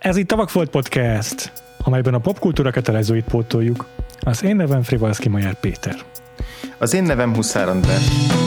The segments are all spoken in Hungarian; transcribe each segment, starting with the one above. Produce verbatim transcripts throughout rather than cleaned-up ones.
Ez itt a Vakfolt Podcast, amelyben a popkultúra kötelezőit pótoljuk. Az én nevem Frivalszki Majár Péter. Az én nevem Huszár András.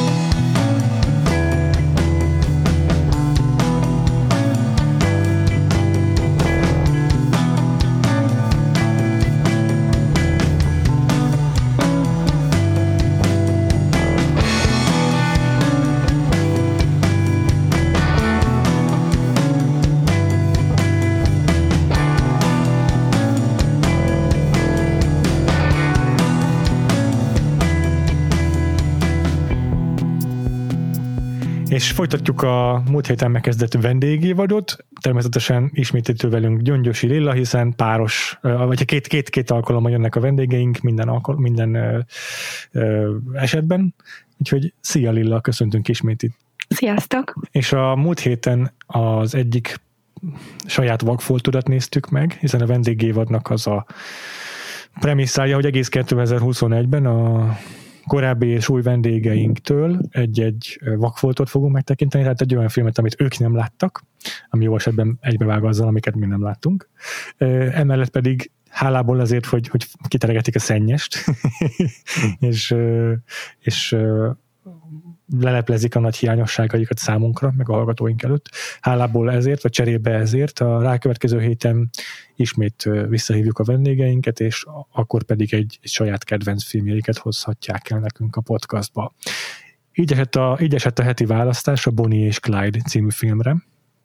És folytatjuk a múlt héten megkezdett vendégévadot. Természetesen ismételtő velünk Gyöngyösi Lilla, hiszen páros, vagy két, két, két alkalommal jönnek a vendégeink minden, alkal, minden ö, ö, esetben. Úgyhogy szia Lilla, köszöntünk ismét itt. Sziasztok! És a múlt héten az egyik saját vakfoltodat néztük meg, hiszen a vendégévadnak az a premisszája, hogy egész kétezer-huszonegyben a korábbi és új vendégeinktől egy-egy vakfoltot fogunk megtekinteni, tehát egy olyan filmet, amit ők nem láttak, ami jó esetben egybevág azzal, amiket mi nem láttunk. Emellett pedig hálából azért, hogy, hogy kiteregetik a szennyest, és, és leleplezik a nagy hiányosságaikat számunkra, meg a hallgatóink előtt. Hálából ezért, vagy cserébe ezért a rákövetkező héten ismét visszahívjuk a vendégeinket, és akkor pedig egy, egy saját kedvenc filmjeiket hozhatják el nekünk a podcastba. Így esett a, így esett a heti választás a Bonnie és Clyde című filmre.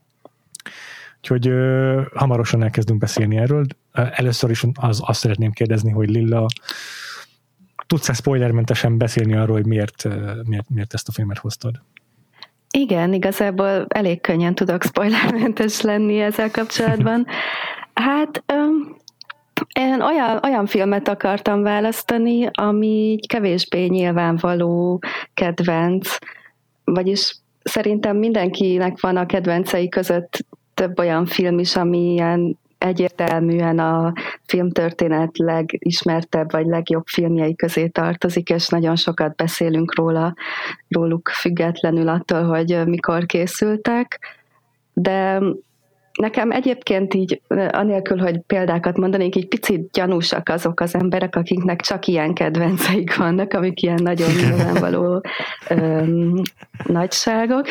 Úgyhogy ö, hamarosan elkezdünk beszélni erről. Először is az, azt szeretném kérdezni, hogy Lilla, tudsz-e spoilermentesen beszélni arról, hogy miért, miért, miért ezt a filmet hoztad? Igen, igazából elég könnyen tudok spoilermentes lenni ezzel kapcsolatban. Hát um, én olyan, olyan filmet akartam választani, ami kevésbé nyilvánvaló kedvenc, vagyis szerintem mindenkinek van a kedvencei között több olyan film is, ami ilyen egyértelműen a filmtörténet legismertebb vagy legjobb filmjei közé tartozik, és nagyon sokat beszélünk róla, róluk függetlenül attól, hogy mikor készültek, de nekem egyébként így, anélkül, hogy példákat mondanék, így picit gyanúsak azok az emberek, akiknek csak ilyen kedvenceik vannak, amik ilyen nagyon nyilvánvaló öm, nagyságok.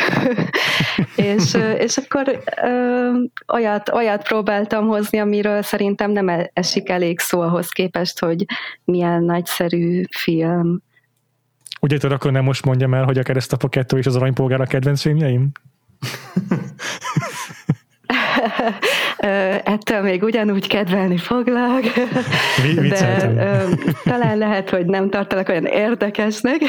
és, és akkor öm, olyat, olyat próbáltam hozni, amiről szerintem nem esik elég szó ahhoz képest, hogy milyen nagyszerű film. Ugye tudod, akkor nem most mondjam el, hogy a Keresztapa kettő és az Aranypolgár a kedvenc filmjeim? Ettől még ugyanúgy kedvelni foglak, de ö, talán lehet, hogy nem tartalak olyan érdekesnek.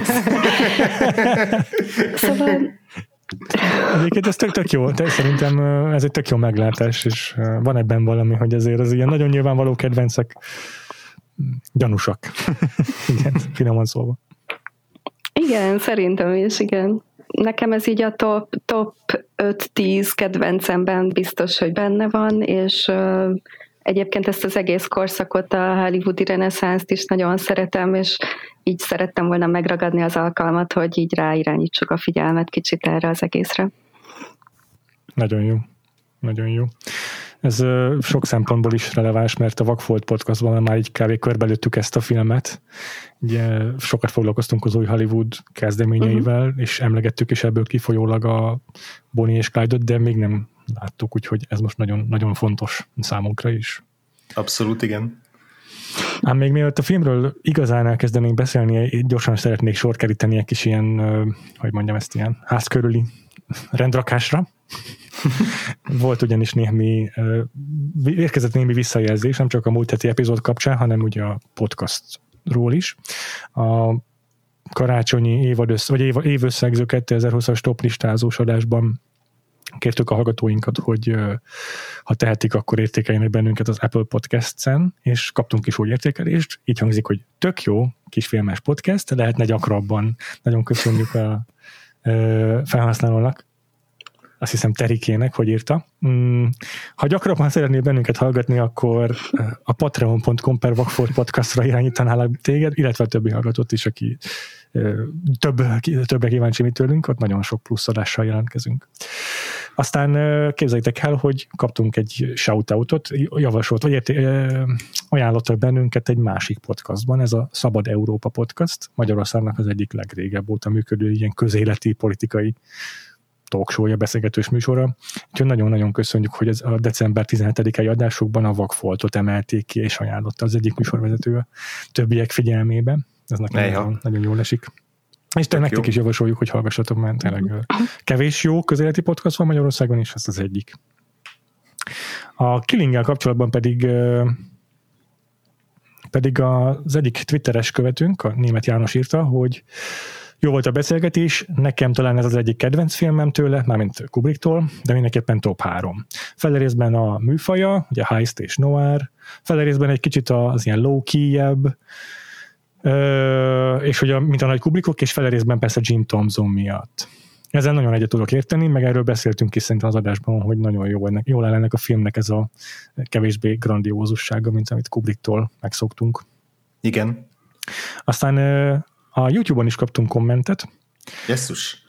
Szóval... Egyébként ez tök, tök jó, de szerintem ez egy tök jó meglátás, és van ebben valami, hogy azért az ilyen nagyon nyilvánvaló kedvencek gyanúsak. Igen, finoman szólva. Igen, szerintem is, igen. Nekem ez így a top, top öt-tíz kedvencemben biztos, hogy benne van, és uh, egyébként ezt az egész korszakot, a hollywoodi reneszánszt is nagyon szeretem, és így szerettem volna megragadni az alkalmat, hogy így ráirányítsuk a figyelmet kicsit erre az egészre. Nagyon jó. Nagyon jó. Ez uh, sok szempontból is releváns, mert a Vakfolt Podcastban már így kb. Körbelőttük ezt a filmet. Ugye sokat foglalkoztunk az új Hollywood kezdeményeivel, uh-huh. és emlegettük is ebből kifolyólag a Bonnie és Clyde-ot, de még nem láttuk, úgyhogy ez most nagyon, nagyon fontos számunkra is. Abszolút, igen. Ám még mielőtt a filmről igazán elkezdenénk beszélni, gyorsan szeretnék sor keríteni egy kis ilyen, hogy mondjam ezt, ilyen házkörüli rendrakásra. Volt ugyanis némi, érkezett némi visszajelzés, nem csak a múlt heti epizód kapcsán, hanem ugye a podcastról is. A karácsonyi évadössz, vagy év, évösszegző kétezer-húszas toplistázós adásban kértük a hallgatóinkat, hogy ha tehetik, akkor értékeljenek bennünket az Apple Podcast-en, és kaptunk is úgy értékelést. Így hangzik, hogy tök jó kisfilmes podcast, lehetne gyakrabban. Nagyon köszönjük a felhasználónak. Azt hiszem Terikének, hogy írta. Ha gyakrabban szeretnél bennünket hallgatni, akkor a patreon pont com per Vakfolt podcastra irányítanálak téged, illetve a többi hallgatót is, aki több, többre kíváncsi mi tőlünk, ott nagyon sok plusz adással jelentkezünk. Aztán képzeljétek el, hogy kaptunk egy shoutoutot, javasolt, vagy ért, ajánlottak bennünket egy másik podcastban, ez a Szabad Európa podcast, Magyarországnak az egyik legrégebb óta működő ilyen közéleti, politikai talkshow-ja, beszélgetős műsora. Úgyhogy nagyon-nagyon köszönjük, hogy ez a december tizenhetedikei adásokban a Vakfoltot emelték ki, és ajánlotta az egyik műsorvezető a többiek figyelmébe. Ez nekem nagyon, nagyon jól esik. És te nektek is javasoljuk, hogy hallgassatok, mert tényleg kevés jó közéleti podcast van Magyarországon, és ez az egyik. A Killinggel kapcsolatban pedig pedig az egyik twitteres követőnk, a Németh János írta, hogy jó volt a beszélgetés, nekem talán ez az egyik kedvenc filmem tőle, mármint Kubricktól, de mindenképpen top három. Felerészben a műfaja, ugye heist és noir, felerészben egy kicsit az ilyen low-key-ebb, és hogy a, mint a nagy Kubrickok, és felerészben persze Jim Thompson miatt. Ezen nagyon egyet tudok érteni, meg erről beszéltünk is szerintem az adásban, hogy nagyon jó ennek, jól áll ennek a filmnek ez a kevésbé grandiózussága, mint amit Kubricktól megszoktunk. Igen. Aztán a YouTube-on is kaptunk kommentet. Jesszus.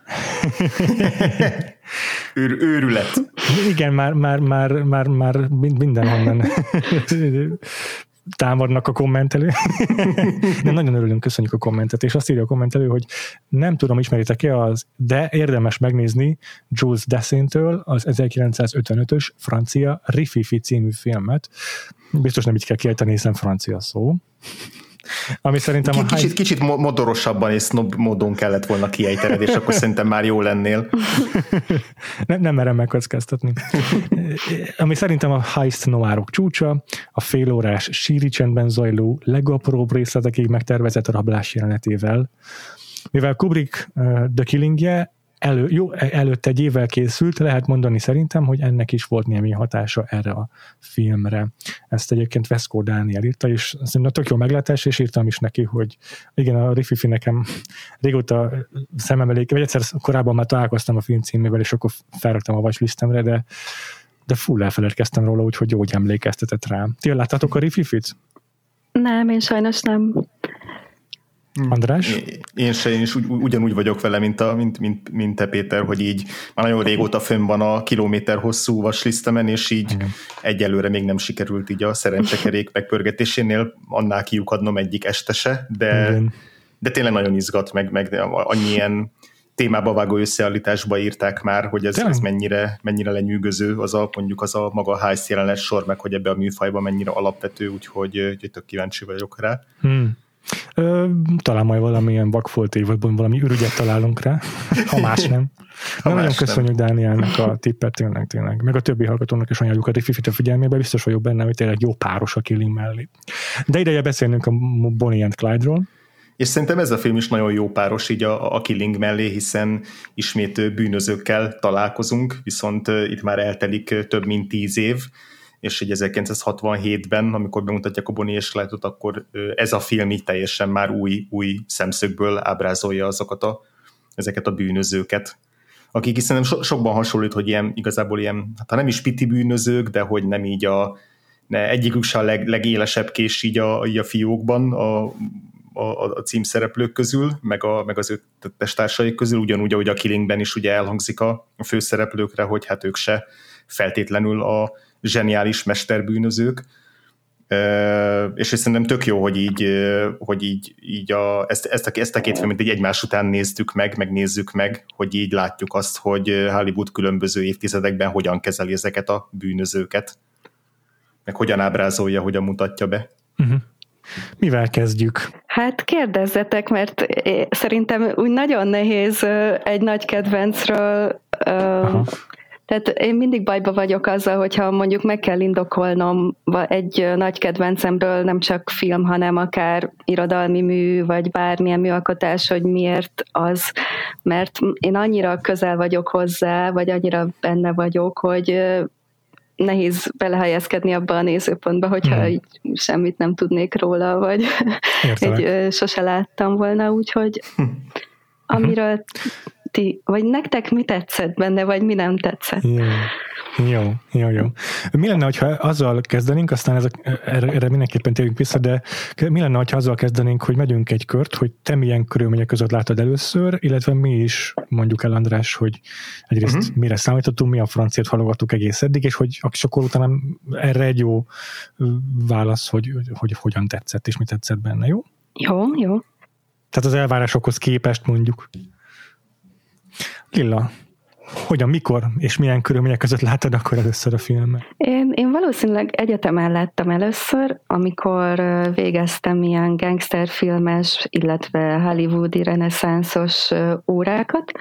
Őr, őrület. Igen, már, már, már, már, már mindenhonnan támadnak a kommentelő. De nagyon örülünk, köszönjük a kommentet, és azt írja a kommentelő, hogy nem tudom, ismeritek-e az, de érdemes megnézni Jules Dassin-től az ezerkilencszázötvenötös francia Rififi című filmet. Biztos nem így kell kiejteni, hiszen francia szó. Ami szerintem kicsit, a kicsit, kicsit modorosabban és snob módon kellett volna kiejtened, és akkor szerintem már jó lennél. nem, nem merem megkockáztatni. Ami szerintem a heist noárok csúcsa, a félórás síri csendben zajló legapróbb részletekig megtervezett rablás jelenetével. Mivel Kubrick uh, The Killing-je elő, jó, előtt egy évvel készült, lehet mondani szerintem, hogy ennek is volt némi hatása erre a filmre. Ezt egyébként Veszkó Dániel írta, és szerintem tök jó meglátás, és írtam is neki, hogy igen, a Rififi nekem régóta szemem elég, vagy egyszer korábban már találkoztam a film címével, és akkor felraktam a watchlistemre, de, de full elfeledkeztem róla, úgyhogy jó, hogy emlékeztetett rám. Ti láttátok a Rififit? Nem, én sajnos nem. András? Én, én se, én is ugy, ugyanúgy vagyok vele, mint, a, mint, mint, mint te, Péter, hogy így már nagyon régóta fönn van a kilométer hosszú vaslisztemen, és így igen. Egyelőre még nem sikerült így a szerencsekerék megpörgetésénél annál kiukadnom egyik estese, de, de tényleg nagyon izgat meg, meg annyi ilyen témába vágó összeállításba írták már, hogy ez, ez mennyire, mennyire lenyűgöző, az a, mondjuk az a maga heist jelenet sor, meg hogy ebbe a műfajban mennyire alapvető, úgyhogy, úgyhogy tök kíváncsi vagyok rá. Hmm. Ö, talán majd valamilyen Vakfolt évadban valami ürügyet találunk rá, ha más nem. De nagyon köszönjük nem. Dánielnek a tippet, tényleg, tényleg. Meg a többi hallgatónak is ajánljuk a Rififit a figyelmébe, biztos vagyok benne, hogy tényleg jó páros a Killing mellé. De ideje beszélnünk a Bonnie and Clyde-ról. És szerintem ez a film is nagyon jó páros így a, a Killing mellé, hiszen ismét bűnözőkkel találkozunk, viszont itt már eltelik több mint tíz év, és így ezerkilencszázhatvanhétben, amikor bemutatják a Bonnie és Clyde-ot, akkor ez a film így teljesen már új, új szemszögből ábrázolja azokat a, ezeket a bűnözőket, akik is szerintem so, sokban hasonlít, hogy ilyen, igazából ilyen, hát nem is piti bűnözők, de hogy nem így a, ne, egyikük se a leg, legélesebb kés így a, így a fiókban, a, a, a címszereplők közül, meg, a, meg az ő testársaik közül, ugyanúgy, ahogy a Killingben is ugye elhangzik a, a főszereplőkre, hogy hát ők se feltétlenül a zseniális mesterbűnözők, és szerintem tök jó, hogy így, hogy így, így a, ezt, ezt, a, ezt a két filmet így egymás után néztük meg, meg nézzük meg, hogy így látjuk azt, hogy Hollywood különböző évtizedekben hogyan kezeli ezeket a bűnözőket, meg hogyan ábrázolja, hogyan mutatja be. Uh-huh. Mivel kezdjük? Hát kérdezzetek, mert szerintem úgy nagyon nehéz egy nagy kedvencről. Aha. Tehát én mindig bajba vagyok azzal, hogyha mondjuk meg kell indokolnom egy nagy kedvencemről nem csak film, hanem akár irodalmi mű, vagy bármilyen műalkotás, hogy miért az, mert én annyira közel vagyok hozzá, vagy annyira benne vagyok, hogy nehéz belehelyezkedni abba a nézőpontba, hogyha hmm. így semmit nem tudnék róla, vagy egy, sose láttam volna, úgyhogy amiről ti, vagy nektek mi tetszett benne, vagy mi nem tetszett. Jó, jó, jó. jó. Mi lenne, hogyha azzal kezdenénk, aztán ezek, erre, erre mindenképpen térjünk vissza, de mi lenne, hogyha azzal kezdenénk, hogy megyünk egy kört, hogy te milyen körülmények között láttad először, illetve mi is mondjuk el, András, hogy egyrészt uh-huh. mire számítottunk, mi a franciát hallgattuk egész eddig, és hogy és akkor utána erre egy jó válasz, hogy, hogy, hogy hogyan tetszett, és mi tetszett benne, jó? Jó, jó. Tehát az elvárásokhoz képest mondjuk. Lilla, hogyan, mikor és milyen körülmények között láttad akkor először a filmet? Én, én valószínűleg egyetemen láttam először, amikor végeztem ilyen gangsterfilmes, illetve hollywoodi reneszánszos órákat,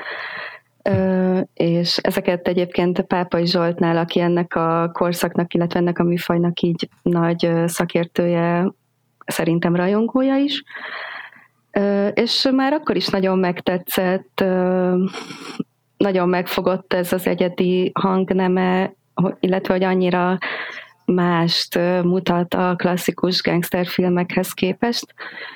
és ezeket egyébként Pápai Zsoltnál, aki ennek a korszaknak, illetve ennek a műfajnak így nagy szakértője, szerintem rajongója is, és már akkor is nagyon megtetszett, nagyon megfogott ez az egyedi hangneme, illetve hogy annyira mást mutat a klasszikus gangsterfilmekhez képest.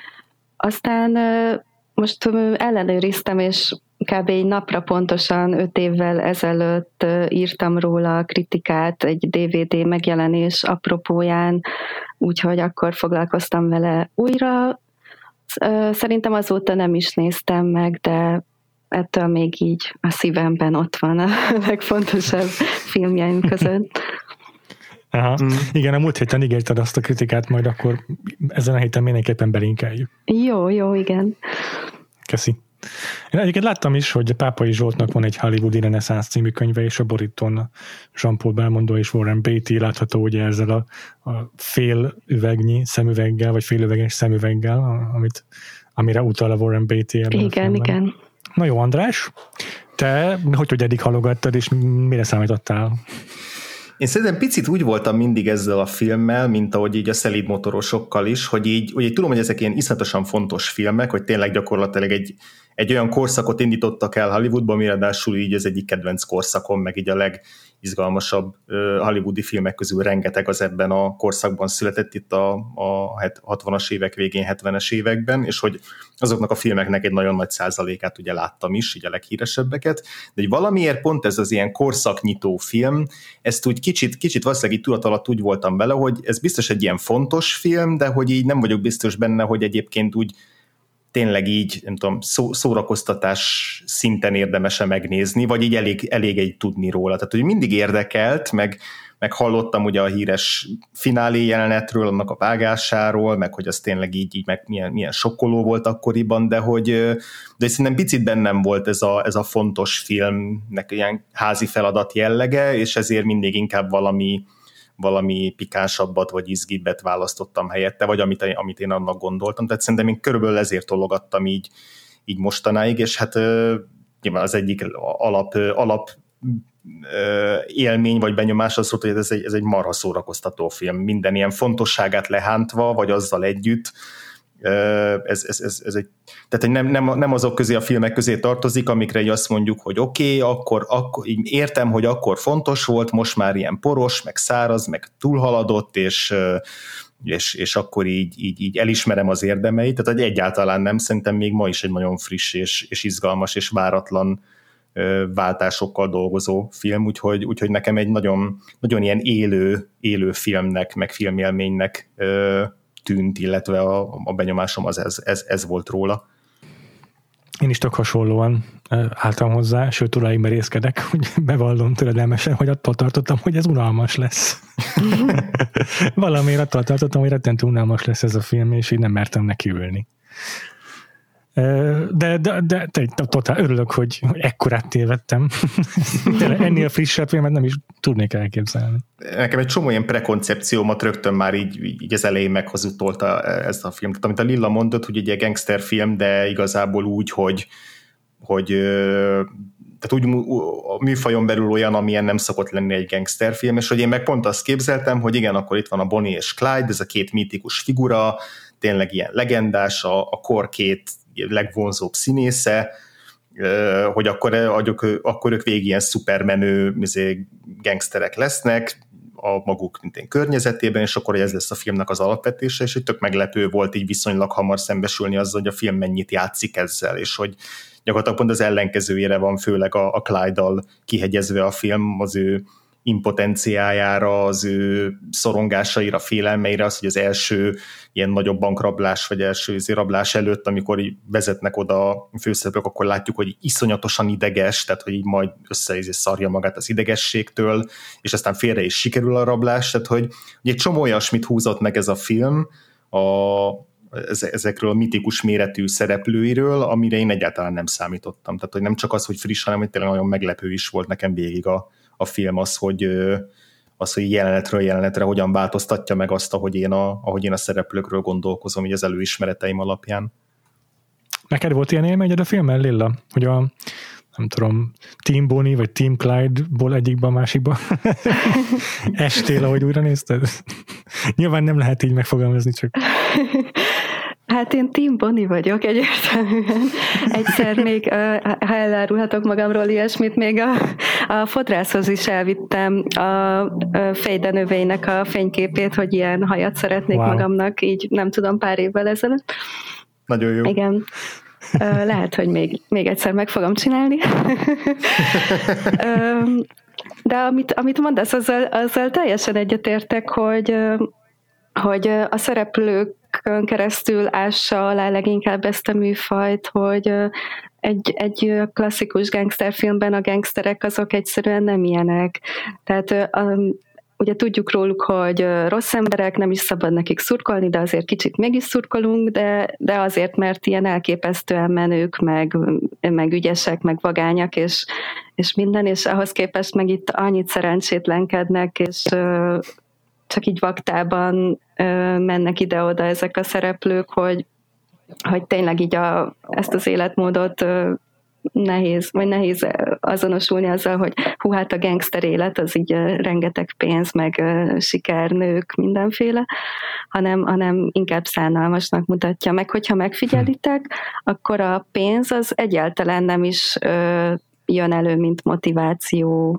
Aztán most ellenőriztem, és kb. Egy napra pontosan öt évvel ezelőtt írtam róla a kritikát egy dé vé dé megjelenés apropóján, úgyhogy akkor foglalkoztam vele újra. Szerintem azóta nem is néztem meg, de ettől még így a szívemben ott van a legfontosabb filmjeim között. Aha. Mm. Igen, a múlt héten ígérted azt a kritikát, majd akkor ezen a héten mindenképpen belinkeljük. Jó, jó, igen. Köszi. Én egyébként láttam is, hogy Pápai Zsoltnak van egy Hollywoodi reneszánsz című könyve, és a borítón Jean-Paul Belmondo és Warren Beatty látható ugye ezzel a, a fél üvegnyi szemüveggel, vagy fél üveges szemüveggel, amit, amire utal a Warren Beatty. Igen, igen. Na jó, András, te hogy, hogy eddig halogattad, és mire számítottál? Én szerintem picit úgy voltam mindig ezzel a filmmel, mint ahogy így a szelíd motorosokkal is, hogy így, hogy így tudom, hogy ezek ilyen iszonyatosan fontos filmek, hogy tényleg gyakorlatilag egy, egy olyan korszakot indítottak el Hollywoodban, ami ráadásul így az egyik kedvenc korszakom, meg így a legizgalmasabb hollywoodi filmek közül rengeteg az ebben a korszakban született itt a, a hatvanas évek végén, hetvenes években, és hogy azoknak a filmeknek egy nagyon nagy százalékát ugye láttam is, így a leghíresebbeket, de hogy valamiért pont ez az ilyen korszaknyitó film, ezt úgy kicsit, kicsit valószínűleg így tudat alatt úgy voltam vele, hogy ez biztos egy ilyen fontos film, de hogy így nem vagyok biztos benne, hogy egyébként úgy tényleg így, nem tudom, szó, szórakoztatás szinten érdemes-e megnézni, vagy így elég, elég egy tudni róla. Tehát, hogy mindig érdekelt, meg, meg hallottam ugye a híres finálé jelenetről, annak a vágásáról, meg hogy az tényleg így, így meg milyen, milyen sokkoló volt akkoriban, de hogy de szerintem picit bennem volt ez a, ez a fontos filmnek ilyen házi feladat jellege, és ezért mindig inkább valami valami pikánsabbat vagy izgibbet választottam helyette, vagy amit, amit én annak gondoltam. Tehát szerintem én körülbelül ezért tologattam így, így mostanáig, és hát nyilván az egyik alap, alap élmény vagy benyomás az volt, hogy ez egy, ez egy marha szórakoztató film. Minden ilyen fontosságát lehántva, vagy azzal együtt. Ez, ez, ez, ez egy, tehát nem, nem, nem azok közé a filmek közé tartozik, amikre így azt mondjuk, hogy oké, okay, akkor, akkor értem, hogy akkor fontos volt, most már ilyen poros, meg száraz, meg túlhaladott, és, és, és akkor így, így, így elismerem az érdemeit, tehát egyáltalán nem, szerintem még ma is egy nagyon friss és, és izgalmas és váratlan váltásokkal dolgozó film, úgyhogy, úgyhogy nekem egy nagyon, nagyon ilyen élő, élő filmnek, meg filmélménynek tűnt, illetve a, a benyomásom az ez, ez, ez volt róla. Én is tök hasonlóan álltam hozzá, sőt, uráim merészkedek, hogy bevallom töredelmesen, hogy attól tartottam, hogy ez unalmas lesz. Valamiért attól tartottam, hogy rettentő unalmas lesz ez a film, és így nem mertem nekiülni. De, de, de, de totál örülök, hogy, hogy ekkorát tévedtem. De ennél frissebb filmet nem is tudnék elképzelni. Nekem egy csomó ilyen prekoncepciómat rögtön már így, így az elején meghozutolta ez a film. Tehát amit a Lilla mondott, hogy egy gangsterfilm, de igazából úgy, hogy, hogy tehát úgy a műfajon belül olyan, amilyen nem szokott lenni egy gangsterfilm, és hogy én meg pont azt képzeltem, hogy igen, akkor itt van a Bonnie és Clyde, ez a két mítikus figura, tényleg ilyen legendás, a, a kor két legvonzóbb színésze, hogy akkor, akkor ők végig ilyen szupermenő gangsterek lesznek a maguk mint környezetében, és akkor ez lesz a filmnek az alapvetése, és hogy tök meglepő volt így viszonylag hamar szembesülni azzal, hogy a film mennyit játszik ezzel, és hogy gyakorlatilag pont az ellenkezőjére van főleg a, a Clyde-dal kihegyezve a film, az ő impotenciájára, az ő szorongásaira, félelmeire, az, hogy az első ilyen nagyobb bankrablás, vagy első rablás előtt, amikor vezetnek oda a főszereplők, akkor látjuk, hogy iszonyatosan ideges, tehát hogy így majd össze szarja magát az idegességtől, és aztán félre is sikerül a rablás, tehát hogy, hogy egy csomó olyasmit húzott meg ez a film a, ezekről a mitikus méretű szereplőiről, amire én egyáltalán nem számítottam. Tehát hogy nem csak az, hogy friss, hanem hogy tényleg nagyon meglepő is volt nekem végig a a film az, hogy, az, hogy jelenetről jelenetre hogyan változtatja meg azt, ahogy én a, ahogy én a szereplőkről gondolkozom, így az előismereteim alapján. Neked volt ilyen élményed a filmmel, Lilla? Hogy a, nem tudom, Team Bonnie vagy Team Clyde-ból egyikbe a másikba estél, ahogy újra nézted? Nyilván nem lehet így megfogalmazni, csak... Hát én Team Bonnie vagyok egyértelműen. Egyszer még, ha elárulhatok magamról ilyesmit, még a, a fodrászhoz is elvittem a fejdenöveinek a fényképét, hogy ilyen hajat szeretnék wow. magamnak, így nem tudom, pár évvel ezelőtt. Nagyon jó. Igen. Lehet, hogy még, még egyszer meg fogom csinálni. De amit, amit mondasz, azzal, azzal teljesen egyetértek, hogy, hogy a szereplők keresztül ássa alá leginkább ezt a műfajt, hogy egy, egy klasszikus gangsterfilmben a gangsterek azok egyszerűen nem ilyenek. Tehát um, ugye tudjuk róluk, hogy rossz emberek, nem is szabad nekik szurkolni, de azért kicsit mégis szurkolunk, de, de azért, mert ilyen elképesztően menők, meg, meg ügyesek, meg vagányak, és, és minden, és ahhoz képest meg itt annyit szerencsétlenkednek, és uh, csak így vaktában ö, mennek ide-oda ezek a szereplők, hogy, hogy tényleg így a, ezt az életmódot ö, nehéz, vagy nehéz azonosulni azzal, hogy hú, hát a gangster élet az így ö, rengeteg pénz, meg ö, sikernők, mindenféle, hanem, hanem inkább szánalmasnak mutatja meg. Hogyha megfigyelitek, akkor a pénz az egyáltalán nem is ö, jön elő, mint motiváció.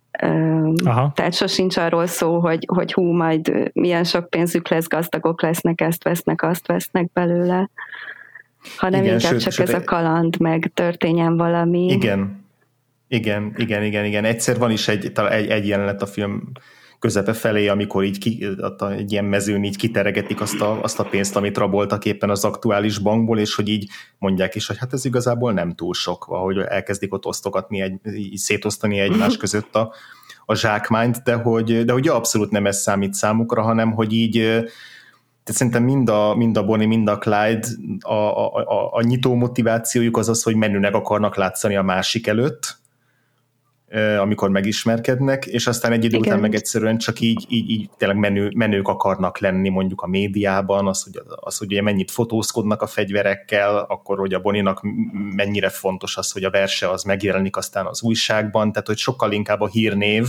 Aha. Tehát sosincs arról szó, hogy, hogy hú, majd milyen sok pénzük lesz, gazdagok lesznek, ezt vesznek, azt vesznek belőle, hanem igen, inkább sőt, csak sőt, ez a kaland, meg történjen valami. Igen, igen, igen, igen, igen. Egyszer van is egy, egy, egy jelenet a film közepe felé, amikor így ki, egy ilyen mezőn így kiteregetik azt a, azt a pénzt, amit raboltak éppen az aktuális bankból, és hogy így mondják is, hogy hát ez igazából nem túl sok, ahogy elkezdik ott osztogatni, egy, így szétosztani egymás között a, a zsákmányt, de hogy, de hogy abszolút nem ez számít számukra, hanem hogy így tehát szerintem mind a, mind a Bonnie, mind a Clyde a, a, a, a nyitó motivációjuk az az, hogy menőnek akarnak látszani a másik előtt, amikor megismerkednek, és aztán egy idő után meg egyszerűen csak így, így, így tényleg menő, menők akarnak lenni mondjuk a médiában, az, hogy, az, hogy ugye mennyit fotózkodnak a fegyverekkel, akkor hogy a Bonnie-nak mennyire fontos az, hogy a verse az megjelenik aztán az újságban, tehát hogy sokkal inkább a hírnév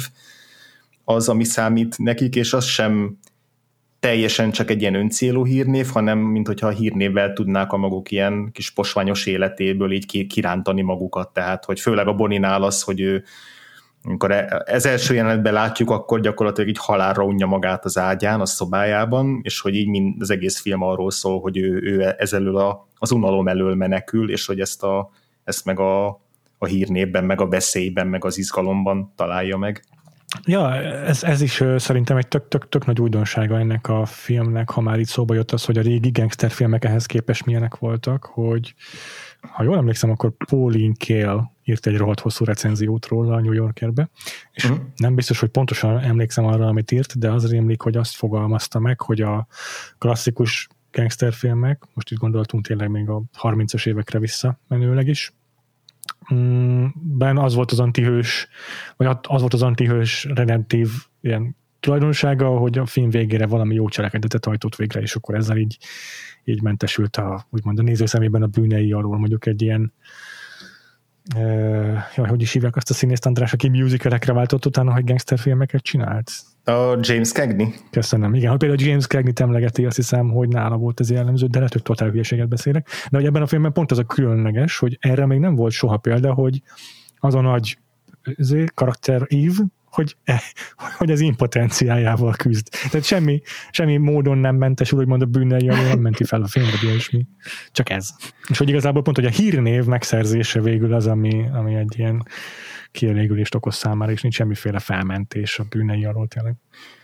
az, ami számít nekik, és az sem teljesen csak egy ilyen öncélú hírnév, hanem mint hogyha a hírnévvel tudnák a maguk ilyen kis posványos életéből így kirántani magukat, tehát hogy főleg a Bonnie-nál az, hogy ő amikor ez első jelenetben látjuk, akkor gyakorlatilag így halálra unja magát az ágyán, a szobájában, és hogy így mind az egész film arról szól, hogy ő, ő ez elől a, az unalom elől menekül, és hogy ezt, a, ezt meg a, a hírnévben, meg a veszélyben, meg az izgalomban találja meg. Ja, ez, ez is szerintem egy tök, tök, tök nagy újdonsága ennek a filmnek, ha már itt szóba jött az, hogy a régi gangsterfilmek ehhez képest milyenek voltak, hogy ha jól emlékszem, akkor Pauline Kael írt egy rohadt hosszú recenziót róla a New Yorkerbe, és uh-huh. nem biztos, hogy pontosan emlékszem arra, amit írt, de az rémlik, hogy azt fogalmazta meg, hogy a klasszikus gangsterfilmek, most itt gondoltunk tényleg még a harmincas évekre vissza menőleg is, ben az volt az antihős, vagy az volt az antihős redemptív ilyen tulajdonsága, hogy a film végére valami jó cselekedetet hajtott végre, és akkor ezzel így, így mentesült a, úgymond a néző szemében a bűnei alól, mondjuk egy ilyen uh, jaj, hogy is hívják azt a színészt, András, aki musicalekre váltott utána, hogy gangsterfilmeket csinált? A James Cagney. Köszönöm. Igen, ha például James Cagney-t emlegeti, azt hiszem, hogy nála volt ez jellemző, de lehet, hogy totál hülyeséget beszélek. De hogy ebben a filmben pont az a különleges, hogy erre még nem volt soha példa, hogy az a nagy karakter Eve, hogy, hogy az impotenciájával küzd. Tehát semmi, semmi módon nem mentesül, úgymond a bűnnei alól, nem menti fel a film, vagy ilyesmi. Csak ez. És hogy igazából pont, hogy a hírnév megszerzése végül az, ami, ami egy ilyen kielégülést okoz számára, és nincs semmiféle felmentés a bűnei alól tényleg.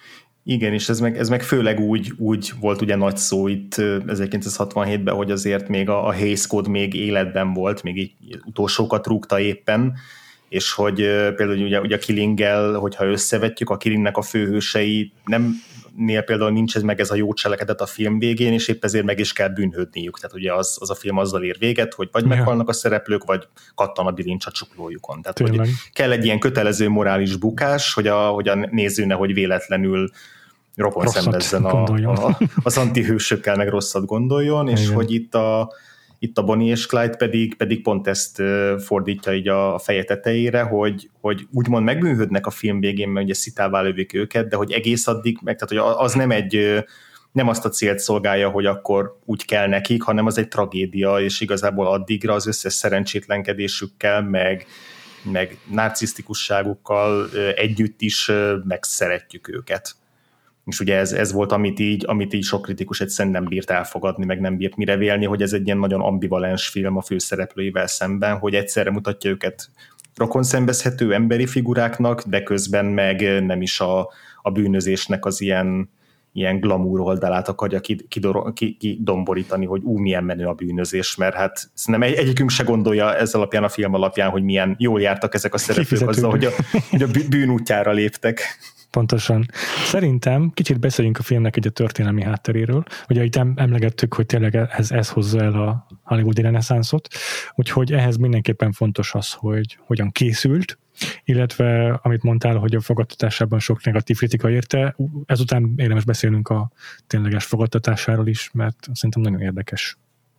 Igen, és ez meg, ez meg főleg úgy, úgy volt ugye nagy szó itt ezerkilencszázhatvanhétben, hogy azért még a, a Hays Code még életben volt, még így utolsókat rúgta éppen, és hogy például ugye, ugye a Killinggel, hogyha összevetjük, a Killingnek a főhősei nem nél például nincs ez meg ez a jó cselekedet a film végén, és épp ezért meg is kell bűnhődniük. Tehát ugye az, az a film azzal ér véget, hogy vagy ja. meghalnak a szereplők, vagy kattan a bilincs a csuklójukon. Tehát hogy kell egy ilyen kötelező morális bukás, hogy a, hogy a néző nehogy véletlenül rokon szenvedzen a, a, az antihősökkel, meg rosszat gondoljon, és igen. hogy itt a, itt a Bonnie és Clyde pedig, pedig pont ezt fordítja így a feje tetejére, hogy, hogy úgymond megbűnhődnek a film végén, mert ugye szitává lövik őket, de hogy egész addig, meg, tehát hogy az nem egy nem azt a célt szolgálja, hogy akkor úgy kell nekik, hanem az egy tragédia, és igazából addigra az összes szerencsétlenkedésükkel, meg, meg narcisztikusságukkal együtt is megszeretjük őket. És ugye ez, ez volt, amit így, amit így sok kritikus egyszerűen nem bírt elfogadni, meg nem bírt mire vélni, hogy ez egy ilyen nagyon ambivalens film a főszereplőivel szemben, hogy egyszerre mutatja őket rokonszembezhető emberi figuráknak, de közben meg nem is a, a bűnözésnek az ilyen, ilyen glamour oldalát akarja kidomborítani, hogy ú, milyen menő a bűnözés, mert hát szerintem egy, egyikünk se gondolja ez alapján, a film alapján, hogy milyen jól jártak ezek a szereplők azzal, hogy a, hogy a bűn útjára léptek. Pontosan. Szerintem kicsit beszéljünk a filmnek egy a történelmi hátteréről. Ugye itt emlegettük, hogy tényleg ez, ez hozza el a hollywoodi reneszánszot, úgyhogy ehhez mindenképpen fontos az, hogy hogyan készült, illetve amit mondtál, hogy a fogadtatásában sok negatív kritika érte, ezután érdemes beszélnünk a tényleges fogadtatásáról is, mert szerintem nagyon érdekes.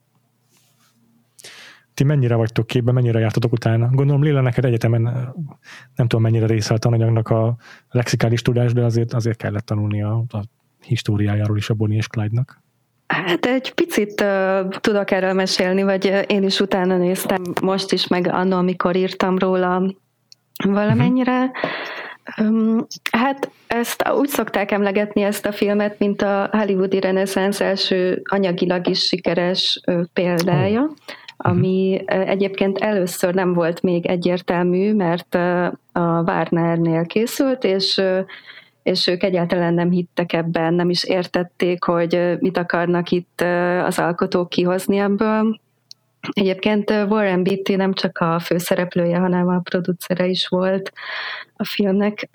Ti mennyire vagytok képben, mennyire jártatok utána? Gondolom, Lilla, neked egyetemen nem tudom, mennyire része a tananyagnak a lexikális tudás, de azért, azért kellett tanulni a, a históriájáról is a Bonnie és Clyde-nak. Hát egy picit uh, tudok erről mesélni, vagy én is utána néztem most is, meg anno, amikor írtam róla valamennyire. Uh-huh. Um, hát ezt úgy szokták emlegetni ezt a filmet, mint a hollywoodi reneszánsz első anyagilag is sikeres uh, példája. Oh. Ami egyébként először nem volt még egyértelmű, mert a Warnernél készült, és, és ők egyáltalán nem hittek ebben, nem is értették, hogy mit akarnak itt az alkotók kihozni ebből. Egyébként Warren Beatty nem csak a főszereplője, hanem a producere is volt a filmnek.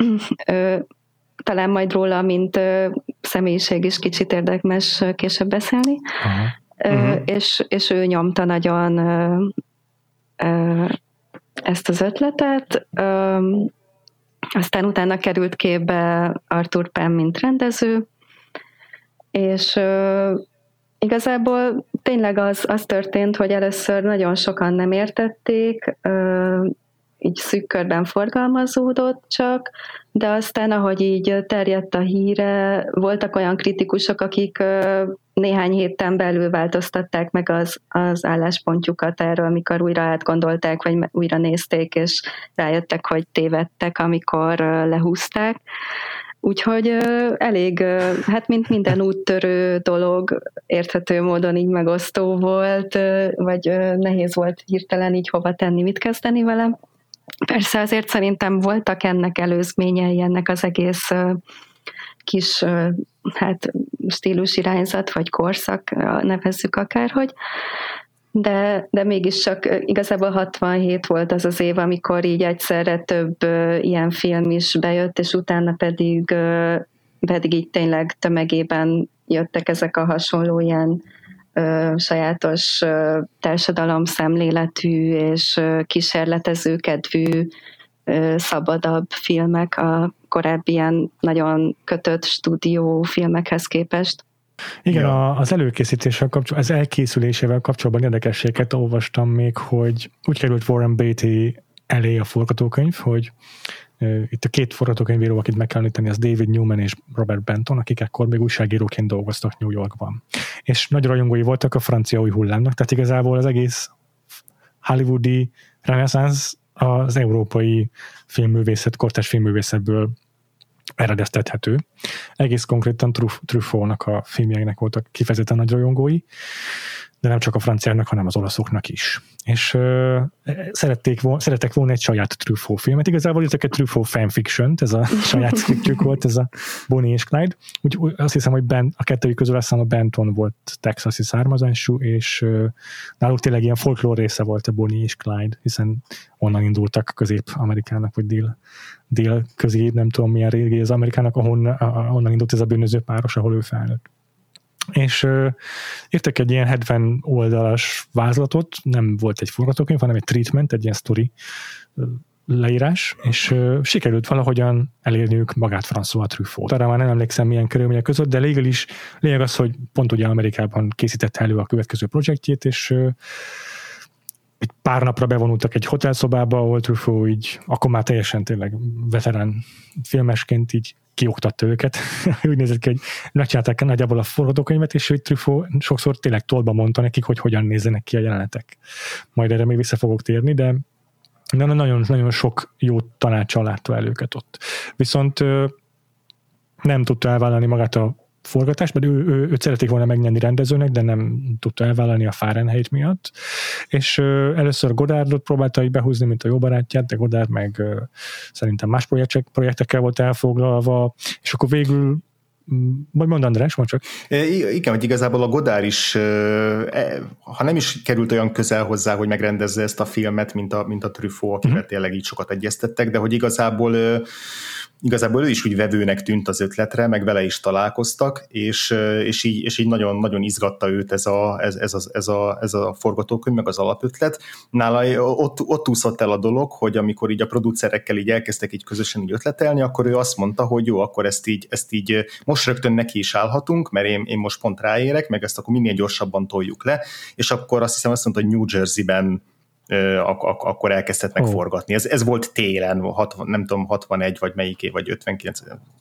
Talán majd róla, mint személyiség is kicsit érdekes később beszélni. Aha. Uh-huh. És, és ő nyomta nagyon uh, uh, ezt az ötletet. Um, aztán utána került képbe Arthur Penn, mint rendező, és uh, igazából tényleg az, az történt, hogy először nagyon sokan nem értették, uh, így szűk körben forgalmazódott csak, de aztán, ahogy így terjedt a híre, voltak olyan kritikusok, akik uh, néhány héten belül változtatták meg az, az álláspontjukat erről, amikor újra átgondolták, vagy újra nézték, és rájöttek, hogy tévedtek, amikor lehúzták. Úgyhogy elég, hát mint minden úttörő dolog, érthető módon így megosztó volt, vagy nehéz volt hirtelen így hova tenni, mit kezdeni vele. Persze azért szerintem voltak ennek előzményei, ennek az egész kis hát stílusirányzat, vagy korszak, nevezzük akárhogy, de, de mégiscsak igazából hatvanhét volt az az év, amikor így egyszerre több ilyen film is bejött, és utána pedig, pedig így tényleg tömegében jöttek ezek a hasonló ilyen ö, sajátos ö, társadalomszemléletű és ö, kísérletező kedvű ö, szabadabb filmek a korábbi ilyen nagyon kötött stúdió filmekhez képest. Igen, ja. Az előkészítéssel kapcsolatban, az elkészülésével kapcsolatban érdekességet olvastam még, hogy úgy került Warren Beatty elé a forgatókönyv, hogy uh, itt a két forgatókönyvíró, akit meg kell említeni, az David Newman és Robert Benton, akik ekkor még újságíróként dolgoztak New Yorkban. És nagy rajongói voltak a francia új hullámnak, tehát igazából az egész hollywoodi reneszánsz az európai filmművészet, kortárs filmművészetből eredeztethető. Egész konkrétan Truffaut-nak a filmjeinek voltak kifejezetten nagy rajongói, de nem csak a franciáknak, hanem az olaszoknak is. És uh, szerették volna, szerettek volna egy saját Truffaut filmet. Igazából írtak egy Truffaut fanfiction-t, ez a saját scriptjük volt, ez a Bonnie és Clyde. Úgy azt hiszem, hogy ben, a kettőjük közül aztán a Benton volt texasi származású, és uh, náluk tényleg ilyen folklór része volt a Bonnie és Clyde, hiszen onnan indultak Közép-Amerikának, vagy dél, dél közé, nem tudom milyen régi az Amerikának, ahonnan, ahonnan indult ez a bűnöző páros, ahol ő felnőtt. És uh, írtak egy ilyen hetven oldalas vázlatot, nem volt egy forgatókönyv, hanem egy treatment, egy ilyen sztori uh, leírás, és uh, sikerült valahogyan elérniük magát François Truffaut. Arra már nem emlékszem milyen körülmények között, de lényeg is, lényeg az, hogy pont ugye Amerikában készítette elő a következő projektjét, és uh, egy pár napra bevonultak egy hotelszobába, ahol Truffaut így, akkor már teljesen tényleg veterán filmesként így kioktatta őket. Úgy nézett ki, hogy megcsinálták nagyjából a forgatókönyvet, és hogy Truffaut sokszor tényleg tolba mondta nekik, hogy hogyan nézzenek ki a jelenetek. Majd erre még vissza fogok térni, de nagyon-nagyon sok jó tanáccsal látta el őket ott. Viszont nem tudta elvállalni magát a forgatást, mert ő, ő, őt szerették volna megnyerni rendezőnek, de nem tudta elvállalni a Fahrenheit miatt. És ö, először Godardot próbálta így behúzni, mint a jó barátját, de Godard meg ö, szerintem más projektek, projektekkel volt elfoglalva, és akkor végül vagy mondd, András, mondd csak. Igen, hogy igazából a Godard is, ha nem is került olyan közel hozzá, hogy megrendezze ezt a filmet, mint a, mint a Truffaut, akivel mm-hmm. tényleg így sokat egyeztettek, de hogy igazából igazából ő is úgy vevőnek tűnt az ötletre, meg vele is találkoztak, és, és, így, és így nagyon, nagyon izgatta őt ez a, ez, ez, a, ez, a, ez a forgatókönyv, meg az alapötlet. Nála ott, ott úszott el a dolog, hogy amikor így a producerekkel így elkezdtek így közösen így ötletelni, akkor ő azt mondta, hogy jó, akkor ezt így, ezt így most rögtön neki is állhatunk, mert én, én most pont ráérek, meg ezt akkor minél gyorsabban toljuk le, és akkor azt hiszem azt mondta, hogy New Jersey-ben Ak- ak- akkor elkezdett meg oh. forgatni. Ez, ez volt télen, hatvan, nem tudom, hatvanegy vagy melyiké, vagy ötvenkilenc,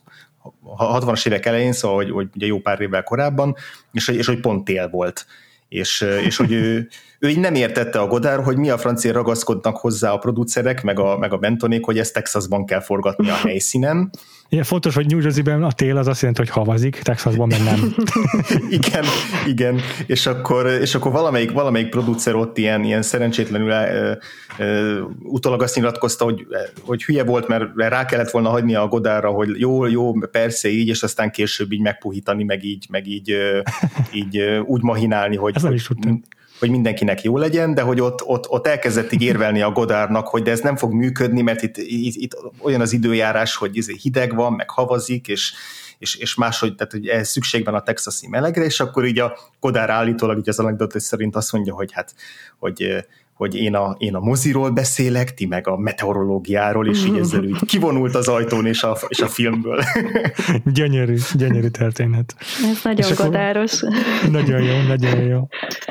hatvanas évek elején, szóval hogy, hogy ugye jó pár évvel korábban, és, és hogy pont tél volt. És, és hogy ő, ő így nem értette a Godard, hogy mi a francia ragaszkodnak hozzá a producerek, meg a, meg a Bentonék, hogy ezt Texasban kell forgatni a helyszínen. Igen, fontos, hogy New Jersey-ben a tél az azt jelenti, hogy havazik, Texasban meg nem. igen, igen, és akkor, és akkor valamelyik, valamelyik producer ott ilyen, ilyen szerencsétlenül uh, uh, utólag azt nyilatkozta, hogy, hogy hülye volt, mert rá kellett volna hagynia a Godardra, hogy jó, jó, persze így, és aztán később így megpuhítani, meg így, meg így, uh, így uh, úgy mahinálni, hogy, hogy, hogy mindenkinek jó legyen, de hogy ott, ott, ott elkezdett így érvelni a Godardnak, hogy de ez nem fog működni, mert itt, itt, itt olyan az időjárás, hogy hideg van, meg havazik, és, és, és máshogy, tehát hogy ehhez szükség van a texasi melegre, és akkor így a Godard állítólag így az anekdota szerint azt mondja, hogy hát, hogy hogy én a, én a moziról beszélek, ti meg a meteorológiáról, és így ezzel úgy kivonult az ajtón és a, és a filmből. Gyönyörű, gyönyörű történet. Ez nagyon Godardos. Nagyon jó, nagyon jó.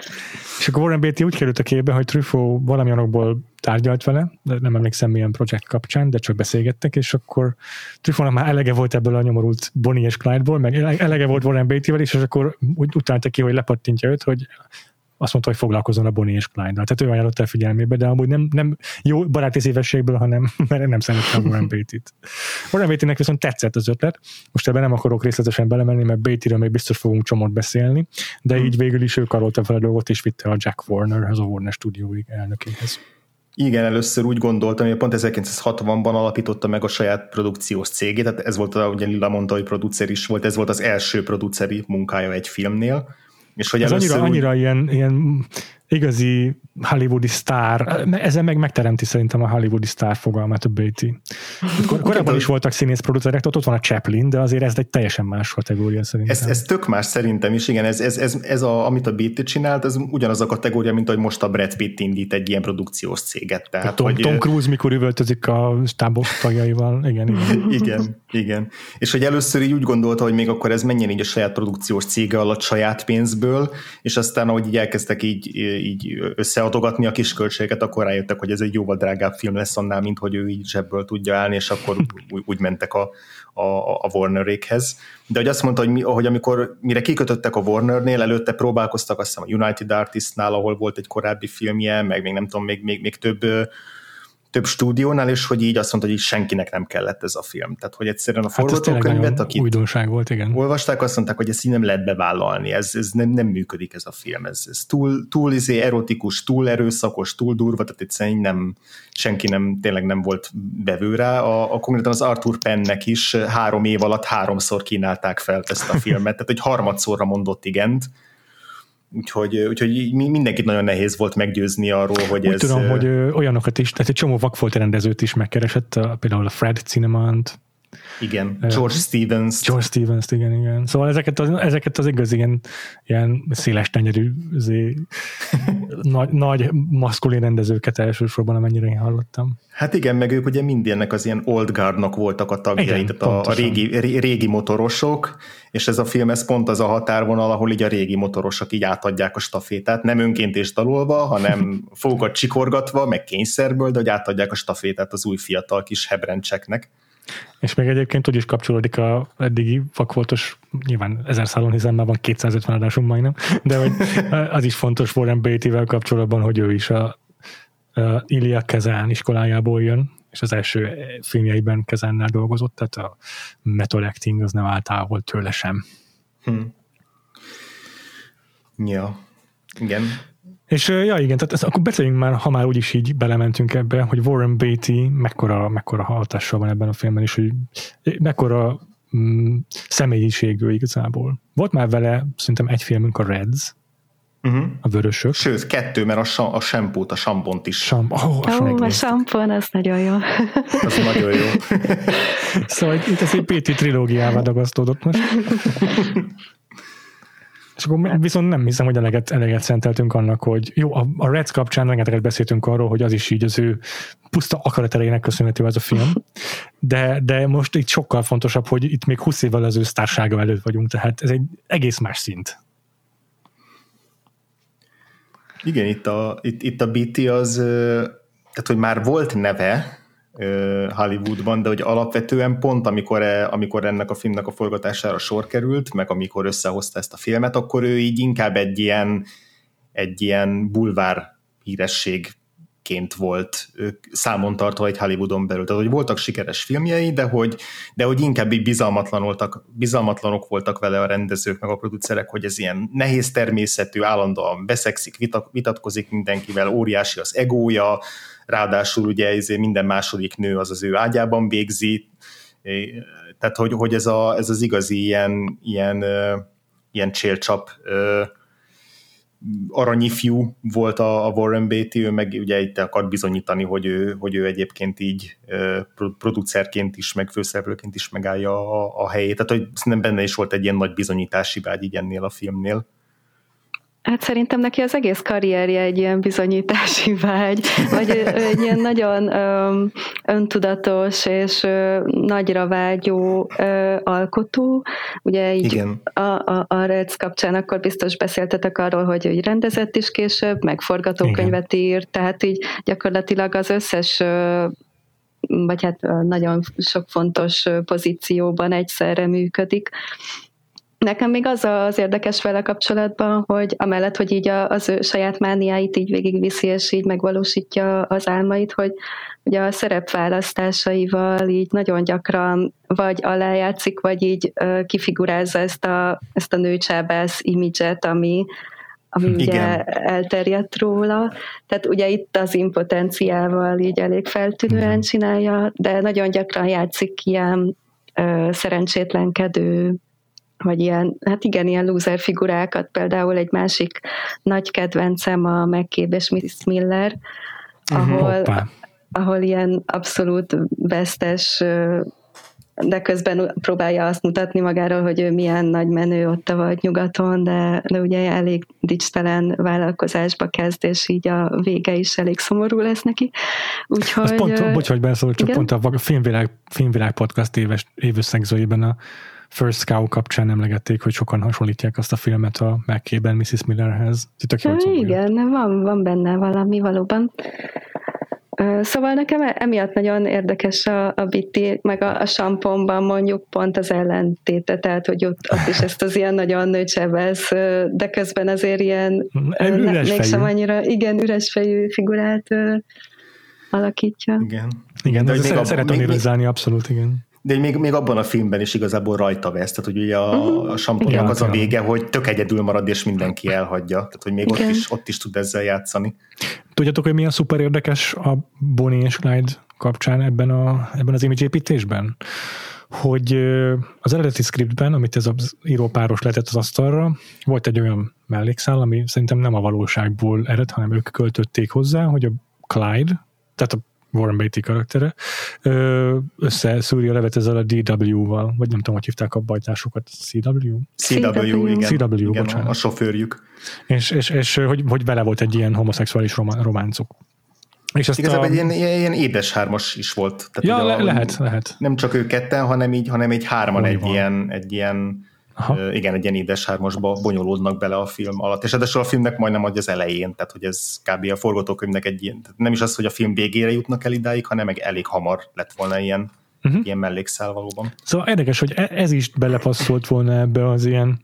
És akkor Warren Beatty úgy került a képbe, hogy Truffaut valamilyenokból tárgyalt vele, de nem emlékszem milyen projekt kapcsán, de csak beszélgettek, és akkor Truffautnak már elege volt ebből a nyomorult Bonnie és Clyde-ból, meg elege volt Warren Beatty-vel is, és akkor úgy utálta ki, hogy lepattintja őt, hogy azt mondta, hogy foglalkozzon a Bonnie és Clyde-dal. Tehát ő ajánlott el figyelmébe, de amúgy nem, nem jó baráti szívességből, hanem mert nem szerette a Warren Beatty-t. Warren Beatty-nek viszont tetszett az ötlet. Most ebben nem akarok részletesen belemenni, mert Beatty-ről még biztos fogunk csomót beszélni, de így végül is ő karolta fel a dolgot, és vitte a Jack Warnerhez, a Warner stúdióig elnökéhez. Igen, először úgy gondoltam, hogy pont ezerkilencszázhatvanban alapította meg a saját produkciós cégét, tehát ez volt, a, ugye Lilla mondta, hogy producer is volt, ez volt az első produceri munkája egy filmnél. És hogy ez annyira, úgy... annyira ilyen, ilyen igazi hollywoodi sztár, ezzel meg megteremti szerintem a hollywoodi sztár fogalmát a Beatty. Kor- korábban is voltak színész producerek, ott van a Chaplin, de azért ez egy teljesen más kategória szerintem. Ez, ez tök más szerintem is, igen, ez, ez, ez, ez a, amit a Beatty csinált, ez ugyanaz a kategória, mint ahogy most a Brad Pitt indít egy ilyen produkciós céget. Tehát, Tom, hogy, Tom Cruise mikor üvöltözik a stábok tagjaival, igen, igen. igen, igen. És hogy először így úgy gondolta, hogy még akkor ez menjen így a saját produkciós cége alatt saját pénzből, és aztán ahogy így elkezdtek így így összeadogatni a kis költségeket, akkor rájöttek, hogy ez egy jóval drágább film lesz annál, mint hogy ő így zsebből tudja állni, és akkor úgy, úgy mentek a, a, a Warnerékhez. De hogy azt mondta, hogy, mi, hogy amikor mire kikötöttek a Warnernél, előtte próbálkoztak azt hiszem a United Artists-nál, ahol volt egy korábbi filmje, meg még nem tudom, még, még, még több több stúdiónál, és hogy így azt mondta, hogy így senkinek nem kellett ez a film. Tehát, hogy egyszerűen a hát forgatókönyvet, akit újdonság volt, igen. olvasták, azt mondták, hogy ezt így nem lehet bevállalni, ez, ez nem, nem működik ez a film, ez, ez túl, túl izé erotikus, túl erőszakos, túl durva, tehát egyszerűen nem, senki nem, tényleg nem volt bevő rá. A, a konkrétan az Arthur Pennnek is három év alatt háromszor kínálták fel ezt a filmet, tehát egy harmadszorra mondott igent. Úgyhogy, úgyhogy mindenkit nagyon nehéz volt meggyőzni arról, hogy úgy ez... tudom, hogy olyanokat is, tehát egy csomó vakfolt rendezőt is megkeresett, például a Fred Zinnemant. Igen, George Stevens. George Stevens, igen, igen. Szóval ezeket az, ezeket az igaz ilyen, ilyen széles tenyerű, nagy, nagy maszkulin rendezőket elsősorban, amennyire én hallottam. Hát igen, meg ők ugye mind ennek az ilyen old guardnak voltak a tagjai, tehát a, a régi, régi motorosok, és ez a film, ez pont az a határvonal, ahol így a régi motorosok így átadják a stafétát, nem önként és dalolva, hanem fogukat csikorgatva, meg kényszerből, de hogy átadják a stafétát az új fiatal kis hebrencseknek. És még egyébként úgy is kapcsolódik a eddigi vakfoltos, nyilván ezer szálon, hiszen már van kétszázötven adásunk majdnem, de hogy az is fontos Warren Beatty-vel kapcsolatban, hogy ő is a, a Ilya Kazan iskolájából jön, és az első filmjeiben Kazannál dolgozott, tehát a method acting az nem állt távol tőle sem. Hmm. Ja, igen. És ja, igen, tehát ezt, akkor beszéljünk már, ha már úgyis így belementünk ebbe, hogy Warren Beatty mekkora, mekkora hatással van ebben a filmben, és hogy mekkora mm, személyiségű igazából. Volt már vele szerintem egy filmünk, a Reds, uh-huh. a Vörösök. Sőt, kettő, mert a, a sempót, a sampont is. Samp- oh, oh, a sampon, az nagyon jó. Az nagyon jó. Szóval itt ez egy Beatty trilógiává dagasztódott most. És akkor viszont nem hiszem, hogy eleget, eleget szenteltünk annak, hogy jó, a, a Reds kapcsán rengeteget beszéltünk arról, hogy az is így az ő puszta akaraterejének köszönhető az a film, de, de most itt sokkal fontosabb, hogy itt még húsz évvel az ő sztársága előtt vagyunk, tehát ez egy egész más szint. Igen, itt a, itt, itt a Beatty az, tehát hogy már volt neve Hollywoodban, de hogy alapvetően pont amikor, amikor ennek a filmnek a forgatására sor került, meg amikor összehozta ezt a filmet, akkor ő így inkább egy ilyen, egy ilyen bulvár hírességként volt számon tartva egy Hollywoodon belül. Tehát, hogy voltak sikeres filmjei, de hogy, de hogy inkább így bizalmatlanok, bizalmatlanok voltak vele a rendezők, meg a producerek, hogy ez ilyen nehéz természetű, állandóan beszekszik, vitatkozik mindenkivel, óriási az egója, ráadásul ugye minden második nő az az ő ágyában végzi, tehát hogy, hogy ez, a, ez az igazi ilyen, ilyen, ilyen csélcsap aranyifjú volt a, a Warren Beatty, ő meg ugye itt akart bizonyítani, hogy ő, hogy ő egyébként így producerként is, meg főszereplőként is megállja a, a helyét, tehát hogy szerintem benne is volt egy ilyen nagy bizonyítási vágy így ennél a filmnél. Hát szerintem neki az egész karrierje egy ilyen bizonyítási vágy, vagy egy ilyen nagyon öm, öntudatos és ö, nagyra vágyó ö, alkotó. Ugye így igen. a, a, a Reds kapcsán akkor biztos beszéltetek arról, hogy ő rendezett is később, meg forgatókönyvet írt, tehát így gyakorlatilag az összes ö, vagy hát nagyon sok fontos pozícióban egyszerre működik. Nekem még az az érdekes vele kapcsolatban, hogy amellett, hogy így az ő saját mániáit így végigviszi, és így megvalósítja az álmait, hogy ugye a szerepválasztásaival így nagyon gyakran vagy alájátszik, vagy így kifigurázza ezt a, ezt a nőcsábász imidzset, ami, ami ugye elterjedt róla. Tehát ugye itt az impotenciával így elég feltűnően csinálja, de nagyon gyakran játszik ilyen ö, szerencsétlenkedő, vagy ilyen, hát igen, ilyen loser figurákat, például egy másik nagy kedvencem a McCabe és missus Miller, ahol, uh-huh. ahol ilyen abszolút vesztes, de közben próbálja azt mutatni magáról, hogy ő milyen nagy menő ott vagy nyugaton, de, de ugye elég dicstelen vállalkozásba kezd, és így a vége is elég szomorú lesz neki. Úgyhogy... Pont, bocs, hogy beszól, csak igen? Pont a Filmvilág, Filmvilág podcast éves, évösszegzőjében a First Cow kapcsán emlegették, hogy sokan hasonlítják azt a filmet a McCabe-ben missus Millerhez. Ja, igen, van, van benne valami valóban. Szóval nekem emiatt nagyon érdekes a, a Beatty, meg a, a Samponban mondjuk pont az ellentéte, tehát hogy ott, ott is ezt az ilyen nagyon nőcsebesz, de közben azért ilyen üres mégsem annyira, igen, üres fejű figurát alakítja. Igen. Igen, de, de szeret, szeret ironizálni, abszolút, igen. De még, még abban a filmben is igazából rajta vesz, tehát hogy ugye a, a Samponnak az a vége, hogy tök egyedül marad, és mindenki elhagyja. Tehát, hogy még ott is, ott is tud ezzel játszani. Tudjátok, hogy milyen szuper érdekes a Bonnie és Clyde kapcsán ebben, a, ebben az image építésben? Hogy az eredeti scriptben, amit ez az írópáros letett az asztalra, volt egy olyan mellékszál, ami szerintem nem a valóságból ered, hanem ők költötték hozzá, hogy a Clyde, tehát a Warren Beatty karaktere, összeszűri a levet ezzel a dé dupla vé-val, vagy nem tudom, hogy hívták a bajtásokat, cé dupla vé? cé dupla vé, igen. cé dupla vé, igen, bocsánat. A sofőrjük. És, és, és hogy, hogy vele volt egy ilyen homoszexuális románcuk. És ezt igazából a... egy ilyen, ilyen édes hármas is volt. Tehát ja, le, a, lehet, lehet. Nem csak ők ketten, hanem így, hanem egy hárman egy ilyen, egy ilyen Aha. igen, egy ilyen édes hármasba bonyolódnak bele a film alatt. És ráadásul a filmnek majdnem az elején, tehát hogy ez kb. A forgatókönyvnek egy ilyen, nem is az, hogy a film végére jutnak el idáig, hanem meg elég hamar lett volna ilyen, uh-huh. ilyen mellékszál valóban. Szóval érdekes, hogy ez is belepasszolt volna ebbe az ilyen,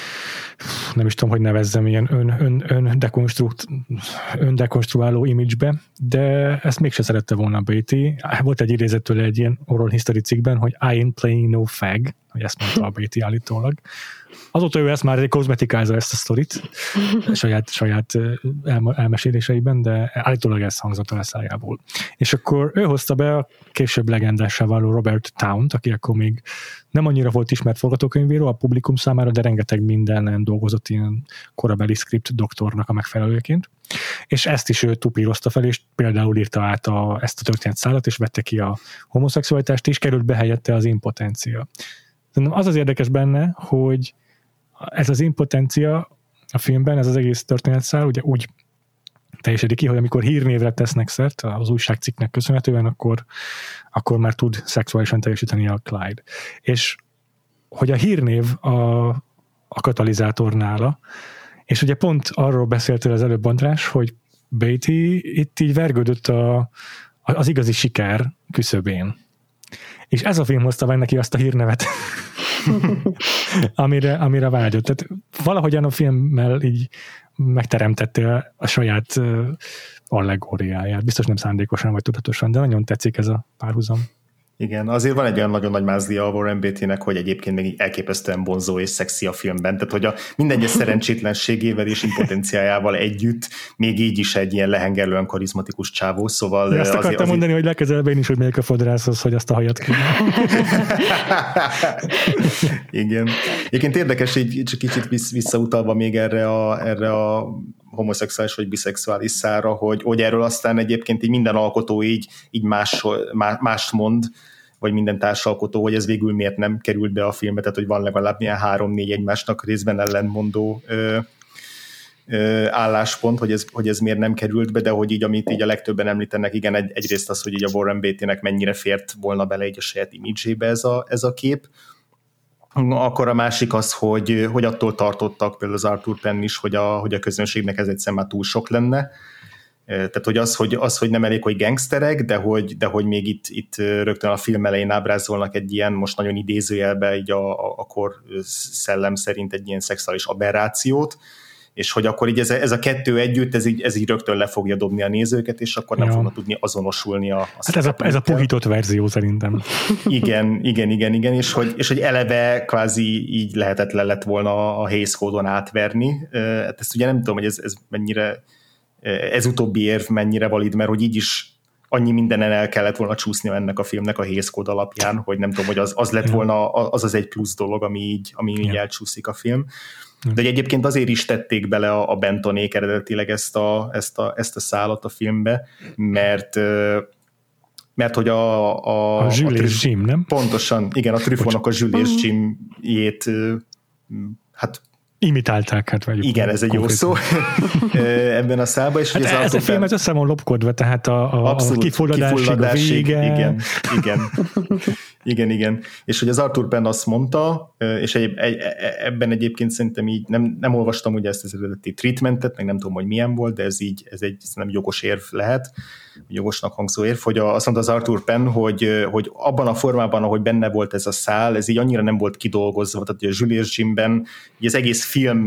nem is tudom, hogy nevezzem, ilyen ön, ön, ön dekonstrukt, öndekonstruáló image-be, de ezt mégse szerette volna Beatty. Volt egy idézet tőle egy ilyen oral history cikkben, hogy I ain't playing no fag, hogy ezt mondta a Beatty állítólag. Azóta ő ezt már kozmetikázza ezt a sztorit saját, saját elme, elmeséléseiben, de állítólag ez hangzott a szájából. És akkor ő hozta be a később legendássá váló Robert Townt, aki akkor még nem annyira volt ismert forgatókönyvíró a publikum számára, de rengeteg mindenen dolgozott ilyen korabeli script doktornak a megfelelőként. És ezt is ő tupírozta fel, és például írta át a, ezt a történetszálat, és vette ki a homoszexualitást, és került be helyette az impotencia. Az az érdekes benne, hogy ez az impotencia a filmben, ez az egész történetszál ugye úgy teljesedik ki, hogy amikor hírnévre tesznek szert az újságcikknek köszönhetően, akkor, akkor már tud szexuálisan teljesíteni a Clyde. És hogy a hírnév a, a katalizátor nála, és ugye pont arról beszéltél az előbb, András, hogy Beatty itt így vergődött a, az igazi siker küszöbén. És ez a film hozta meg neki azt a hírnevet, amire, amire vágyott. Tehát valahogyan a filmmel így megteremtette a saját uh, allegóriáját. Biztos nem szándékosan vagy tudatosan, de nagyon tetszik ez a párhuzam. Igen, azért van egy olyan nagyon nagy mázlia a Warren Beattynek, hogy egyébként még elképesztően vonzó és szexi a filmben, tehát hogy a minden egyes szerencsétlenségével és impotenciájával együtt még így is egy ilyen lehengerlően karizmatikus csávó, szóval... De azt akartam azért, mondani, azért... hogy legközelebb én is, hogy melyik a fodrászhoz, hogy azt a hajat kíván. Igen. Egyébként érdekes, így csak kicsit visszautalva még erre a, erre a homoszexuális vagy biszexuális szára, hogy, hogy erről aztán egyébként így minden alkotó így, így más, mást mond, vagy minden társalkotó, hogy ez végül miért nem került be a filmbe, tehát hogy van legalább ilyen három-négy egymásnak részben ellentmondó ö, ö, álláspont, hogy ez, hogy ez miért nem került be, de hogy így, amit így a legtöbben említenek, igen, egy, egyrészt az, hogy így a Warren Beattynek mennyire fért volna bele így a saját imidzsébe ez a, ez a kép. Akkor a másik az, hogy, hogy attól tartottak például az Arthur Penn is, hogy a, hogy a közönségnek ez egyszer már túl sok lenne. Tehát, hogy az, hogy, az, hogy nem elég, hogy gangsterek, de hogy, de hogy még itt, itt rögtön a film elején ábrázolnak egy ilyen, most nagyon idézőjelbe, így a, a, a kor szellem szerint egy ilyen szexuális aberrációt, és hogy akkor így ez a, ez a kettő együtt, ez így, ez így rögtön le fogja dobni a nézőket, és akkor nem ja. fognak tudni azonosulni a, a hát ez a, ez a puhított verzió szerintem. Igen, igen, igen, igen, és hogy, és hogy eleve kvázi így lehetetlen lett volna a Hays Code-on átverni. Hát ezt ugye nem tudom, hogy ez, ez mennyire, ez utóbbi érv mennyire valid, mert hogy így is annyi mindenen el kellett volna csúsznia ennek a filmnek a Hays Code alapján, hogy nem tudom, hogy az, az lett volna az az egy plusz dolog, ami így, ami így elcsúszik a film. De egyébként azért is tették bele a, a Bentonék eredetileg ezt a, ezt, a, ezt a szálat a filmbe, mert mert hogy a... A, a Jules a és Jim, nem? Pontosan, igen, a Truffautnak a Jules és Jim-jét hát imitálták, hát vagy. Igen, ez egy konkrétan. Jó szó ebben a szálban. És hát ez, ez a film ez össze van lopkodva, tehát a, a, a kifulladásig a vége. Igen, igen. Igen, igen. És hogy az Arthur Penn azt mondta, és egy, egy, ebben egyébként szerintem így nem, nem olvastam ugye ezt az eredeti treatmentet, meg nem tudom, hogy milyen volt, de ez így, ez egy nem jogos érv lehet, jogosnak hangzó érv, hogy azt mondta az Arthur Penn, hogy, hogy abban a formában, ahogy benne volt ez a szál, ez így annyira nem volt kidolgozva, tehát a Jules Jimben így az egész film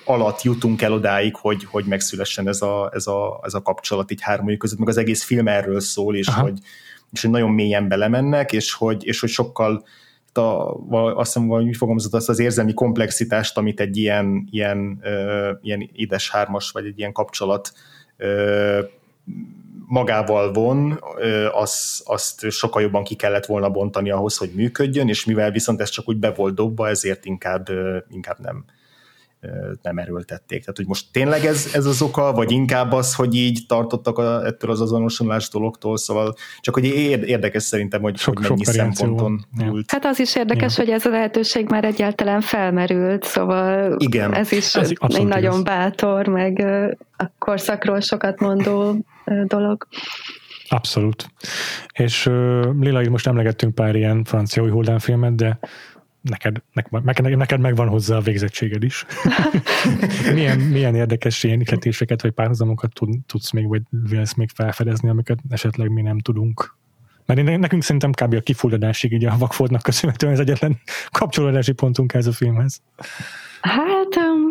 alatt jutunk el odáig, hogy, hogy megszülessen ez a, ez, a, ez a kapcsolat így hármójuk között, meg az egész film erről szól, és hogy, és hogy nagyon mélyen belemennek, és hogy, és hogy sokkal a, azt hiszem, hogy fogalmazott azt az érzelmi komplexitást, amit egy ilyen, ilyen, uh, ilyen édes hármas, vagy egy ilyen kapcsolat uh, magával von, az, azt sokkal jobban ki kellett volna bontani ahhoz, hogy működjön, és mivel viszont ez csak úgy be volt dobva, ezért inkább, inkább nem, nem erőltették. Tehát, hogy most tényleg ez, ez az oka, vagy inkább az, hogy így tartottak a, ettől az azonosulás dologtól, szóval csak hogy érdekes szerintem, hogy, sok, hogy mennyi szemponton múlt. Hát az is érdekes, ja. hogy ez a lehetőség már egyáltalán felmerült, szóval igen. ez is ez egy nagyon igaz. Bátor, meg a korszakról sokat mondó dolog. Abszolút. És uh, Lila, itt most emlegettünk pár ilyen francia új hullámfilmet, de neked, neked, neked megvan hozzá a végzettséged is. milyen, milyen érdekes ilyen ihletéseket vagy párhuzamokat tud, tudsz még, vagy vélsz még felfedezni, amiket esetleg mi nem tudunk? Mert nekünk szerintem kb. A kifulladásig így a Vakfoldnak köszönhetően ez egyetlen kapcsolódási pontunk ez a filmhez. Hát um,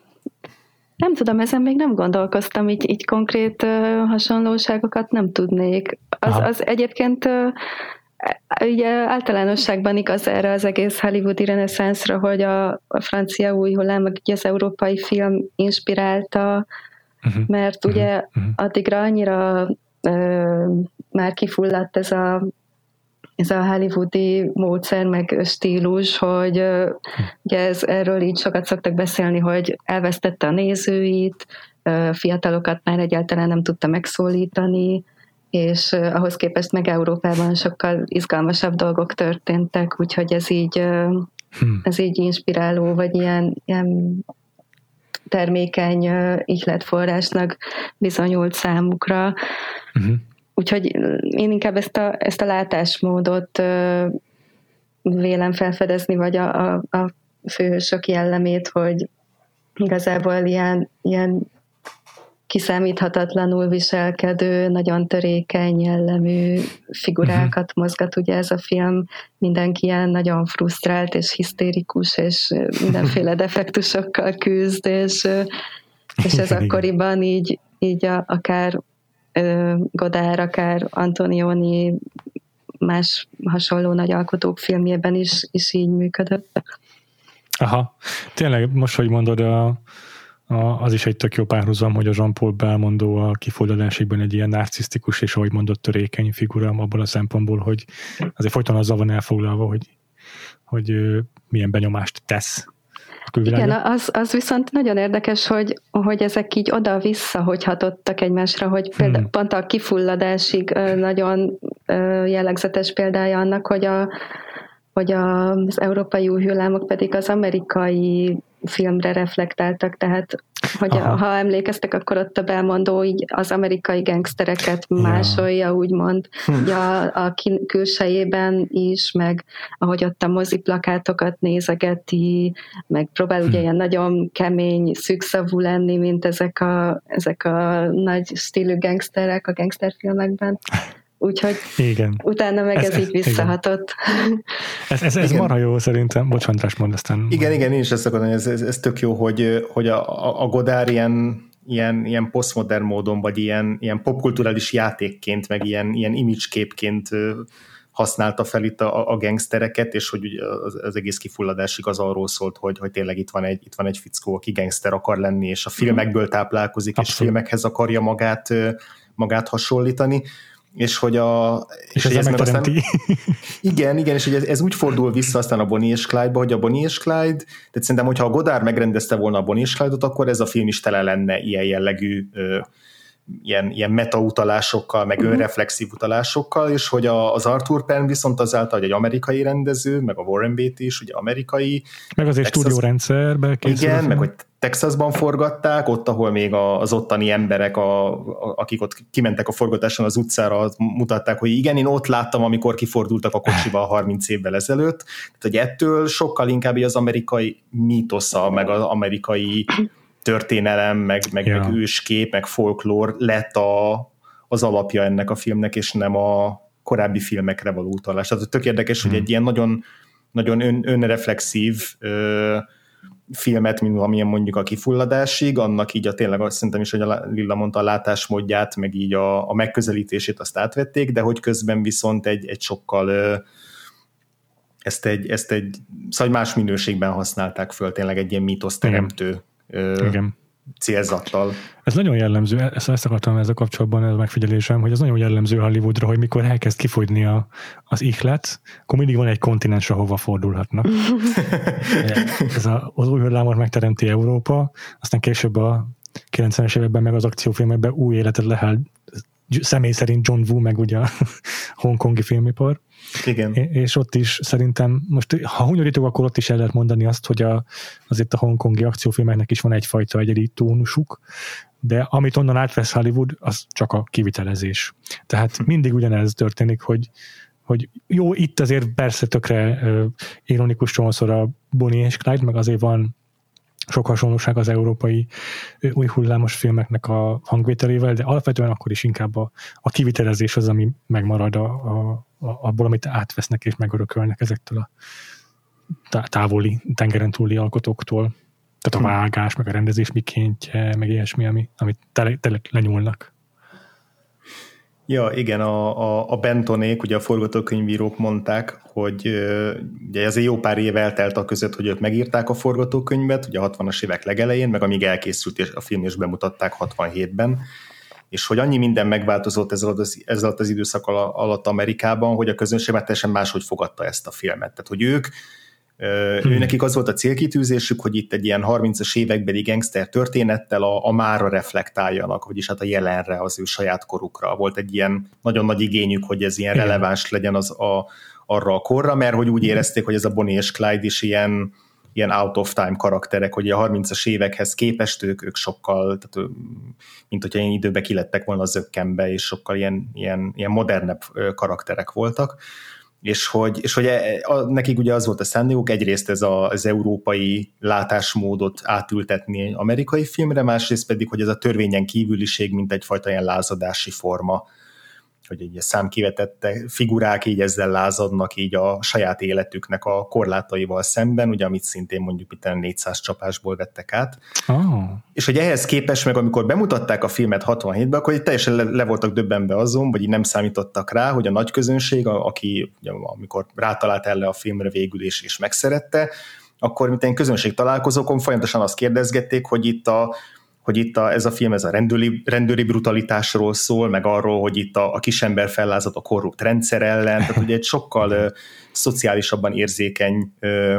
nem tudom, ezen még nem gondolkoztam, így, így konkrét uh, hasonlóságokat nem tudnék. Az, az egyébként uh, ugye általánosságban igaz erre az egész hollywoodi reneszánszra, hogy a, a francia új hullám, meg az európai film inspirálta, uh-huh. mert ugye uh-huh. addigra annyira uh, már kifulladt ez a ez a hollywoodi módszer meg stílus, hogy uh, ugye ez, erről így sokat szoktak beszélni, hogy elvesztette a nézőit, uh, fiatalokat már egyáltalán nem tudta megszólítani, és uh, ahhoz képest meg Európában sokkal izgalmasabb dolgok történtek, úgyhogy ez így, uh, hmm. ez így inspiráló, vagy ilyen, ilyen termékeny uh, ihletforrásnak bizonyult számukra. Uh-huh. Úgyhogy én inkább ezt a, ezt a látásmódot uh, vélem felfedezni, vagy a, a, a főhősök jellemét, hogy igazából ilyen, ilyen kiszámíthatatlanul viselkedő, nagyon törékeny jellemű figurákat uh-huh. mozgat ugye ez a film. Mindenki ilyen nagyon frusztrált és hisztérikus, és mindenféle defektusokkal küzd, és, és ez akkoriban így, így a, akár Godard, akár Antonioni, más hasonló nagy alkotók filmjében is, is így működött. Aha, tényleg most, hogy mondod, a, a, az is egy tök jó párhuzam, hogy a Jean-Paul Belmondo a Kifulladásban egy ilyen narcisztikus, és ahogy mondott, törékeny figura abból a szempontból, hogy azért folyton azzal van elfoglalva, hogy, hogy milyen benyomást tesz. Igen, az, az viszont nagyon érdekes, hogy, hogy ezek így oda-vissza, hogy hatottak egymásra, hogy például hmm. pont a Kifulladásig nagyon jellegzetes példája annak, hogy, a, hogy az európai új hullámok pedig az amerikai filmre reflektáltak, tehát hogy a, ha emlékeztek, akkor ott a Belmondo így az amerikai gangstereket ja. másolja, úgymond, hm. a, a külsejében is, meg ahogy ott a moziplakátokat nézegeti, meg próbál hm. ugye ilyen nagyon kemény, szűkszavú lenni, mint ezek a, ezek a nagy stílű gangsterek a gangsterfilmekben. Úgyhogy igen. utána meg ez, ez így visszahatott. Igen. Ez, ez, ez marha jó szerintem. Bocs, András, mondd aztán. Igen, igen, én is ezt akarom, ez, ez, ez tök jó, hogy, hogy a, a Godard ilyen, ilyen, ilyen posztmodern módon, vagy ilyen, ilyen popkulturális játékként, meg ilyen, ilyen image-képként használta fel itt a, a gangstereket, és hogy az, az egész Kifulladásig az arról szólt, hogy, hogy tényleg itt van, egy, itt van egy fickó, aki gangster akar lenni, és a filmekből táplálkozik, Abszolút. És filmekhez akarja magát, magát hasonlítani. És hogy a... És, és ez aztán, igen, igen, és hogy ez, ez úgy fordul vissza aztán a Bonnie és Clyde-ba, hogy a Bonnie és Clyde, tehát szerintem, hogyha a Godard megrendezte volna a Bonnie és Clyde-ot, akkor ez a film is tele lenne ilyen jellegű ö, ilyen, ilyen meta-utalásokkal, meg uh-huh. önreflexív utalásokkal, és hogy a, az Arthur Penn viszont azáltal, hogy egy amerikai rendező, meg a Warren Beatty is, ugye amerikai. Meg az egy stúdiórendszerbe készül. Igen, meg hogy Texasban forgatták, ott, ahol még az ottani emberek, a, a, akik ott kimentek a forgatáson az utcára, mutatták, hogy igen, én ott láttam, amikor kifordultak a kocsival harminc évvel ezelőtt. Tehát, hogy ettől sokkal inkább az amerikai mítosza, meg az amerikai történelem, meg, meg, ja. meg őskép, meg folklór lett a, az alapja ennek a filmnek, és nem a korábbi filmekre való utalás. Tehát tök érdekes, hmm. hogy egy ilyen nagyon, nagyon ön, önreflexív ö, filmet, mint amilyen mondjuk a Kifulladásig, annak így a tényleg azt szerintem is, hogy a Lilla mondta, a látásmódját, meg így a, a megközelítését azt átvették, de hogy közben viszont egy, egy sokkal ezt egy, ezt egy szóval más minőségben használták föl, tényleg egy ilyen mítoszteremtő Igen. célzattal. Ez nagyon jellemző, ezt, ezt akartam ezzel kapcsolatban, ez a megfigyelésem, hogy ez nagyon jellemző Hollywoodra, hogy mikor elkezd kifogyni a, az ihlet, akkor mindig van egy kontinens, ahova fordulhatnak. Ez a, az új hullámot megteremti Európa, aztán később a kilencvenes években meg az akciófilmekben új életet lehel személy szerint John Woo, meg ugye a hongkongi filmipar. Igen. És ott is szerintem, most ha hunyorító, akkor ott is el lehet mondani azt, hogy a, azért a hongkongi akciófilmeknek is van egyfajta egyedi tónusuk, de amit onnan átvesz Hollywood, az csak a kivitelezés. Tehát mindig ugyanez történik, hogy, hogy jó, itt azért persze tökre uh, ironikus csomószor a Bonnie és Clyde, meg azért van sok hasonlóság az európai új hullámos filmeknek a hangvételével, de alapvetően akkor is inkább a, a kivitelezés az, ami megmarad a, a, a, abból, amit átvesznek és megörökölnek ezektől a távoli, tengeren túli alkotóktól. Tehát a vágás, meg a rendezés mikéntje, meg ilyesmi, ami, amit tele, tele lenyúlnak. Ja, igen, a, a, a Bentonék, ugye a forgatókönyvírók mondták, hogy ugye ez egy jó pár év eltelt a között, hogy ők megírták a forgatókönyvet, ugye a hatvanas évek legelején, meg amíg elkészült és a film is bemutatták hatvanhétben, és hogy annyi minden megváltozott ez alatt az, ez alatt az időszak alatt Amerikában, hogy a közönség már teljesen máshogy fogadta ezt a filmet. Tehát, hogy ők Hmm. Ő nekik az volt a célkitűzésük, hogy itt egy ilyen harmincas évekbeli gangster történettel a, a mára reflektáljanak, vagyis hát a jelenre, az ő saját korukra. Volt egy ilyen nagyon nagy igényük, hogy ez ilyen Igen. releváns legyen az a, arra a korra, mert hogy úgy érezték, hogy ez a Bonnie és Clyde is ilyen, ilyen out of time karakterek, hogy a harmincas évekhez képest ők, ők sokkal, tehát, mint hogyha ilyen időben kilettek volna a zökkenbe, és sokkal ilyen, ilyen, ilyen modernebb karakterek voltak. És hogy, és hogy a, nekik ugye az volt a szándékuk, egyrészt ez a, az európai látásmódot átültetni amerikai filmre, másrészt pedig, hogy ez a törvényen kívüliség, mint egyfajta ilyen lázadási forma, hogy egy számkivetette figurák így ezzel lázadnak így a saját életüknek a korlátaival szemben, ugye amit szintén mondjuk itt a négyszáz csapásból vettek át. Oh. És hogy ehhez képest meg, amikor bemutatták a filmet hatvanhétben, akkor így teljesen le, le voltak döbbenve azon, vagy így nem számítottak rá, hogy a nagy közönség, a, aki ugye, amikor rátalált erre a filmre végül is és megszerette, akkor mint egy közönség találkozókon folyamatosan azt kérdezgették, hogy itt a hogy itt a, ez a film ez a rendőri, rendőri brutalitásról szól, meg arról, hogy itt a, a kisember fellázad a korrupt rendszer ellen, tehát ugye egy sokkal ö, szociálisabban érzékeny ö,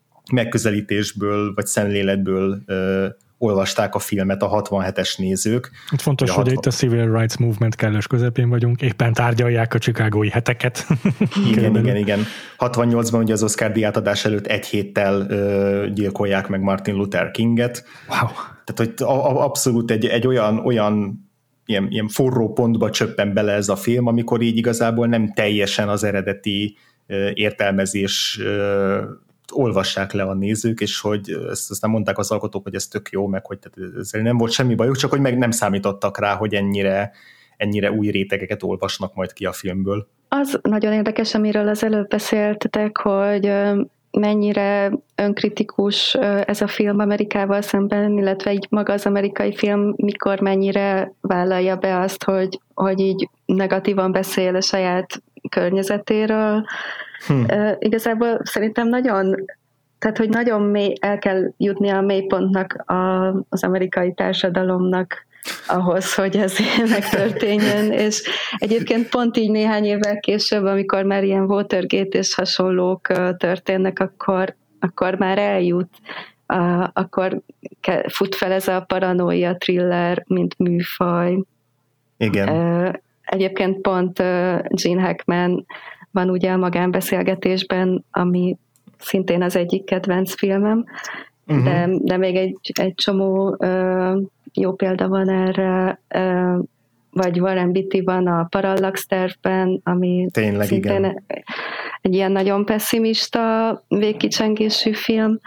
megközelítésből, vagy szemléletből ö, olvasták a filmet a hatvanhetes nézők. Itt fontos, hogy hatvan... itt a Civil Rights Movement kellős közepén vagyunk, éppen tárgyalják a chicagói heteket. Igen, igen, igen. hatvannyolcban ugye az Oscar díjátadás előtt egy héttel ö, gyilkolják meg Martin Luther Kinget. Wow. Tehát, hogy abszolút egy, egy olyan, olyan ilyen, ilyen forró pontba csöppen bele ez a film, amikor így igazából nem teljesen az eredeti uh, értelmezés uh, olvassák le a nézők, és hogy ezt aztán mondták az alkotók, hogy ez tök jó, meg hogy ezzel nem volt semmi bajuk, csak hogy meg nem számítottak rá, hogy ennyire, ennyire új rétegeket olvasnak majd ki a filmből. Az nagyon érdekes, amiről az előbb beszéltetek, hogy mennyire önkritikus ez a film Amerikával szemben, illetve így maga az amerikai film mikor mennyire vállalja be azt, hogy, hogy így negatívan beszél a saját környezetéről. Hmm. Uh, igazából szerintem nagyon, tehát hogy nagyon mély, el kell jutni a mélypontnak a, az amerikai társadalomnak ahhoz, hogy ez megtörténjen, és egyébként pont így néhány évvel később, amikor már ilyen Watergate és hasonlók történnek, akkor, akkor már eljut, uh, akkor fut fel ez a paranoia thriller, mint műfaj. Igen. Uh, egyébként pont uh, Gene Hackman van ugye a magánbeszélgetésben, ami szintén az egyik kedvenc filmem, uh-huh. de, de még egy, egy csomó uh, jó példa van erre, uh, vagy Warren Beatty van a Parallax tervben, ami Tényleg, szintén igen. egy ilyen nagyon pessimista végkicsengésű film,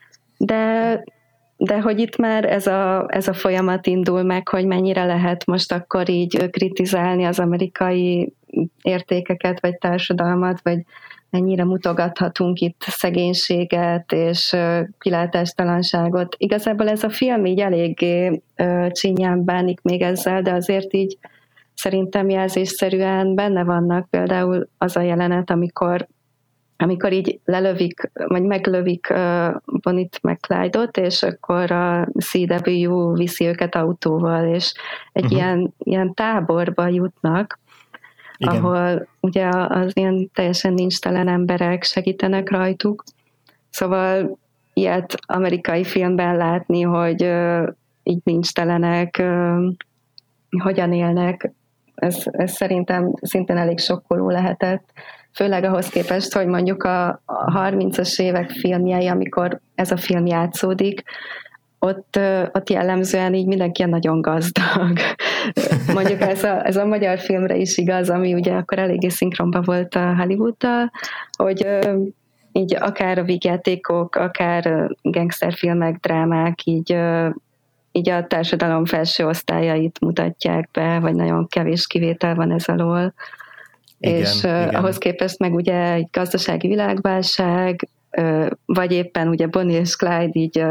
de de hogy itt már ez a, ez a folyamat indul meg, hogy mennyire lehet most akkor így kritizálni az amerikai értékeket, vagy társadalmat, vagy ennyire mutogathatunk itt szegénységet és kilátástalanságot. Igazából ez a film így eléggé csínyán bánik még ezzel, de azért így szerintem jelzésszerűen benne vannak például az a jelenet, amikor amikor így lelövik, vagy meglövik uh, Bonnie-t meg Clyde-ot, és akkor a cé dupla vé viszi őket autóval, és egy uh-huh. ilyen, ilyen táborba jutnak, igen. ahol ugye az ilyen teljesen nincstelen emberek segítenek rajtuk. Szóval ilyet amerikai filmben látni, hogy uh, így nincstelenek uh, hogyan élnek, ez, ez szerintem szintén elég sokkoló lehetett. Főleg ahhoz képest, hogy mondjuk a harmincas évek filmjei, amikor ez a film játszódik, ott, ott jellemzően így mindenki nagyon gazdag. Mondjuk ez a, ez a magyar filmre is igaz, ami ugye akkor eléggé szinkronban volt a Hollywooddal, hogy így akár a vígjátékok, akár gangsterfilmek, drámák, így, így a társadalom felső osztályait mutatják be, vagy nagyon kevés kivétel van ez alól. Igen, és igen. ahhoz képest meg ugye egy gazdasági világválság, vagy éppen ugye Bonnie és Clyde így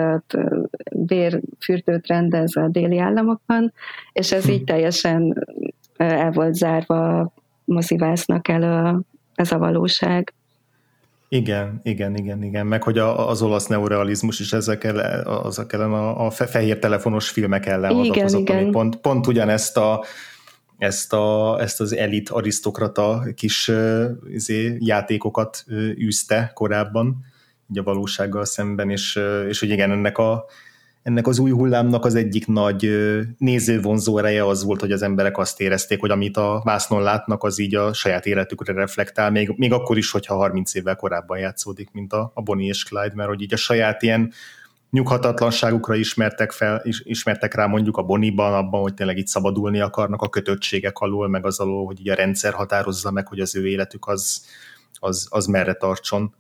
bérfürdőt rendez a déli államokban, és ez hm. így teljesen el volt zárva, mozivásznak elő ez a valóság. Igen, igen, igen, igen, meg hogy a, az olasz neorealizmus is ezekkel, azok ellen a, a fehér telefonos filmek ellen hadakozott, ami pont, pont ugyanezt a Ezt, a, ezt az elit arisztokrata kis uh, izé, játékokat uh, űzte korábban, így a valósággal szemben, és, uh, és hogy igen, ennek, a, ennek az új hullámnak az egyik nagy uh, nézővonzó ereje az volt, hogy az emberek azt érezték, hogy amit a vásznon látnak, az így a saját életükre reflektál, még, még akkor is, hogyha harminc évvel korábban játszódik, mint a, a Bonnie és Clyde, mert hogy így a saját ilyen nyughatatlanságukra ismertek, fel, ismertek rá mondjuk a Bonnie-ban, abban, hogy tényleg itt szabadulni akarnak a kötöttségek alól, meg az alól, hogy így a rendszer határozza meg, hogy az ő életük az, az, az merre tartson.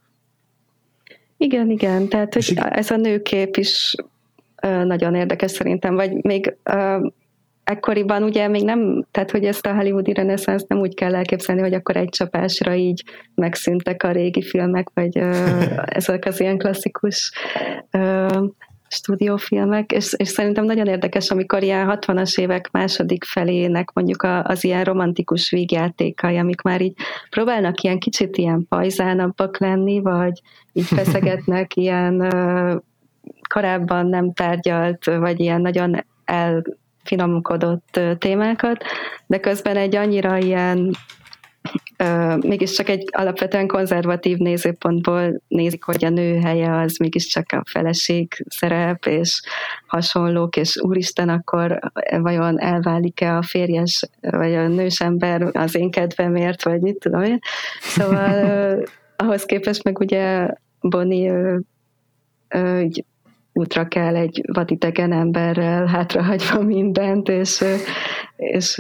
Igen, igen, tehát hogy ez a nőkép is nagyon érdekes szerintem, vagy még ekkoriban ugye még nem, tehát hogy ezt a hollywoodi reneszánsz nem úgy kell elképzelni, hogy akkor egy csapásra így megszűntek a régi filmek, vagy uh, ezek az ilyen klasszikus uh, stúdiófilmek, és, és szerintem nagyon érdekes, amikor ilyen hatvanas évek második felének mondjuk a, az ilyen romantikus vígjátékai, amik már így próbálnak ilyen kicsit ilyen pajzánabbak lenni, vagy így feszegetnek ilyen uh, korábban nem tárgyalt, vagy ilyen nagyon el finomkodott témákat, de közben egy annyira ilyen uh, mégiscsak egy alapvetően konzervatív nézőpontból nézik, hogy a nő helye az mégiscsak a feleség szerep, és hasonlók, és úristen, akkor vajon elválik-e a férjes, vagy a nős ember az én kedvemért, vagy mit tudom én. Szóval uh, ahhoz képest meg ugye Bonnie uh, uh, útra kell egy vadidegen emberrel, hátrahagyva mindent, és, és,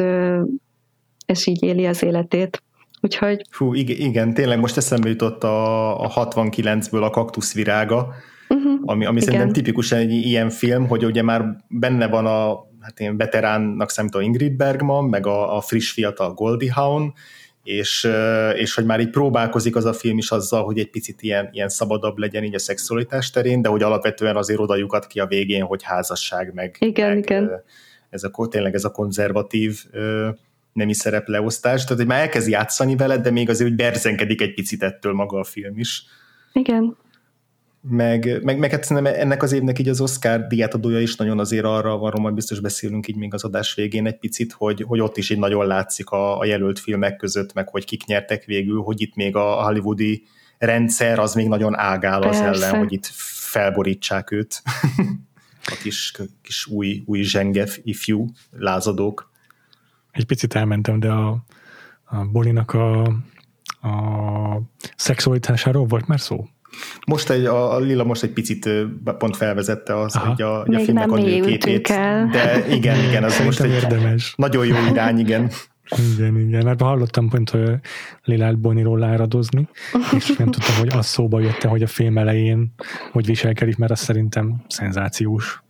és így éli az életét. Úgyhogy... Fú, igen, tényleg most eszembe jutott a, a hatvankilencből a Kaktuszvirága, uh-huh, ami, ami szerintem tipikusan egy ilyen film, hogy ugye már benne van a hát én veteránnak számító Ingrid Bergman, meg a, a friss fiatal Goldie Hawn, és, és hogy már így próbálkozik az a film is azzal, hogy egy picit ilyen, ilyen szabadabb legyen így a szexualitás terén, de hogy alapvetően azért odajukat ki a végén, hogy házasság, meg, igen, meg igen. Ez a, tényleg ez a konzervatív nemi szerepleosztás, tehát hogy már elkezd játszani veled, de még azért úgy berzenkedik egy picit ettől maga a film is. Igen. Meg, meg, meg hát szerintem ennek az évnek így az Oscar díjátadója is nagyon azért arra, arról majd biztos beszélünk így még az adás végén egy picit, hogy, hogy ott is így nagyon látszik a, a jelölt filmek között, meg hogy kik nyertek végül, hogy itt még a hollywoodi rendszer az még nagyon ágál az Persze. ellen, hogy itt felborítsák őt. A kis, kis új, új zsengef ifjú lázadók. Egy picit elmentem, de a, a Bonnie-nak a, a szexualitásáról volt már szó? Most egy, a Lila most egy picit pont felvezette az, Aha. hogy a, a filmnek a nőképét. De igen, igen, az most egy érdemes. Nagyon jó irány, igen. Igen, igen. Mert hallottam pont, hogy Lilát Bonnie-ról áradozni, és nem tudtam, hogy az szóba jött, hogy a film elején hogy viselkedik, mert az szerintem szenzációs.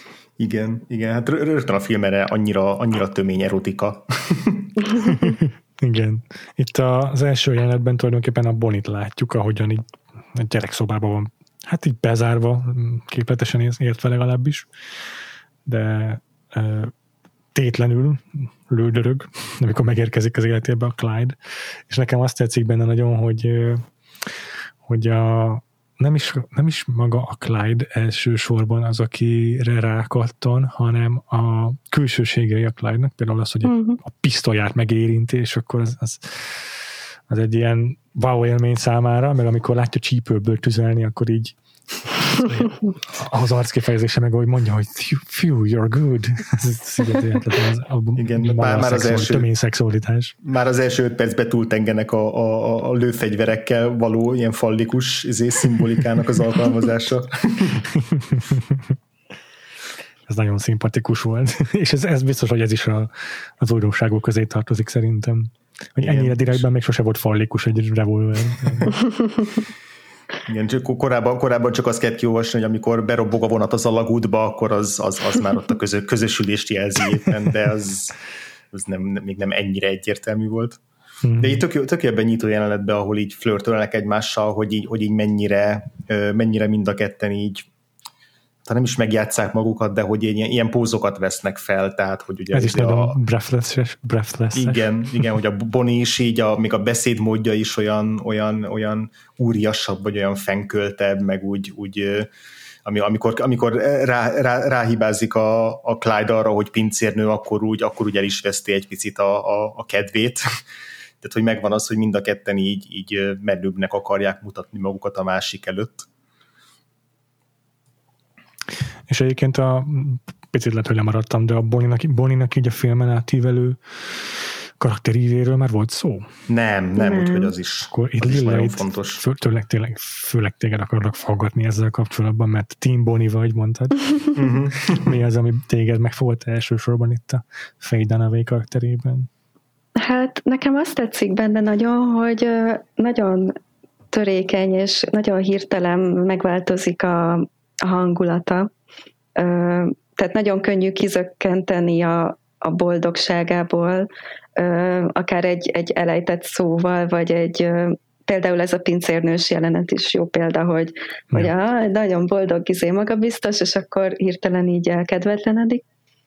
Igen, igen. Hát rögtön a film erre annyira, annyira tömény erotika. Igen. Itt az első jelenetben tulajdonképpen a Bonnie-t látjuk, ahogyan így a gyerekszobában van, hát így bezárva, képletesen értve legalábbis, de e, tétlenül lődörög, amikor megérkezik az életébe a Clyde, és nekem azt tetszik benne nagyon, hogy, hogy a, nem, is, nem is maga a Clyde elsősorban az, akire rákattan, hanem a külsőségei a Clyde-nak, például az, hogy uh-huh. a pisztolyát megérinti, és akkor az, az, az egy ilyen wow élmény számára, meg amikor látja csípőből tüzelni, akkor így az arckifejezése meg, hogy mondja, hogy phew, you're good. Igen, már, már az első tömény szexualitás. Már az első öt percben túltengenek a, a, a lőfegyverekkel való ilyen fallikus izé, szimbolikának az alkalmazása. Ez nagyon szimpatikus volt. És ez, ez biztos, hogy ez is a, az újdonságok közé tartozik szerintem. Hogy igen, ennyire direktben még sose volt fallikus egy revolver. Igen, csak korábban, korábban csak azt kellett kiolvasni, hogy amikor berobog a vonat az alagútba, akkor az, az, az már ott a közö, közösülést jelzi éppen, de az, az nem, még nem ennyire egyértelmű volt. Mm. De így tök, tök ebben nyitó jelenetben, ahol így flörtölnek egymással, hogy így, hogy így mennyire, mennyire mind a ketten így, tehát nem is megjátsszák magukat, de hogy ilyen, ilyen pózokat vesznek fel, tehát hogy ugye... Ez is nagyon breathless-es. breathless igen, igen, hogy a Bonnie is így, a, még a beszédmódja is olyan, olyan, olyan úriasabb, vagy olyan fenköltebb, meg úgy, úgy ami, amikor, amikor rá, rá, ráhibázik a, a Clyde arra, hogy pincérnő, akkor úgy, akkor úgy el is veszti egy picit a, a, a kedvét. Tehát, hogy megvan az, hogy mind a ketten így, így menőbbnek akarják mutatni magukat a másik előtt. És egyébként a picit lehet, hogy lemaradtam, de a Bonnie-nak, Bonnie-nak így a filmen átívelő karakterívéről már volt szó. Nem, nem, mm. úgyhogy az is, Akkor itt az is nagyon itt fontos. Fő, tényleg, tényleg, főleg téged akarnak faggatni ezzel kapcsolatban, mert Team Bonnie vagy, mondtad. Mi az, ami téged megfogott elsősorban itt a Faye Dunaway karakterében? Hát nekem azt tetszik benne nagyon, hogy nagyon törékeny és nagyon hirtelen megváltozik a, a hangulata. Tehát nagyon könnyű kizökkenteni a, a boldogságából, akár egy, egy elejtett szóval, vagy egy, például ez a pincérnős jelenet is jó példa, hogy, ja. hogy ah, nagyon boldog, izé magabiztos, és akkor hirtelen így elkedvetlenedik.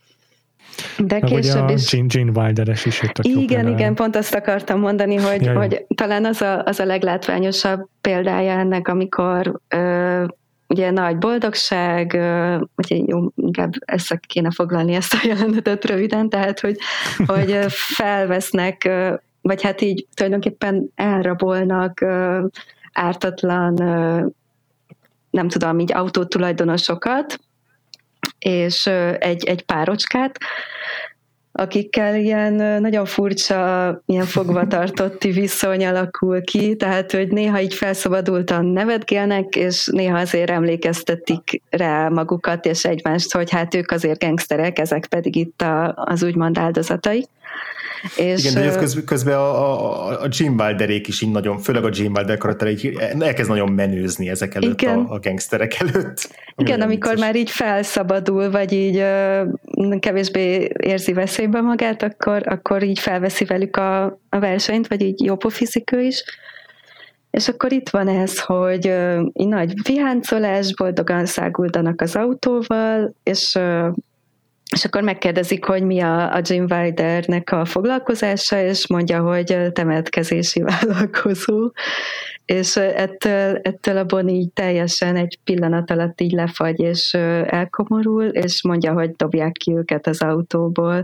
De meg később is... Gene, Gene Wilder-es is itt a Igen, igen, pont azt akartam mondani, hogy, ja, hogy talán az a, az a leglátványosabb példája ennek, amikor ö, ugye nagy boldogság, ö, ugye jó, inkább ezt kéne foglalni ezt a jelenetet röviden, tehát, hogy, hogy felvesznek, ö, vagy hát így tulajdonképpen elrabolnak ö, ártatlan, ö, nem tudom, így autótulajdonosokat, és egy, egy párocskát, akikkel ilyen nagyon furcsa, ilyen fogvatartotti viszony alakul ki, tehát, hogy néha így felszabadultan nevetgélnek, és néha azért emlékeztetik rá magukat és egymást, hogy hát ők azért gangsterek, ezek pedig itt a, az úgymond áldozatai. És igen, de közben, közben a, a, a Gene Wilderék is így nagyon, főleg a Gene Wilder karakter elkezd nagyon menőzni ezek előtt, a, a gangsterek előtt. Igen, amikor vicces. Már így felszabadul, vagy így uh, kevésbé érzi veszélyben magát, akkor, akkor így felveszi velük a, a versenyt, vagy így jópofizik ő is. És akkor itt van ez, hogy uh, így nagy viháncolás, boldogan száguldanak az autóval, és uh, és akkor megkérdezik, hogy mi a, a Gene Wildernek a foglalkozása, és mondja, hogy temetkezési vállalkozó, és ettől, ettől a Bonnie teljesen egy pillanat alatt így lefagy, és elkomorul, és mondja, hogy dobják ki őket az autóból.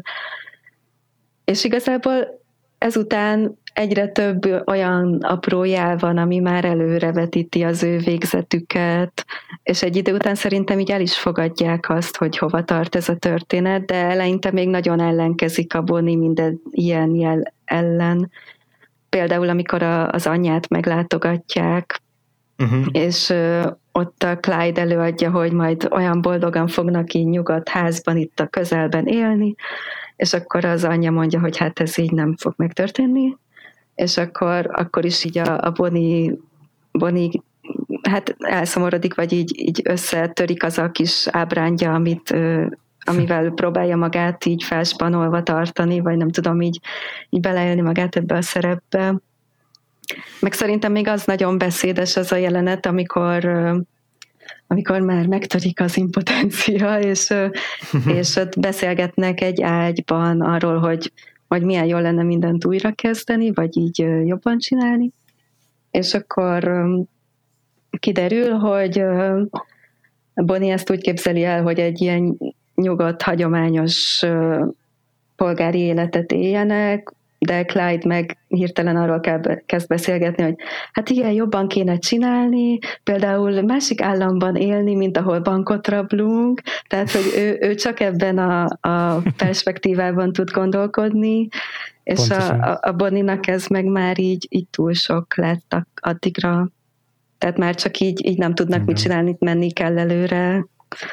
És igazából ezután egyre több olyan apró jel van, ami már előrevetíti az ő végzetüket, és egy idő után szerintem így el is fogadják azt, hogy hova tart ez a történet, de eleinte még nagyon ellenkezik a Bonnie minden ilyen jel ellen. Például, amikor a, az anyját meglátogatják, uh-huh. és ö, ott a Clyde előadja, hogy majd olyan boldogan fognak így nyugodt házban itt a közelben élni, és akkor az anyja mondja, hogy hát ez így nem fog megtörténni, és akkor, akkor is így a, a Bonnie, Bonnie hát elszomorodik, vagy így, így összetörik az a kis ábrándja, amit, amivel próbálja magát így felspanolva tartani, vagy nem tudom, így, így beleélni magát ebbe a szerepbe. Meg szerintem még az nagyon beszédes az a jelenet, amikor amikor már megtörik az impotencia, és, és ott beszélgetnek egy ágyban arról, hogy, hogy milyen jól lenne mindent újra kezdeni, vagy így jobban csinálni. És akkor kiderül, hogy Bonnie ezt úgy képzeli el, hogy egy ilyen nyugodt, hagyományos polgári életet éljenek, de Clyde meg hirtelen arról kezd beszélgetni, hogy hát igen, jobban kéne csinálni, például másik államban élni, mint ahol bankot rablunk, tehát, hogy ő, ő csak ebben a, a perspektívában tud gondolkodni, és a, a Bonnie-nak ez meg már így, így túl sok lett addigra, tehát már csak így, így nem tudnak igen. mit csinálni, menni kell előre.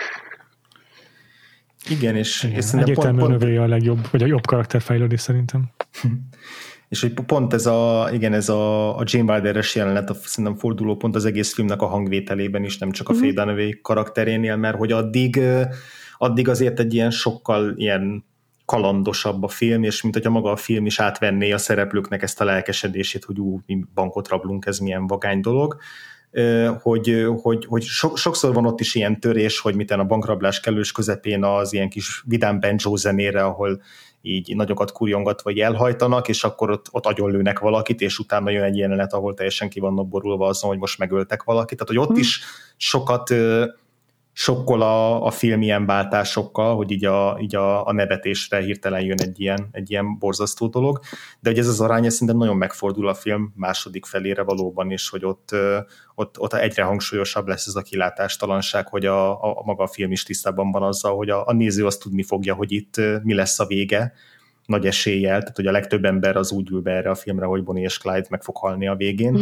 Igen, és, igen. és egyértelműen pont, pont... a legjobb, vagy a jobb karakterfejlődés szerintem. És hogy pont ez a, igen, ez a, a Jane Wilder-es jelenet, a, szerintem forduló pont az egész filmnek a hangvételében is, nem csak a Faye Dunaway karakterénél, mert hogy addig, addig azért egy ilyen sokkal ilyen kalandosabb a film, és mint hogyha maga a film is átvenné a szereplőknek ezt a lelkesedését, hogy ú, mi bankot rablunk, ez milyen vagány dolog. hogy, hogy, hogy so, sokszor van ott is ilyen törés, hogy miten a bankrablás kellős közepén az ilyen kis vidám banjo zenére, ahol így nagyokat kurjongat vagy elhajtanak, és akkor ott, ott agyonlőnek valakit, és utána jön egy jelenet, ahol teljesen ki vannak borulva azon, hogy most megöltek valakit. Tehát, hogy ott is sokat sokkol a, a film ilyen váltásokkal, hogy így a, így a, a nevetésre hirtelen jön egy ilyen, egy ilyen borzasztó dolog, de hogy ez az arány szerintem nagyon megfordul a film második felére valóban, és hogy ott, ott, ott egyre hangsúlyosabb lesz ez a kilátástalanság, hogy a, a, a maga a film is tisztában van azzal, hogy a, a néző azt tudni fogja, hogy itt mi lesz a vége, nagy eséllyel, tehát hogy a legtöbb ember az úgy ül be erre a filmre, hogy Bonnie és Clyde meg fog halni a végén,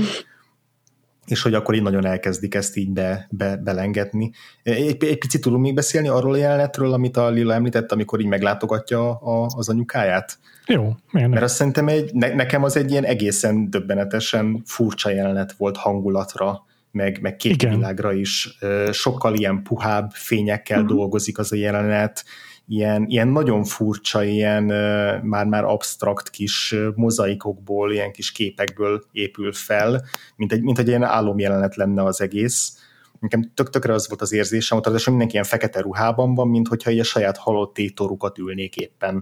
és hogy akkor így nagyon elkezdik ezt így be, be, belengetni. Egy, egy picit tudunk még beszélni arról a jelenetről, amit a Lilla említett, amikor így meglátogatja a, az anyukáját? Jó. Mert azt szerintem egy, ne, nekem az egy ilyen egészen döbbenetesen furcsa jelenet volt hangulatra, meg, meg képvilágra is. Sokkal ilyen puhább fényekkel uh-huh. dolgozik az a jelenet, Ilyen, ilyen nagyon furcsa, ilyen uh, már-már absztrakt kis uh, mozaikokból, ilyen kis képekből épül fel, mint egy, mint egy ilyen álomjelenet lenne az egész. Nekem tök-tökre az volt az érzésem, hogy ráadásul mindenki ilyen fekete ruhában van, mint hogyha egy saját halott tétorukat ülnék éppen.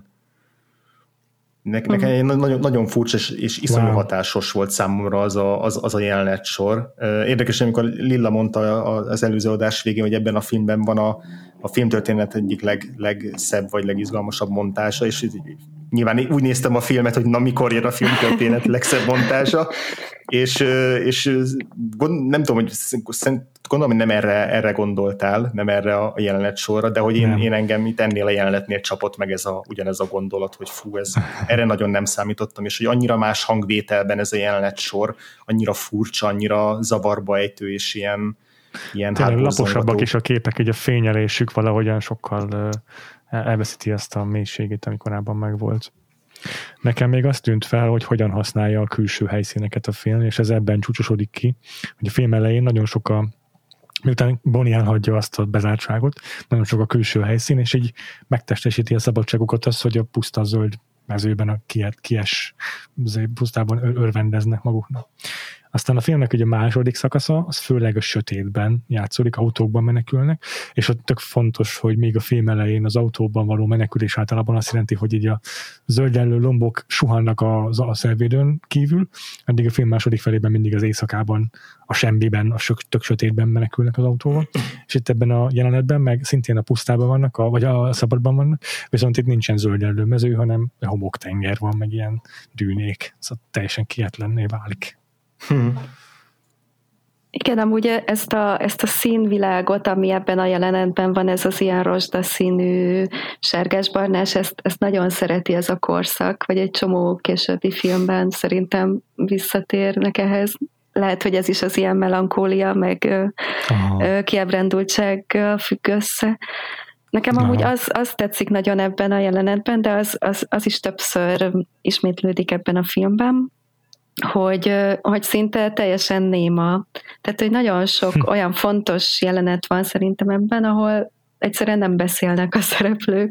Nekem uh-huh. nagyon, nagyon furcsa és, és iszonyú wow. hatásos volt számomra az a, az, az a jelenet sor. Érdekes, amikor Lilla mondta az előző adás végén, hogy ebben a filmben van a, a filmtörténet egyik leg, legszebb vagy legizgalmasabb montása, és nyilván úgy néztem a filmet, hogy na mikor jön a filmtörténet legszebb montása, és, és nem tudom, hogy gondolom, hogy nem erre, erre gondoltál, nem erre a jelenet sorra, de hogy én, én engem itt ennél a jelenetnél csapott meg ez a, ugyanez a gondolat, hogy fú, ez, erre nagyon nem számítottam, és hogy annyira más hangvételben ez a jelenet sor, annyira furcsa, annyira zavarba ejtő, és ilyen, ilyen tényleg laposabbak is a képek, így a fényelésük valahogyan sokkal elveszíti ezt a mélységét, ami korábban megvolt. Nekem még azt tűnt fel, hogy hogyan használja a külső helyszíneket a film, és ez ebben csúcsosodik ki, hogy a film elején nagyon sok a miután Bonnie elhagyja azt a bezártságot, nagyon sok a külső helyszín, és így megtestesíti a szabadságukat az, hogy a puszta zöld mezőben a kies pusztában örvendeznek maguknak. Aztán a filmnek ugye a második szakasza, az főleg a sötétben játszódik, autókban menekülnek, és ott tök fontos, hogy még a film elején az autóban való menekülés általában azt jelenti, hogy így a zöldellő lombok suhannak a, a szelvédőn kívül, addig a film második felében mindig az éjszakában, a semmiben, a tök sötétben menekülnek az autóval, és itt ebben a jelenetben meg szintén a pusztában vannak, a, vagy a szabadban vannak, viszont itt nincsen zöldellő mező, hanem homoktenger van, meg ilyen dűnék, szóval teljesen kietlenné válik. Hmm. Igen, amúgy ezt a, ezt a színvilágot, ami ebben a jelenetben van, ez az ilyen rozsdaszínű, sárgásbarnás, ezt, ezt nagyon szereti ez a korszak, vagy egy csomó későbbi filmben szerintem visszatérnek ehhez. Lehet, hogy ez is az ilyen melankólia, meg Aha. kiábrándultság függ össze. Nekem amúgy az, az tetszik nagyon ebben a jelenetben, de az, az, az is többször ismétlődik ebben a filmben, hogy, hogy szinte teljesen néma. Tehát, hogy nagyon sok hm. olyan fontos jelenet van szerintem ebben, ahol egyszerűen nem beszélnek a szereplők.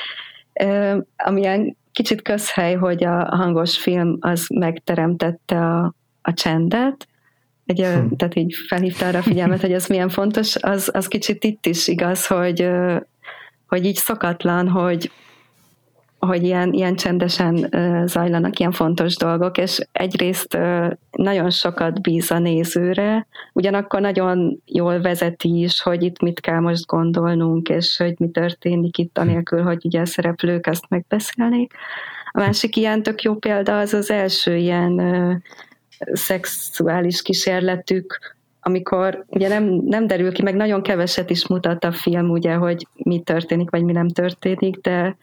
Amilyen kicsit közhely, hogy a hangos film az megteremtette a, a csendet, egy, hm. tehát így felhívta arra a figyelmet, hogy ez milyen fontos, az, az kicsit itt is igaz, hogy, hogy így szokatlan, hogy hogy ilyen, ilyen csendesen uh, zajlanak ilyen fontos dolgok, és egyrészt uh, nagyon sokat bíz a nézőre, ugyanakkor nagyon jól vezeti is, hogy itt mit kell most gondolnunk, és hogy mi történik itt, anélkül, hogy ugye a szereplők ezt megbeszélnék. A másik ilyen tök jó példa az az első ilyen uh, szexuális kísérletük, amikor ugye nem, nem derül ki, meg nagyon keveset is mutat a film, ugye, hogy mi történik, vagy mi nem történik, de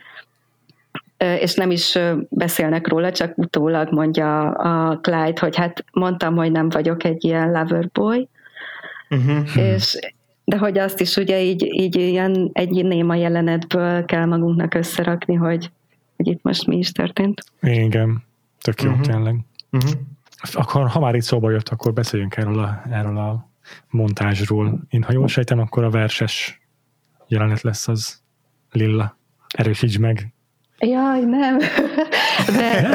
és nem is beszélnek róla, csak utólag mondja a Clyde, hogy hát mondtam, hogy nem vagyok egy ilyen loverboy, uh-huh. és de hogy azt is ugye így, így ilyen egy néma jelenetből kell magunknak összerakni, hogy, hogy itt most mi is történt. Igen, tök jó, uh-huh. tényleg. Uh-huh. Akkor, ha már itt szóba jött, akkor beszéljünk erről a, erről a montázsról. Én, ha jól sejtem, akkor a verses jelenet lesz az Lilla. Erősíts meg. Jaj, nem. De,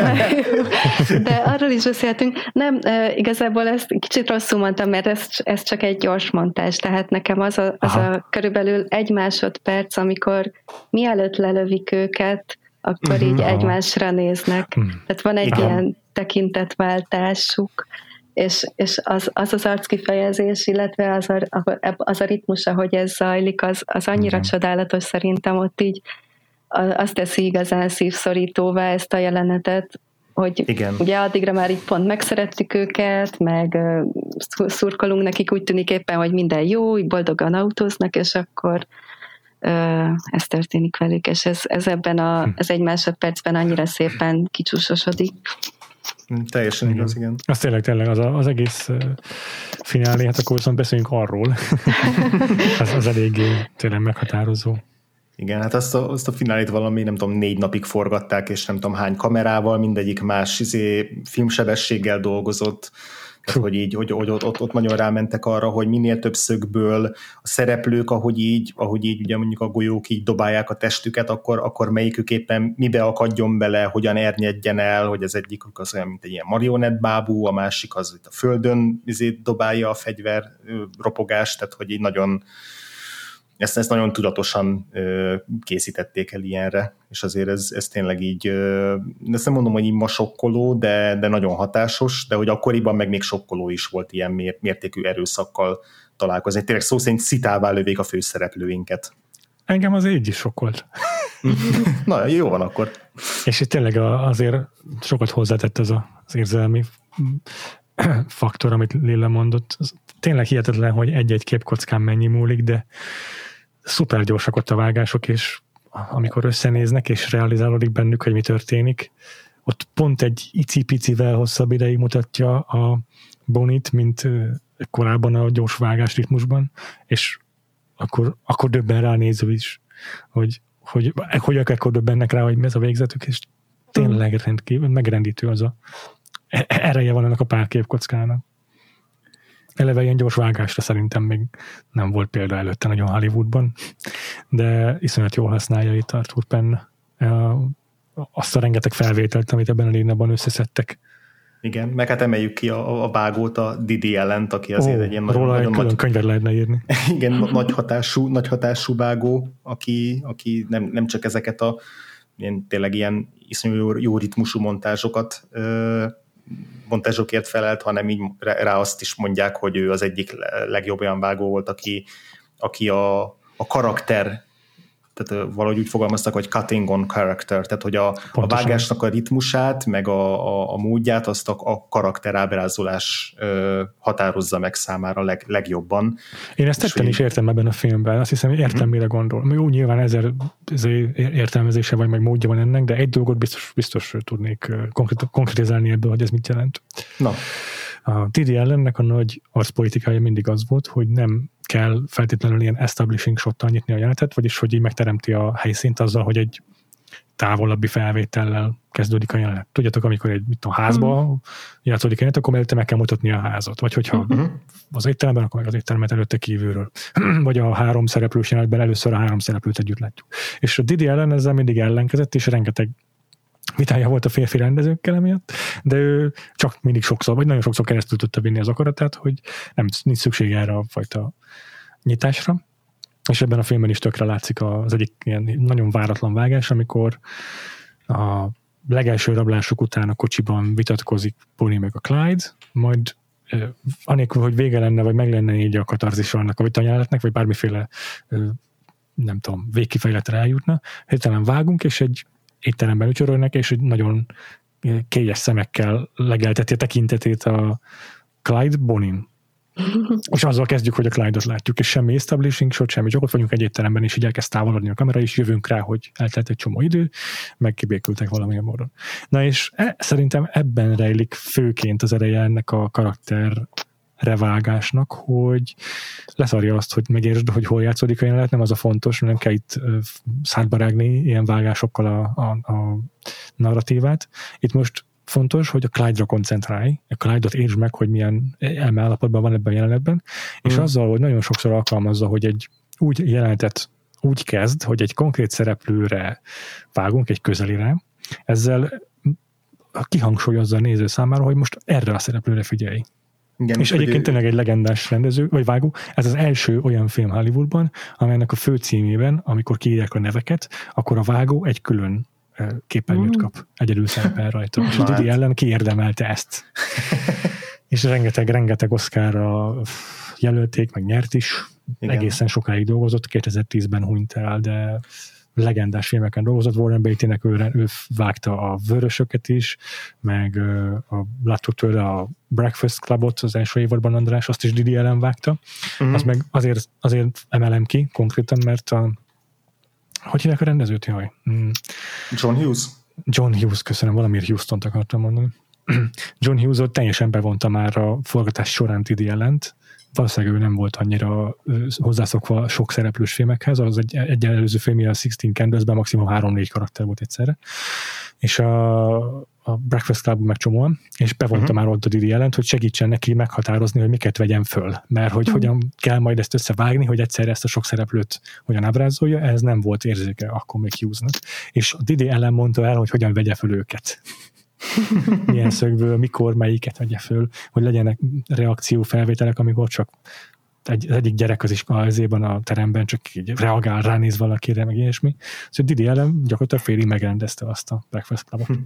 de arról is beszéltünk. Nem, igazából ezt kicsit rosszul mondtam, mert ez, ez csak egy gyors montázs, tehát nekem az a, az a körülbelül egy másodperc, amikor mielőtt lelövik őket, akkor uh-huh. így egymásra néznek. Uh-huh. Tehát van egy Igen. ilyen tekintetváltásuk, és, és az, az az arckifejezés, illetve az a, az a ritmus, ahogy ez zajlik, az, az annyira uh-huh. csodálatos szerintem ott így azt teszi igazán szívszorítóvá ezt a jelenetet, hogy Igen. ugye addigra már itt pont megszerettük őket, meg uh, szurkolunk nekik, úgy tűnik éppen, hogy minden jó, így boldogan autóznak, és akkor uh, ez történik velük, és ez, ez ebben a, hm. ez egy másodpercben annyira szépen kicsúsosodik. Teljesen igaz, igen. Az tényleg, tényleg az, a, az egész uh, finálé, hát akkor viszont beszéljünk arról. az, az eléggé tényleg meghatározó. Igen, hát azt a, azt a finálét valami, nem tudom, négy napig forgatták, és nem tudom hány kamerával, mindegyik más izé, filmsebességgel dolgozott, tehát hogy így, hogy, hogy ott, ott, ott nagyon rámentek arra, hogy minél több szögből a szereplők, ahogy így, ahogy így ugye mondjuk a golyók így dobálják a testüket, akkor, akkor melyikük éppen mibe akadjon bele, hogyan ernyedjen el, hogy az egyik az olyan, mint egy ilyen marionettbábú, a másik az, hogy a földön izé, dobálja a fegyver ropogást, tehát hogy így nagyon Ezt, ezt nagyon tudatosan ö, készítették el ilyenre, és azért ez, ez tényleg így, ö, ezt nem mondom, hogy így ma sokkoló, de, de nagyon hatásos, de hogy akkoriban meg még sokkoló is volt ilyen mér, mértékű erőszakkal találkozni. Tényleg szó szerint szitává lövék a főszereplőinket. Engem az így is sokkolt. Na, jó van akkor. És itt tényleg azért sokat hozzátett ez az érzelmi faktor, amit Lilla mondott. Tényleg hihetetlen, hogy egy-egy képkockán mennyi múlik, de szuper gyorsak ott a vágások, és amikor összenéznek, és realizálódik bennük, hogy mi történik, ott pont egy icipicivel hosszabb ideig mutatja a Bonnie-t, mint korábban a gyors vágás ritmusban, és akkor, akkor döbben rá a néző is, hogy, hogy, hogy akkor döbbennek rá, hogy ez a végzetük, és tényleg rendkívül megrendítő az a ereje van ennek a pár képkockának. Eleve ilyen gyors vágásra szerintem még nem volt példa előtte nagyon Hollywoodban, de iszonyat jól használja itt Arthur Penn azt a rengeteg felvételt, amit ebben a lényegben összeszedtek. Igen, meg hát emeljük ki a, a vágót, a Didi Allent, aki azért Ó, egy ilyen nagyon, nagyon nagy... könyvet lehetne írni. Igen, nagy hatású, nagy hatású vágó, aki, aki nem, nem csak ezeket a ilyen, tényleg ilyen iszonyú jó, jó ritmusú montázsokat ö, montázsokért felelt, hanem így rá azt is mondják, hogy ő az egyik legjobb olyan vágó volt, aki, aki a, a karakter, tehát valahogy úgy fogalmaztak, hogy cutting on character, tehát hogy a, a vágásnak a ritmusát, meg a, a, a módját, azt a, a karakter ábrázolás ö, határozza meg számára leg, legjobban. Én ezt tetten is értem ebben a filmben, azt hiszem, hogy értem, mm-hmm. mire gondol. Jó, nyilván ezer értelmezése vagy meg módja van ennek, de egy dolgot biztos, biztos tudnék konkrétizálni ebből, hogy ez mit jelent. Na. A Didi Allennek a nagy arcpolitikája mindig az volt, hogy nem kell feltétlenül ilyen establishing shottal nyitni a jelenetet, vagyis hogy így megteremti a helyszínt azzal, hogy egy távolabbi felvétellel kezdődik a jelenet. Tudjátok, amikor egy mit tudom, házba mm. játszódik a jelenet, akkor előtte meg kell mutatni a házat. Vagy hogyha mm-hmm. az étteremben, akkor meg az éttermet előtte kívülről. Vagy a három szereplős jelenetben először a három szereplőt együtt látjuk. És a Didi Allen ezzel mindig ellenkezett, és rengeteg vitája volt a férfi rendezőkkel emiatt, de ő csak mindig sokszor, vagy nagyon sokszor keresztül tudta vinni az akaratát, hogy nem nincs szükség erre a fajta nyitásra. És ebben a filmben is tökre látszik az egyik ilyen nagyon váratlan vágás, amikor a legelső rablások után a kocsiban vitatkozik Bonnie meg a Clyde, majd anélkül, hogy vége lenne, vagy meg lenne így a katarzis annak a vitanyeletnek, vagy bármiféle nem tudom, végkifejletre eljutna, hirtelen vágunk, és egy étteremben ücsörölnek, és egy nagyon kélyes szemekkel legelteti a tekintetét a Clyde Bonin. És azzal kezdjük, hogy a Clyde-ot látjuk, és semmi establishing shot, semmi, csak ott vagyunk egy étteremben, és így elkezd távolodni a kamera, és jövünk rá, hogy eltelt egy csomó idő, meg kibékültek valamilyen módon. Na és e, szerintem ebben rejlik főként az ereje ennek a karakter revágásnak, hogy leszarja azt, hogy megértsd, hogy hol játszódik a jelenet, nem az a fontos, nem kell itt szátbarágni ilyen vágásokkal a, a, a narratívát. Itt most fontos, hogy a Clyde-ra koncentrálj, a Clyde-ot értsd meg, hogy milyen elmeállapotban van ebben a jelenetben, és mm. azzal, hogy nagyon sokszor alkalmazza, hogy egy úgy jelenetet úgy kezd, hogy egy konkrét szereplőre vágunk, egy közelire, ezzel kihangsúlyozza a néző számára, hogy most erre a szereplőre figyelj. Igen, és egyébként tényleg egy legendás rendező, vagy vágó, ez az első olyan film Hollywoodban, amelynek a fő címében, amikor kiírják a neveket, akkor a vágó egy külön képernyőt kap, egyedül szerepel rajta. És a Didi Allen kiérdemelte ezt. És rengeteg, rengeteg Oscarra jelölték, meg nyert is. Igen. Egészen sokáig dolgozott, kétezer-tízben hunyt el, de legendás filmeken dolgozott. Warren Beatty-nek ő, ő vágta a Vörösöket is, meg a, láttuk tőle a Breakfast Clubot az első évadban, András, azt is Didi Allen vágta. Mm-hmm. Az meg azért, azért emelem ki konkrétan, mert a hogy hívják a rendezőt, jaj? Mm. John Hughes. John Hughes, köszönöm, valamiért Houston-t akartam mondani. John Hughes-ot teljesen bevonta már a forgatás során Didi Allent. Valószínűleg ő nem volt annyira hozzászokva sok szereplős filmekhez, az egy, egy előző filmje a Sixteen Candles-ben maximum három-négy karakter volt egyszerre. És a, a Breakfast Club meg csomóan, és bevonta uh-huh. már ott a Didi Allent, hogy segítsen neki meghatározni, hogy miket vegyen föl. Mert hogy uh-huh. hogyan kell majd ezt összevágni, hogy egyszerre ezt a sok szereplőt hogyan ábrázolja, ez nem volt érzéke akkor még Hughesnak. És a Didi Allen mondta el, hogy hogyan vegye föl őket. Milyen szögből, mikor, melyiket vegye föl, hogy legyenek reakciófelvételek, amikor csak egy, az egyik gyerek az iskolában a teremben csak így reagál, ránéz valakire, meg ilyesmi. Szóval Didi Allen gyakorlatilag félig megrendezte azt a Breakfast Clubot.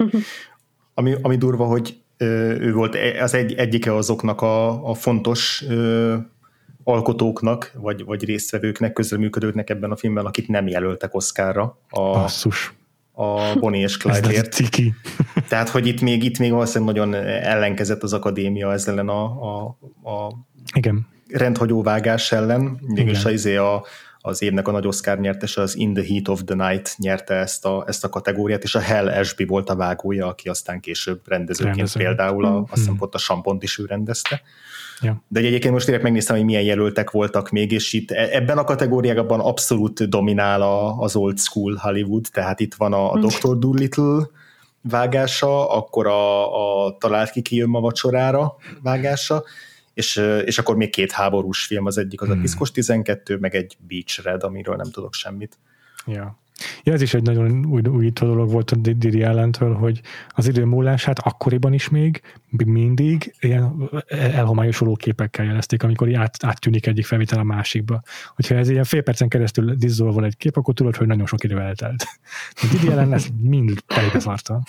ami, ami durva, hogy ő volt az egy, egyike azoknak a, a fontos ö, alkotóknak, vagy, vagy résztvevőknek, közreműködőknek ebben a filmben, akit nem jelöltek Oscarra. A, Basszus. A Bonnie és Clyde-ért. Tehát, hogy itt még, itt még valószínűleg nagyon ellenkezett az akadémia ezzel ellen a, a, a Igen. rendhagyó vágás ellen. Mégis az, a, az évnek a nagy Oscar nyertese, az In the Heat of the Night nyerte ezt a, ezt a kategóriát, és a Hal Ashby volt a vágója, aki aztán később rendezőként Rendező. például a, azt hiszem pont a Sampont is ő rendezte. Ja. De egyébként most direkt megnéztem, hogy milyen jelöltek voltak még, és itt ebben a kategóriában abszolút dominál a, az old school Hollywood, tehát itt van a, a doktor Dolittle vágása, akkor a, a Talált ki ki jön ma vacsorára vágása, és, és akkor még két háborús film, az egyik az hmm. a Piszkos tizenkettő, meg egy Beach Red, amiről nem tudok semmit. Ja. Ja, ez is egy nagyon új, újító dolog volt a Didi Allentől, hogy az idő múlását akkoriban is még mindig ilyen elhomályosuló képekkel jelezték, amikor át, áttűnik egyik felvétel a másikba. Hogyha ez ilyen fél percen keresztül dizzolva egy kép, akkor tudod, hogy nagyon sok idő eltelt. A Didi Allen ezt mind teljbe szarta.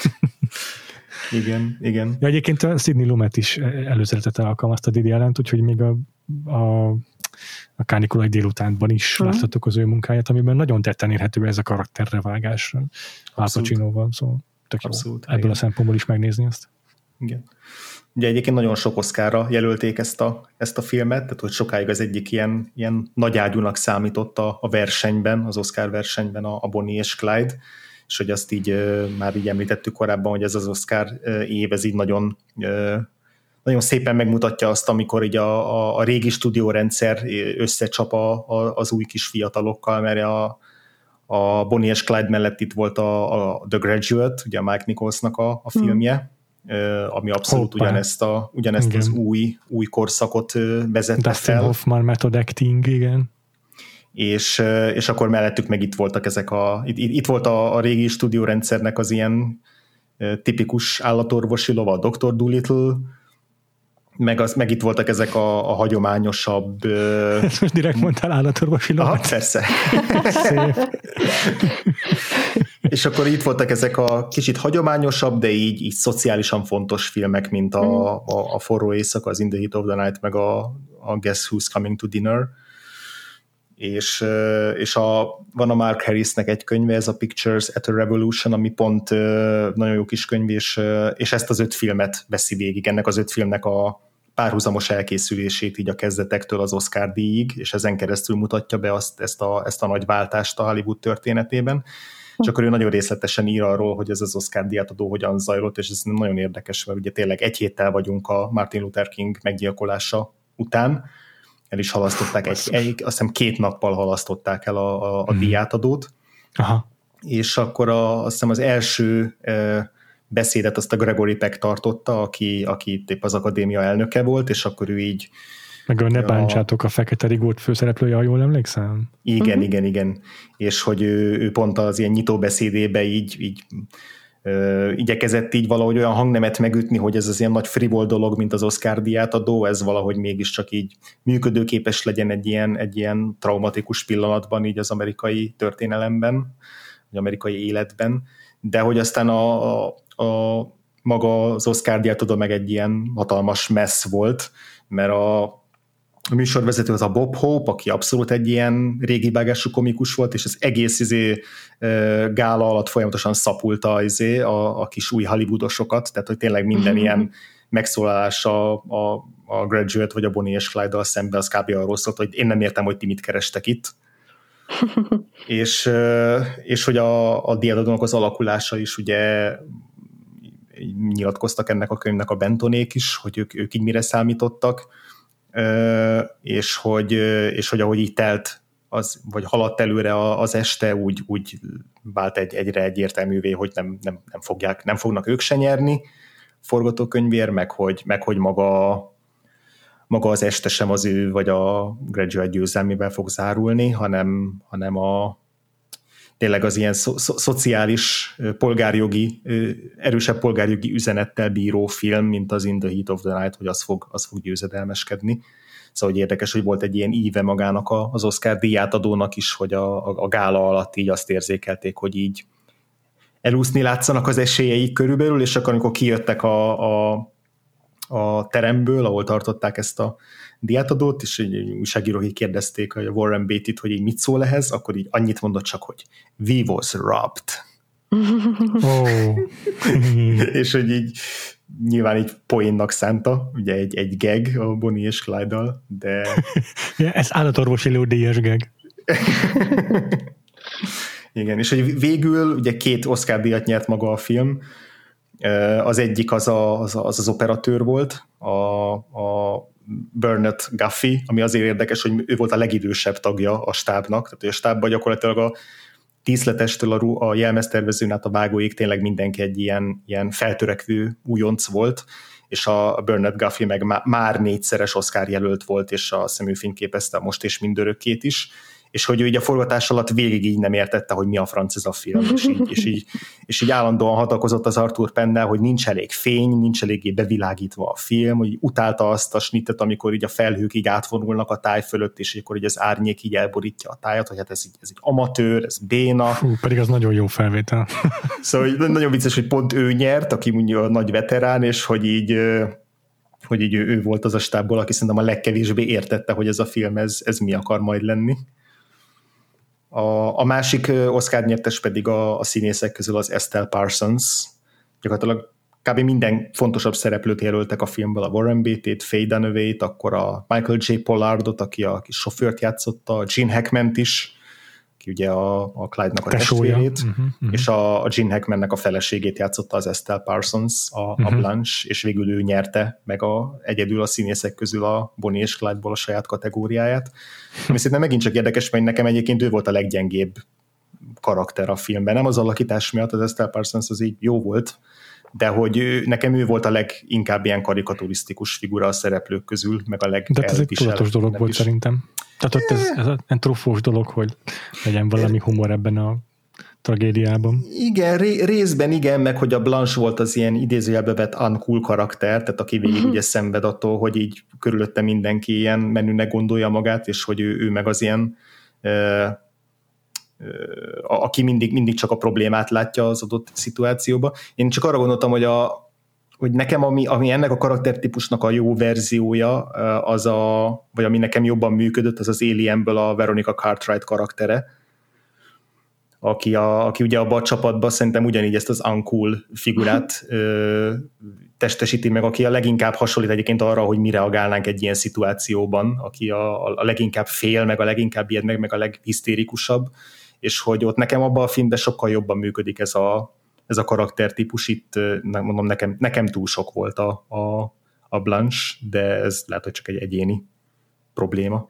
Igen, igen. Ja, egyébként a Sidney Lumet is előszeretettel alkalmazta Didi Allent, úgyhogy még a, a a Kánikula egy délutánban is uh-huh. láthatok az ő munkáját, amiben nagyon tetten érhető ez a karakterrevágás Al Pacinoval, szóval tök Abszolút, jó ebből a szempontból is megnézni azt. Igen. Ugye egyébként nagyon sok Oscarra jelölték ezt a, ezt a filmet, tehát hogy sokáig az egyik ilyen, ilyen nagyágyúnak számított a, a versenyben, az Oscar versenyben a, a Bonnie és Clyde, és hogy azt így már így említettük korábban, hogy ez az Oscar év, ez így nagyon nagyon szépen megmutatja azt, amikor így a, a, a régi stúdiórendszer összecsap a, a, az új kis fiatalokkal, mert a, A Bonnie és Clyde mellett itt volt a, a The Graduate, ugye a Mike Nicholsnak a, a filmje, mm. ami abszolút Hoppá. ugyanezt, a, ugyanezt az új, új korszakot vezette Dustin fel. Hoffman method acting, igen. És, és akkor mellettük meg itt voltak ezek a, itt, itt volt a, a régi stúdiórendszernek az ilyen tipikus állatorvosi lova, a doktor Dolittle, meg, az, meg itt voltak ezek a, a hagyományosabb... Ezt most direkt mondtál állatorvosi lovat? Aha, persze. Szép. És akkor itt voltak ezek a kicsit hagyományosabb, de így, így szociálisan fontos filmek, mint a, a, a Forró éjszaka, az In the Heat of the Night, meg a, a Guess Who's Coming to Dinner. És, és a, van a Mark Harrisnek egy könyve, ez a Pictures at a Revolution, ami pont nagyon jó kis könyv, és, és ezt az öt filmet veszi végig, ennek az öt filmnek a párhuzamos elkészülését így a kezdetektől az Oscar díjig, és ezen keresztül mutatja be azt, ezt, a, ezt a nagy váltást a Hollywood történetében. És akkor ő nagyon részletesen ír arról, hogy ez az Oscar díjátadó hogyan zajlott, és ez nagyon érdekes, mert ugye tényleg egy héttel vagyunk a Martin Luther King meggyilkolása után, el is halasztották, egy, egy, azt hiszem két nappal halasztották el a, a, a díjátadót. Aha. És akkor a, azt hiszem az első e, beszédet azt a Gregory Peck tartotta, aki, aki épp az akadémia elnöke volt, és akkor ő így... Meg a Ne bántsátok a Fekete Rigót főszereplője, ha jól emlékszem? Igen, uh-huh. igen, igen. És hogy ő, ő pont az ilyen nyitó beszédébe így... így Uh, igyekezett így valahogy olyan hangnemet megütni, hogy ez az ilyen nagy frivol dolog, mint az Oscar díjátadó, ez valahogy mégiscsak így működőképes legyen egy ilyen, egy ilyen traumatikus pillanatban így az amerikai történelemben, vagy amerikai életben, de hogy aztán a, a, a maga az Oscar díjátadó meg egy ilyen hatalmas mess volt, mert a A műsorvezető az a Bob Hope, aki abszolút egy ilyen régi vágású komikus volt, és az egész izé, gála alatt folyamatosan szapulta izé, a, a kis új hollywoodosokat, tehát hogy tényleg minden ilyen megszólalás a, a, a Graduate vagy a Bonnie és Clyde-dal szemben az kb. Arról szólt, hogy én nem értem, hogy ti mit kerestek itt. és, és hogy a, a díjadónak az alakulása is ugye nyilatkoztak ennek a könyvnek a Bentonék is, hogy ők, ők így mire számítottak, és hogy, és hogy ahogy így telt, az, vagy haladt előre az este, úgy, úgy vált egy, egyre egyértelművé, hogy nem, nem, nem, fogják, nem fognak ők se nyerni forgatókönyvért, meg hogy, meg hogy maga, maga az este sem az ő, vagy a Graduate győzelmével fog zárulni, hanem, hanem a tényleg az ilyen szo- szo- szociális, polgárjogi, erősebb polgárjogi üzenettel bíró film, mint az In the Heat of the Night, hogy az fog, az fog győzedelmeskedni. Szóval hogy érdekes, hogy volt egy ilyen íve magának az Oscar díjátadónak is, hogy a, a, a gála alatt így azt érzékelték, hogy így elúszni látszanak az esélyeik körülbelül, és akkor amikor kijöttek a, a, a teremből, ahol tartották ezt a díjátadót, és egy újságírók kérdezték a Warren Beatty-t, hogy így mit szól ehhez, akkor így annyit mondott csak, hogy we was robbed. Oh. És hogy így nyilván így poénnak szánta, ugye egy, egy gag a Bonnie és Clyde-dal, de... Ja, ez állatorvosi lódíjas gag. Igen, és hogy végül ugye két Oscar díjat nyert maga a film, az egyik az a, az, az, az operatőr volt, a, a Bernard Guffey, ami azért érdekes, hogy ő volt a legidősebb tagja a stábnak, tehát a stábban gyakorlatilag a díszletestől a, a jelmeztervezőn át a vágóig tényleg mindenki egy ilyen, ilyen feltörekvő újonc volt, és a Bernard Guffey meg má, már négyszeres Oscar jelölt volt, és a szemű fényképezte Most és mindörökkét is, és hogy ő így a forgatás alatt végig így nem értette, hogy mi a franc ez a film, és így, és így, és így állandóan hatakozott az Arthur Pennel, hogy nincs elég fény, nincs eléggé bevilágítva a film, hogy utálta azt a snittet, amikor így a felhők így átvonulnak a táj fölött, és akkor így az árnyék így elborítja a tájat, hogy hát ez így, ez így amatőr, ez béna. Hú, pedig az nagyon jó felvétel. Szóval nagyon vicces, hogy pont ő nyert, aki mondja a nagy veterán, és hogy így hogy így ő, ő volt az a stábból, aki szerintem a legkevésbé értette, hogy ez a film, ez, ez mi akar majd lenni. A, a másik Oscar nyertes pedig a, a színészek közül az Estelle Parsons. Gyakorlatilag kb. Minden fontosabb szereplőt jelöltek a filmből, a Warren Beatty-t, Faye Dunaway-t, akkor a Michael J. Pollardot, aki a kis sofőrt játszotta, a Gene Hackmant is, aki ugye a, a Clyde-nak a testvérét, uh-huh, uh-huh. és a, a Gene Hackmannek a feleségét játszotta az Estelle Parsons, a, uh-huh. a Blanche, és végül ő nyerte meg a, egyedül a színészek közül a Bonnie és Clyde-ból a saját kategóriáját. Ami szerintem megint csak érdekes, mert nekem egyébként ő volt a leggyengébb karakter a filmben. Nem az alakítás miatt, az Estelle Parsons az így jó volt, de hogy ő, nekem ő volt a leginkább ilyen karikaturisztikus figura a szereplők közül, meg a leg de ez egy tudatos dolog volt is. Szerintem. Tehát ott ez, ez egy trufós dolog, hogy legyen valami humor ebben a tragédiában. Igen, ré, részben igen, meg hogy a Blanche volt az ilyen idézőjelbe vett uncool karakter, tehát aki végig ugye szenved attól, hogy így körülötte mindenki ilyen menőnek gondolja magát, és hogy ő, ő meg az ilyen ö, ö, aki mindig, mindig csak a problémát látja az adott szituációban. Én csak arra gondoltam, hogy, a, hogy nekem ami, ami ennek a karaktertípusnak a jó verziója, az a, vagy ami nekem jobban működött, az az Alienből a Veronica Cartwright karaktere, aki, a, aki ugye abban a csapatban szerintem ugyanígy ezt az uncool figurát ö, testesíti meg, aki a leginkább hasonlít egyébként arra, hogy mi reagálnánk egy ilyen szituációban, aki a, a leginkább fél, meg a leginkább ijed meg, meg a leghisztérikusabb, és hogy ott nekem abban a filmben sokkal jobban működik ez a, ez a karaktertípus, itt mondom, nekem, nekem túl sok volt a, a, a Blanche, de ez lehet, hogy csak egy egyéni probléma.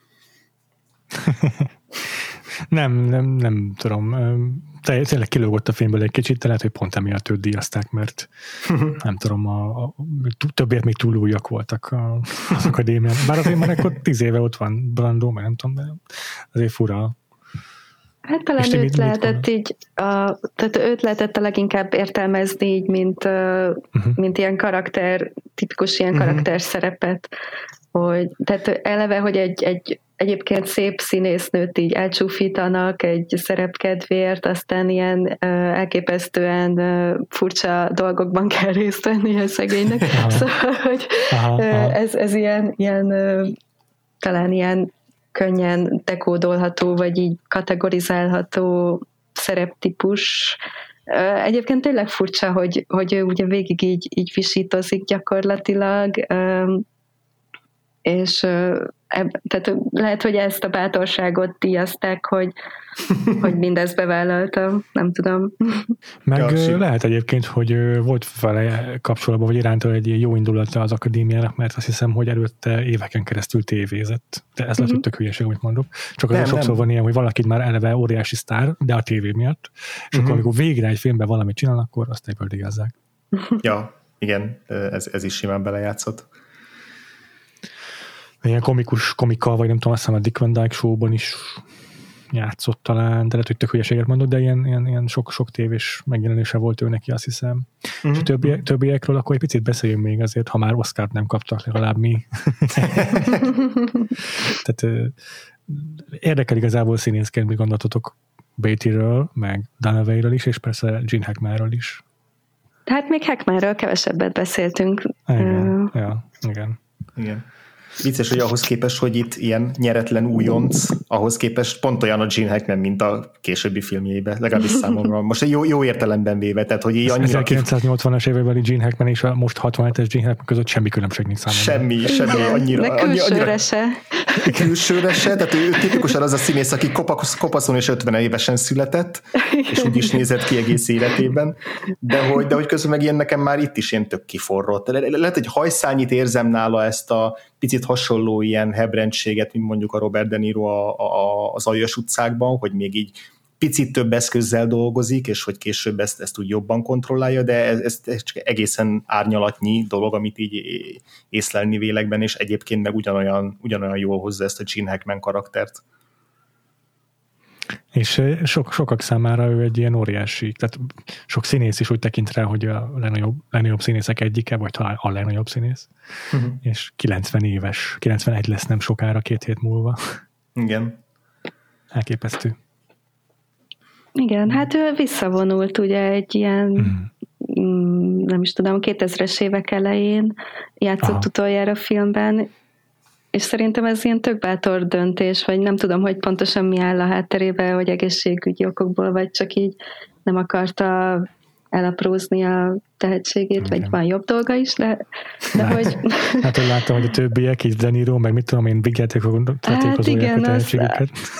Nem, nem, nem tudom. Tényleg kilógott a filmből egy kicsit, de lehet, hogy pont emiatt őt díjazták, mert nem tudom, a, a, többért még túl újak voltak a, az akadémián. Bár azért már akkor tíz éve ott van Brando, meg nem tudom, de azért fura. Hát talán őt mit, lehetett mit így, a, tehát őt lehetett a leginkább értelmezni így, mint, uh-huh. mint ilyen karakter, tipikus ilyen uh-huh. karakter szerepet, hogy, tehát eleve, hogy egy, egy egyébként szép színésznőt így elcsúfítanak egy szerepkedvéért, aztán ilyen uh, elképesztően uh, furcsa dolgokban kell részt venni a szegénynek. Aha. Szóval, hogy aha, uh, aha. Ez, ez ilyen, ilyen uh, talán ilyen könnyen dekódolható, vagy így kategorizálható szereptípus. Uh, egyébként tényleg furcsa, hogy, hogy ő ugye végig így, így visítozik gyakorlatilag, um, és uh, eb, tehát lehet, hogy ezt a bátorságot díjazták, hogy, hogy mindezt bevállaltam, nem tudom. Meg ja, lehet egyébként, hogy volt vele kapcsolatban, vagy iránta egy ilyen jó indulata az akadémiának, mert azt hiszem, hogy előtte éveken keresztül tévézett. De ez uh-huh. lehet, hogy tök hülyeség, amit mondok. Csak azért sokszor nem. Van ilyen, hogy valakit már eleve óriási sztár, de a tévé miatt, és uh-huh. akkor amikor végre egy filmben valamit csinál, akkor azt egyből díjazzák. Ja, igen, ez, ez is simán belejátszott. Ilyen komikus komikkal, vagy nem tudom, azt hiszem a Dick Van Dyke Show-ban is játszott talán, de lehet, hogy tök hülyeséget mondott, de ilyen, ilyen, ilyen sok, sok tévés megjelenése volt ő neki, azt hiszem. Mm-hmm. És a többi, többiekről akkor egy picit beszéljünk még azért, ha már Oscart nem kaptak, legalább mi. Tehát érdekel igazából színészként, mit gondoltatok Beattyről, meg Dunaway-ről is, és persze Gene Hackmanről is. Hát még Hackmanről kevesebbet beszéltünk. Igen, uh... ja, igen. Igen. Vicces, hogy ahhoz képest, hogy itt ilyen nyeretlen újonc, ahhoz képest pont olyan a Gene Hackman, mint a későbbi filmjében, legalábbis számomra. Most egy jó, jó értelemben véve, tehát hogy így annyira... ezerkilencszáznyolcvanas évekbeli Gene Hackman és a most hatvanhetes Gene Hackman között semmi különbség nincs számomra. Semmi, semmi, annyira... De külsőre annyira, se. Külsőre se, tehát ő tipikusan az a színész, aki kopaszon és ötven évesen született, és úgy is nézett ki egész életében, de hogy, de hogy közben meg ilyen nekem már itt is ilyen tök kiforrott. Lehet, hogy hajszányit érzem nála ezt a picit hasonló ilyen hebrendséget, mint mondjuk a Robert De Niro a, a, az Aljas utcákban, hogy még így picit több eszközzel dolgozik, és hogy később ezt, ezt úgy jobban kontrollálja, de ez, ez, ez csak egészen árnyalatnyi dolog, amit így észlelni vélekben, és egyébként meg ugyanolyan, ugyanolyan jól hozza ezt a Gene Hackman karaktert. És sok, sokak számára ő egy ilyen óriási, tehát sok színész is úgy tekint rá, hogy a legnagyobb, legnagyobb színészek egyike, vagy talán a legnagyobb színész, uh-huh. és kilencven éves, kilencvenegy lesz nem sokára, két hét múlva. Igen. Elképesztő. Igen, hát ő visszavonult ugye egy ilyen, mm. nem is tudom, kétezres évek elején játszott Aha. utoljára filmben, és szerintem ez ilyen tök bátor döntés, vagy nem tudom, hogy pontosan mi áll a hátterében, hogy egészségügyi okokból, vagy csak így nem akarta elaprózni a tehetségét, igen. vagy van jobb dolga is, de, de hát, hogy... Hát, hogy láttam, hogy a többiek így De Niro, meg mit tudom én, vigyelték a tehetségeket.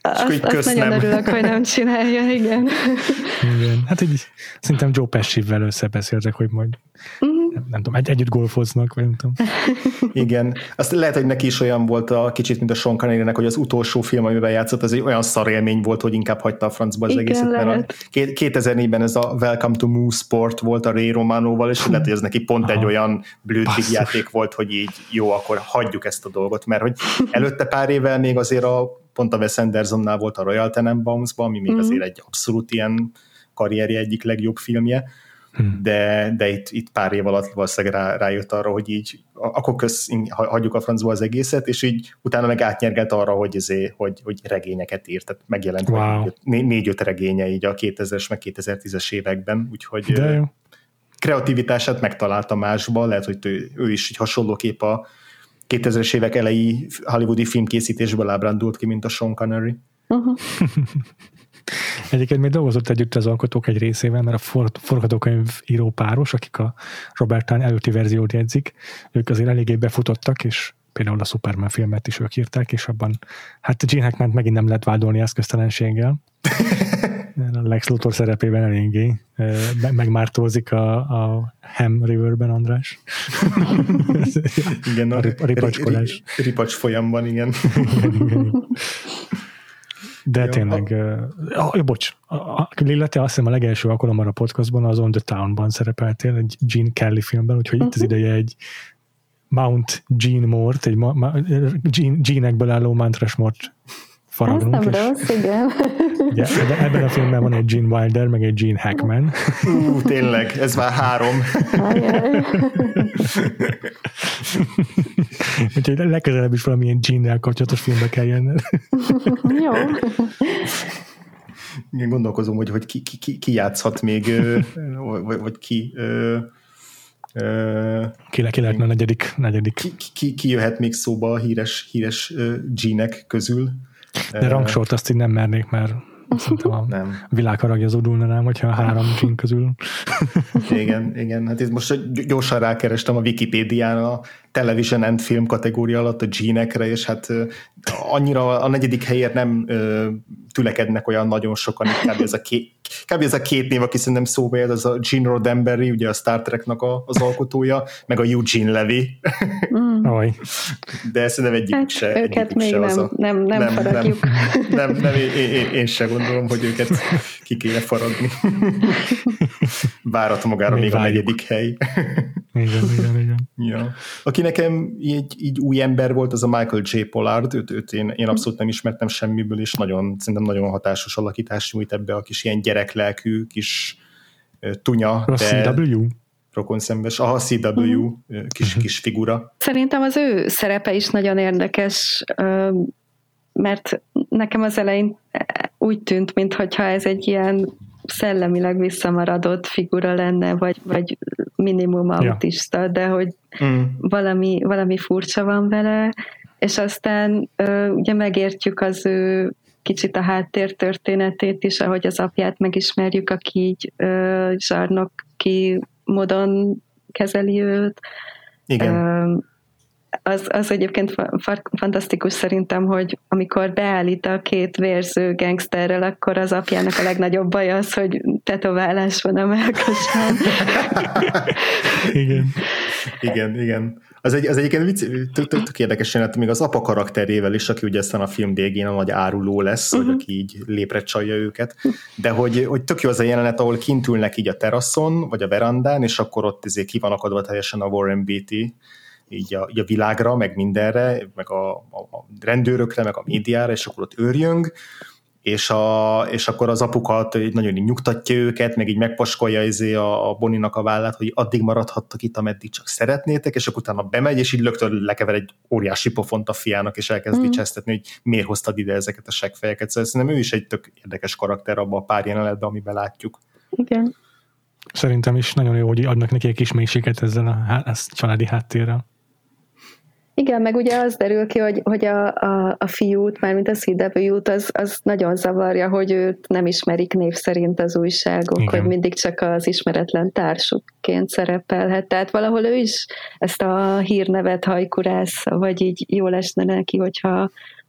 Azt, azt nagyon örülök, hogy nem csinálja, igen. Igen. Hát így szerintem Joe Pesci-vel összebeszéltek, hogy majd uh-huh. nem, nem tudom, egy, együtt golfoznak, vagy nem tudom. Igen. Azt lehet, hogy neki is olyan volt a kicsit, mint a Sean Connery-nek, hogy az utolsó film, amiben játszott, az egy olyan szar élmény volt, hogy inkább hagyta a francba az igen, egészet. Mert a kétezer-négyben ez a Welcome to Moose Sport volt a Ray Romanoval, és lehet, hogy ez neki pont Aha. egy olyan blödvig játék volt, hogy így jó, akkor hagyjuk ezt a dolgot, mert hogy előtte pár évvel még azért a pont a Wes Andersonnál volt a Royal Tenenbaumsban, ami még mm. azért egy abszolút ilyen karrierje egyik legjobb filmje, hmm. de, de itt, itt pár év alatt valószínűleg rá, rájött arra, hogy így akkor kösz, hagyjuk a francba az egészet, és így utána meg átnyergelt arra, hogy, ezért, hogy, hogy regényeket írt, tehát megjelent wow. négy-öt regénye így a kétezres meg kétezer-tízes években, úgyhogy kreativitását megtalálta másba, lehet, hogy ő, ő is így hasonlóképp a kétezres évek elejé hollywoodi filmkészítésből ábrándult ki, mint a Sean Connery. Uh-huh. Egyébként még dolgozott együtt az alkotók egy részével, mert a for- forgatókönyv író páros, akik a Robert Hahn előtti verziót jegyzik, ők azért eléggé befutottak, és például a Superman filmet is ők írták, és abban hát Gene Hackmant megint nem lehet vádolni eszköztelenséggel. A Lex Luthor szerepében eléggé megmártózik a, a Ham Riverben, András. Igen, a, a, rip, a ripacskolás. Ripacs folyamban, igen. igen, igen. De jó, tényleg, a... uh, bocs, a, a Lilla, te azt hiszem a legelső alkalommal a podcastban az On the Town-ban szerepeltél, egy Gene Kelly filmben, úgyhogy uh-huh. itt az ideje egy Mount Gene Mort, egy ma, ma, Gene, Gene-ekből álló Mount Rushmort faragnunk. Ez nem rossz, igen. Ugye, ebben a filmben van egy Gene Wilder, meg egy Gene Hackman. Ú, tényleg, ez már három. Úgyhogy legközelebb is valamilyen Gene-nel kapcsolatos filmbe kell jönned. Jó. Én gondolkozom, hogy, hogy ki, ki, ki játszhat még, vagy, vagy ki... Ki, le, ki lehetne a negyedik? negyedik. Ki, ki, ki jöhet még szóba a híres, híres Gene-ek közül? De rangsort azt így nem mernék, mert szerintem a nem. világ haraggyazódulna rám, hogyha a három Gene közül. Igen, igen. Hát itt most gyorsan rákerestem a Wikipédián a Television and Film kategória alatt a Gene-ekre, és hát annyira a negyedik helyért nem ö, tülekednek olyan nagyon sokan, kb. Ez a két, kb. Ez a két név, aki szerintem szóba él, az a Gene Roddenberry, ugye a Star Treknak a, az alkotója, meg a Eugene Levy. Mm. De szerintem egyik hát, se. Őket még se nem, az a, nem, nem, nem faragjuk. Nem, nem, nem én, én, én se gondolom, hogy őket ki kéne faragni. Várat magára még, még a negyedik hely. Igen, igen, igen. Ja. Aki nekem így, így új ember volt, az a Michael J. Pollard, őt, őt én, én abszolút nem ismertem semmiből, és nagyon, szerintem nagyon hatásos alakítás nyújt ebbe a kis ilyen gyereklelkű, kis uh, tunya. A cé dupla vé? Rokonszembes, aha, cé dupla vé, uh-huh. kis, uh-huh. kis figura. Szerintem az ő szerepe is nagyon érdekes, mert nekem az elején úgy tűnt, mintha ez egy ilyen szellemileg visszamaradott figura lenne, vagy, vagy minimum autista, ja. de hogy mm. valami, valami furcsa van vele, és aztán ö, ugye megértjük az ő kicsit a háttér történetét is, ahogy az apját megismerjük, aki így ö, zsarnoki módon kezeli őt. Igen. Ö, Az, az egyébként fantasztikus szerintem, hogy amikor beállít a két vérző gangsterrel, akkor az apjának a legnagyobb baj az, hogy tetoválás van a mellkasán. Igen. Igen, igen. Az, egy, az egyébként vicc, tök, tök, tök érdekes jelenet, még az apa karakterével is, aki ugye aztán a film végén a nagy áruló lesz, uh-huh. hogy aki így lépre csalja őket, de hogy, hogy tök jó az a jelenet, ahol kint ülnek így a teraszon, vagy a verandán, és akkor ott izé ki van akadva teljesen a Warren Beatty, így a, így a világra, meg mindenre, meg a, a, a rendőrökre, meg a médiára, és akkor ott őrjöng, és, a, és akkor az apukat nagyon így nyugtatja őket, meg így megpaskolja izé a, a Bonnie-nak a vállát, hogy addig maradhattak itt, ameddig csak szeretnétek, és akkor utána bemegy, és így löktől lekever egy óriási pofont a fiának, és elkezd dicsesztetni, mm. hogy miért hoztad ide ezeket a seggfejeket. Szóval szerintem ő is egy tök érdekes karakter abban a pár jelenetben, amiben látjuk. Igen. Szerintem is nagyon jó, hogy adnak neki egy kis mélységet ezzel a, a családi háttérrel. Igen, meg ugye az derül ki, hogy, hogy a, a, a fiút, mármint a cé dupla vé-t, az, az nagyon zavarja, hogy őt nem ismerik név szerint az újságok, igen. hogy mindig csak az ismeretlen társukként szerepelhet. Tehát valahol ő is ezt a hírnevet hajkurásza, vagy így jól esne neki, hogyha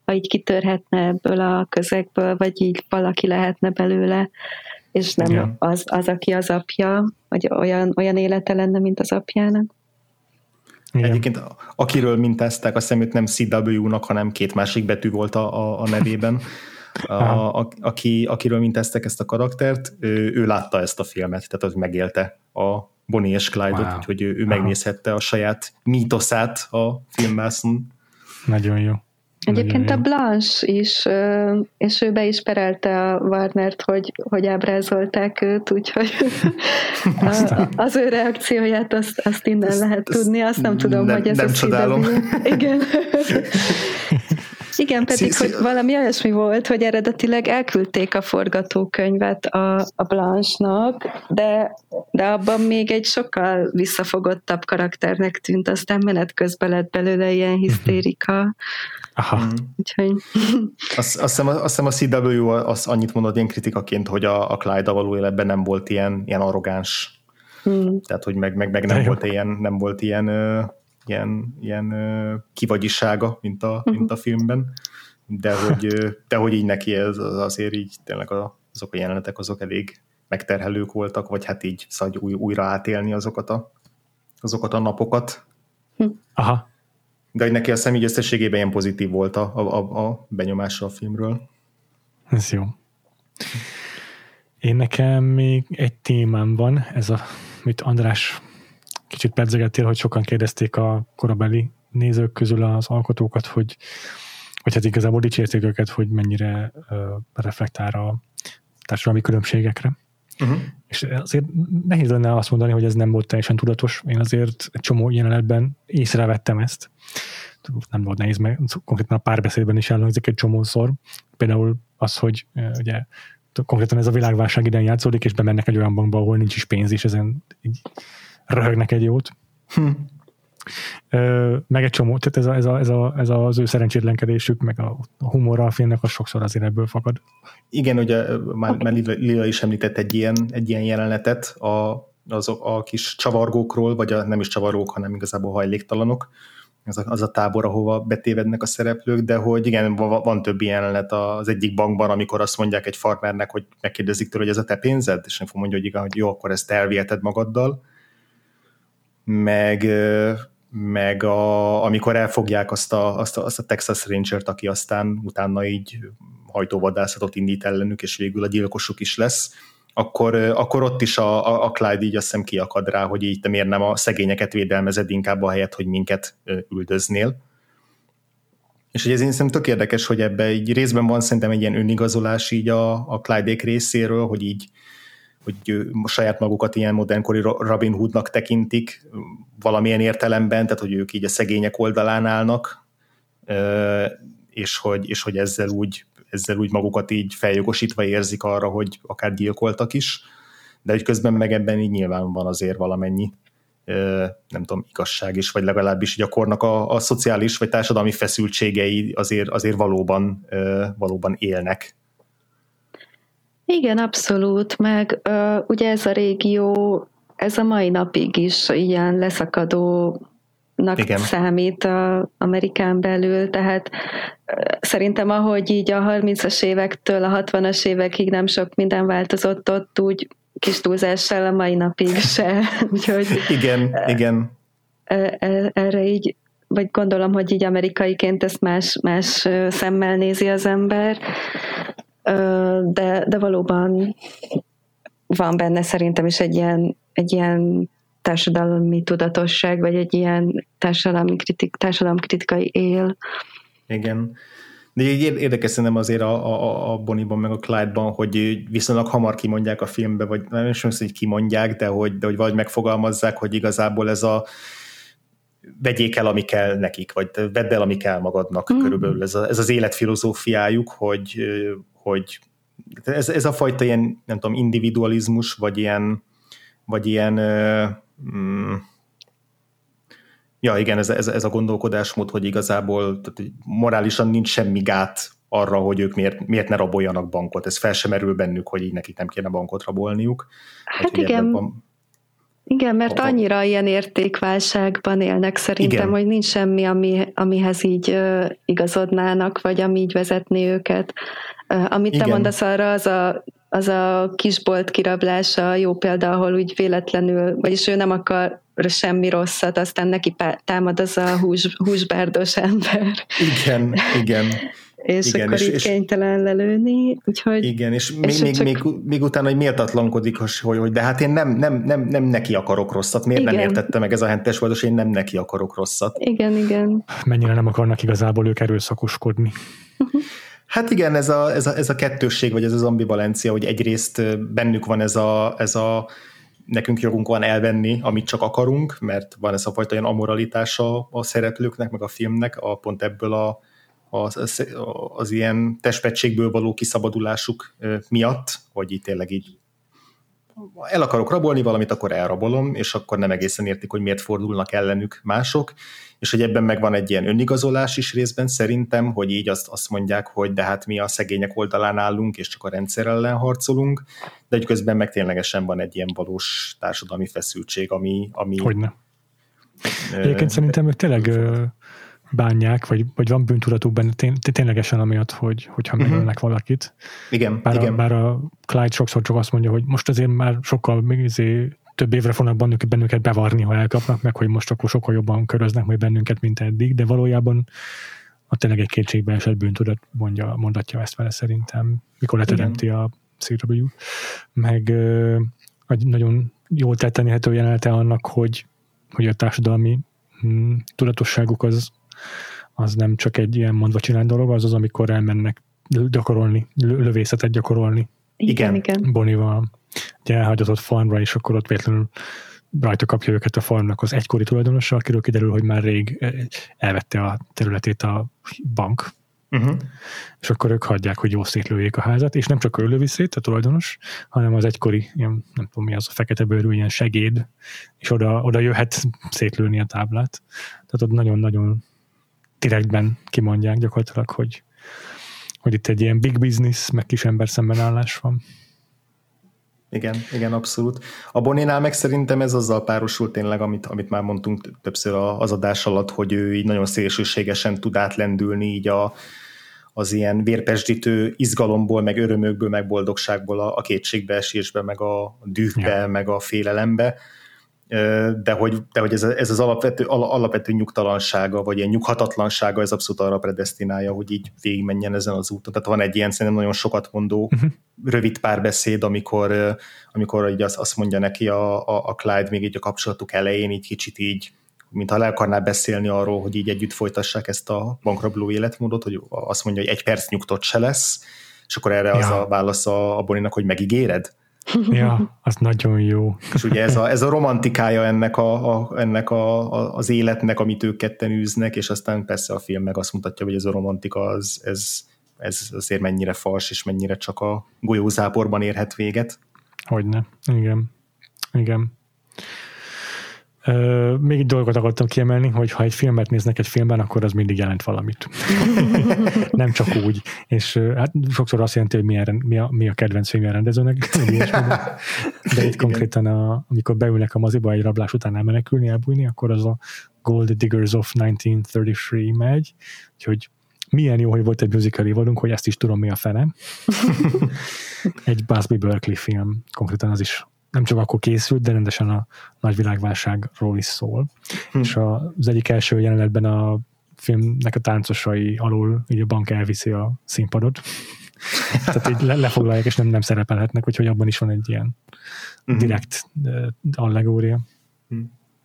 ha így kitörhetne ebből a közegből, vagy így valaki lehetne belőle, és nem az, az, aki az apja, vagy olyan, olyan élete lenne, mint az apjának. Igen. Egyébként akiről mintázták, a szemét nem cé dupla vé-nak, hanem két másik betű volt a, a, a nevében. A, a, aki, akiről mintázták ezt a karaktert, ő, ő látta ezt a filmet, tehát az megélte a Bonnie és Clyde-ot, wow. Úgyhogy ő, ő megnézhette a saját mítoszát a filmvászon. Nagyon jó. Egyébként a Blanche is, és ő be is perelte a Warnert, hogy, hogy ábrázolták őt, úgyhogy az ő reakcióját azt, azt innen ezt, lehet ezt tudni, azt nem tudom, nem, hogy ez nem a csodálom. Igen. Igen, pedig, hogy valami olyasmi volt, hogy eredetileg elküldték a forgatókönyvet a, a Blanche-nak, de, de abban még egy sokkal visszafogottabb karakternek tűnt, aztán menet közben lett belőle ilyen hisztérika. Aha. Úgyhogy... Azt, azt, hiszem, azt hiszem a cé dupla vé az annyit mondott ilyen kritikaként, hogy a, a Clyde-a való életben nem volt ilyen, ilyen arrogáns. Hmm. Tehát, hogy meg, meg, meg nem, volt ilyen, nem volt ilyen, uh, ilyen, ilyen uh, kivagyisága, mint a, uh-huh. mint a filmben. De hogy, uh, de hogy így neki ez azért így tényleg a, azok a jelenetek azok elég megterhelők voltak, vagy hát így szóval új, újra átélni azokat a, azokat a napokat. Aha. De hogy neki a személy összességében ilyen pozitív volt a, a, a benyomása a filmről. Ez jó. Én nekem még egy témám van, ez a, mit András kicsit pedzegettél, hogy sokan kérdezték a korabeli nézők közül az alkotókat, hogy, hogy hát igazából dicsérték őket, hogy mennyire uh, reflektál a társadalmi különbségekre. Uh-huh. És azért nehéz lenne azt mondani, hogy ez nem volt teljesen tudatos. Én azért egy csomó jelenetben észrevettem ezt. Nem volt nehéz, mert konkrétan a párbeszédben is elhangzik egy csomószor. Például az, hogy ugye konkrétan ez a világválság idején játszódik, és bemennek egy olyan bankba, ahol nincs is pénz, és ezen így röhögnek egy jót. Hm. Meg egy csomó, tehát ez, a, ez, a, ez, a, ez az ő szerencsétlenkedésük, meg a humorra a filmnek, az sokszor azért ebből fakad. Igen, ugye már, már Lila is említett egy ilyen, egy ilyen jelenetet a, az, a kis csavargókról, vagy a, nem is csavargók, hanem igazából hajléktalanok, az a, az a tábor, ahova betévednek a szereplők, de hogy igen, van, van több ilyen jelenet az egyik bankban, amikor azt mondják egy farmernek, hogy megkérdezik tőle, hogy ez a te pénzed, és nem fog mondja, hogy igen, hogy jó, akkor ezt elviheted magaddal. Meg, meg a, amikor elfogják azt a, azt, a, azt a Texas Rangert, aki aztán utána így hajtóvadászatot indít ellenük, és végül a gyilkosuk is lesz, akkor, akkor ott is a, a, a Clyde így azt hiszem kiakad rá, hogy így te miért nem a szegényeket védelmezed inkább a helyet, hogy minket üldöznél. És ugye ez én szerintem tök érdekes, hogy ebbe egy részben van szerintem egy ilyen önigazolás így a, a Clyde-ék részéről, hogy így hogy saját magukat ilyen modernkori Robin Hoodnak tekintik valamilyen értelemben, tehát hogy ők így a szegények oldalán állnak, és hogy, és hogy ezzel úgy ezzel úgy magukat így feljogosítva érzik arra, hogy akár gyilkoltak is, de hogy közben meg ebben így nyilván van azért valamennyi nem tudom, igazság is, vagy legalábbis így a kornak a, a szociális vagy társadalmi feszültségei azért, azért valóban, valóban élnek. Igen, abszolút, meg uh, ugye ez a régió, ez a mai napig is ilyen leszakadónak igen. számít a Amerikán belül, tehát uh, szerintem ahogy így a harmincas évektől a hatvanas évekig nem sok minden változott ott, úgy kis túlzással a mai napig se. Úgyhogy, igen, uh, igen. Uh, erre így, vagy gondolom, hogy így amerikaiként ezt más, más szemmel nézi az ember. De, de valóban van benne szerintem is egy ilyen, egy ilyen társadalmi tudatosság, vagy egy ilyen társadalmi kritik, társadalomkritikai él. Igen. De érdekes szerintem azért a, a, a Bonnie-ban meg a Clyde-ban, hogy viszonylag hamar kimondják a filmbe, vagy nem is mondom, hogy kimondják, de hogy, de hogy valahogy megfogalmazzák, hogy igazából ez a vegyék el, ami kell nekik, vagy vedd el, ami kell magadnak. Mm. Körülbelül ez, a, ez az életfilozófiájuk, hogy hogy ez, ez a fajta ilyen, nem tudom, individualizmus, vagy ilyen, vagy ilyen mm, ja igen, ez, ez, ez a gondolkodásmód, hogy igazából tehát morálisan nincs semmi gát arra, hogy ők miért, miért ne raboljanak bankot. Ez fel sem merül bennük, hogy így nekik nem kéne bankot rabolniuk. Hát, hát igen. Van... Igen, mert annyira ilyen értékválságban élnek szerintem, igen. hogy nincs semmi, ami, amihez így uh, igazodnának, vagy ami így vezetné őket. Uh, amit igen. te mondasz arra, az a, az a kisbolt kirablása jó példa, ahol úgy véletlenül, vagyis ő nem akar semmi rosszat, aztán neki támad az a hús, húsbárdos ember. Igen, igen. És igen, akkor és, így és, kénytelen lelőni, úgyhogy... Igen, és, és még, még, csak... még, még utána, hogy méltatlankodik, hogy, hogy de hát én nem, nem, nem, nem neki akarok rosszat. Miért igen. nem értette meg ez a hentes voltos, én nem neki akarok rosszat. Igen, igen. Mennyire nem akarnak igazából ők erőszakoskodni. Hát igen, ez a, ez, a, ez a kettősség, vagy ez az ambivalencia, hogy egyrészt bennük van ez a, ez a nekünk jogunk van elvenni, amit csak akarunk, mert van ez a fajta ilyen amoralitása a szereplőknek, meg a filmnek, a, pont ebből a Az, az, az ilyen testpetségből való kiszabadulásuk miatt, hogy itt tényleg így el akarok rabolni valamit, akkor elrabolom, és akkor nem egészen értik, hogy miért fordulnak ellenük mások, és hogy ebben meg van egy ilyen önigazolás is részben szerintem, hogy így azt, azt mondják, hogy de hát mi a szegények oldalán állunk, és csak a rendszer ellen harcolunk, de egy közben meg ténylegesen van egy ilyen valós társadalmi feszültség, ami... ami Hogyne. Egyébként szerintem ők tényleg... bánják, vagy, vagy van bűntudatuk benne té- ténylegesen amiatt, hogy, hogyha megölnek uh-huh. valakit. Igen, bár, igen. A, bár a Clyde sokszor csak azt mondja, hogy most azért már sokkal még azért több évre fognak bennünket, bennünket bevarni, ha elkapnak, meg hogy most akkor sokkal jobban köröznek majd bennünket, mint eddig, de valójában a tényleg egy kétségbe esett bűntudat mondja, mondatja ezt vele szerintem, mikor leteremti a cé dupla vé. Meg egy nagyon jól tettenihető jelenete annak, hogy, hogy a társadalmi hm, tudatosságuk az az nem csak egy ilyen mondva csinált dolog, az az, amikor elmennek gyakorolni, lövészetet gyakorolni. Igen, igen. Bonnie-val. Ugye elhagyatott farmra, és akkor ott véletlenül rajta kapja őket a farmnak az egykori tulajdonosa, akiről kiderül, hogy már rég elvette a területét a bank. Uh-huh. És akkor ők hagyják, hogy jól szétlőjék a házat, és nem csak ő lövi szét, a tulajdonos, hanem az egykori, ilyen, nem tudom mi az a fekete bőrű, ilyen segéd, és oda, oda jöhet szétlőni a táblát. Tehát ott nagyon-nagyon direktben kimondják gyakorlatilag, hogy, hogy itt egy ilyen big business, meg kis ember szembenállás van. Igen, igen, abszolút. A Bonnie-nál meg szerintem ez azzal párosul tényleg, amit, amit már mondtunk többször az adás alatt, hogy ő így nagyon szélsőségesen tud átlendülni így a, az ilyen vérpesdítő izgalomból, meg örömökből, meg boldogságból a, a kétségbeesésbe, meg a dühbe, ja. meg a félelembe. De hogy, de hogy ez, ez az alapvető, alapvető nyugtalansága, vagy ilyen nyughatatlansága, ez abszolút arra predesztinálja, hogy így végigmenjen ezen az úton. Tehát van egy ilyen szerintem nagyon sokat mondó uh-huh. rövid párbeszéd, amikor, amikor így azt, azt mondja neki a, a, a Clyde még így a kapcsolatuk elején, így kicsit így, mintha le akarná beszélni arról, hogy így együtt folytassák ezt a bankrabló életmódot, hogy azt mondja, hogy egy perc nyugtot se lesz, és akkor erre ja. az a válasz a, a Bonnie-nak, hogy megígéred? Ja, az nagyon jó. És ugye ez a, ez a romantikája ennek, a, a, ennek a, a, az életnek, amit ők ketten űznek, és aztán persze a film meg azt mutatja, hogy ez a romantika, az, ez, ez azért mennyire fals, és mennyire csak a golyózáporban érhet véget. Hogyne, igen. Igen. Uh, még egy dolgot akartam kiemelni, hogy ha egy filmet néznek egy filmben, akkor az mindig jelent valamit. Nem csak úgy. És uh, hát sokszor azt jelenti, hogy milyen, mi, a, mi a kedvenc filmje a rendezőnek. De itt konkrétan, a, amikor beülnek a moziba egy rablás után elmenekülni, elbújni, akkor az a Gold Diggers of nineteen thirty-three megy. Úgyhogy milyen jó, hogy volt egy musical évadunk, hogy ezt is tudom, mi a fene. Egy Busby Berkeley film. Konkrétan az is nem csak akkor készült, de rendesen a nagy világválságról is szól. Hm. És az egyik első jelenetben a filmnek a táncosai alól így a bank elviszi a színpadot. Tehát így le- lefoglalják, és nem, nem szerepelhetnek, úgyhogy abban is van egy ilyen hm. direkt uh, allegória. Hm.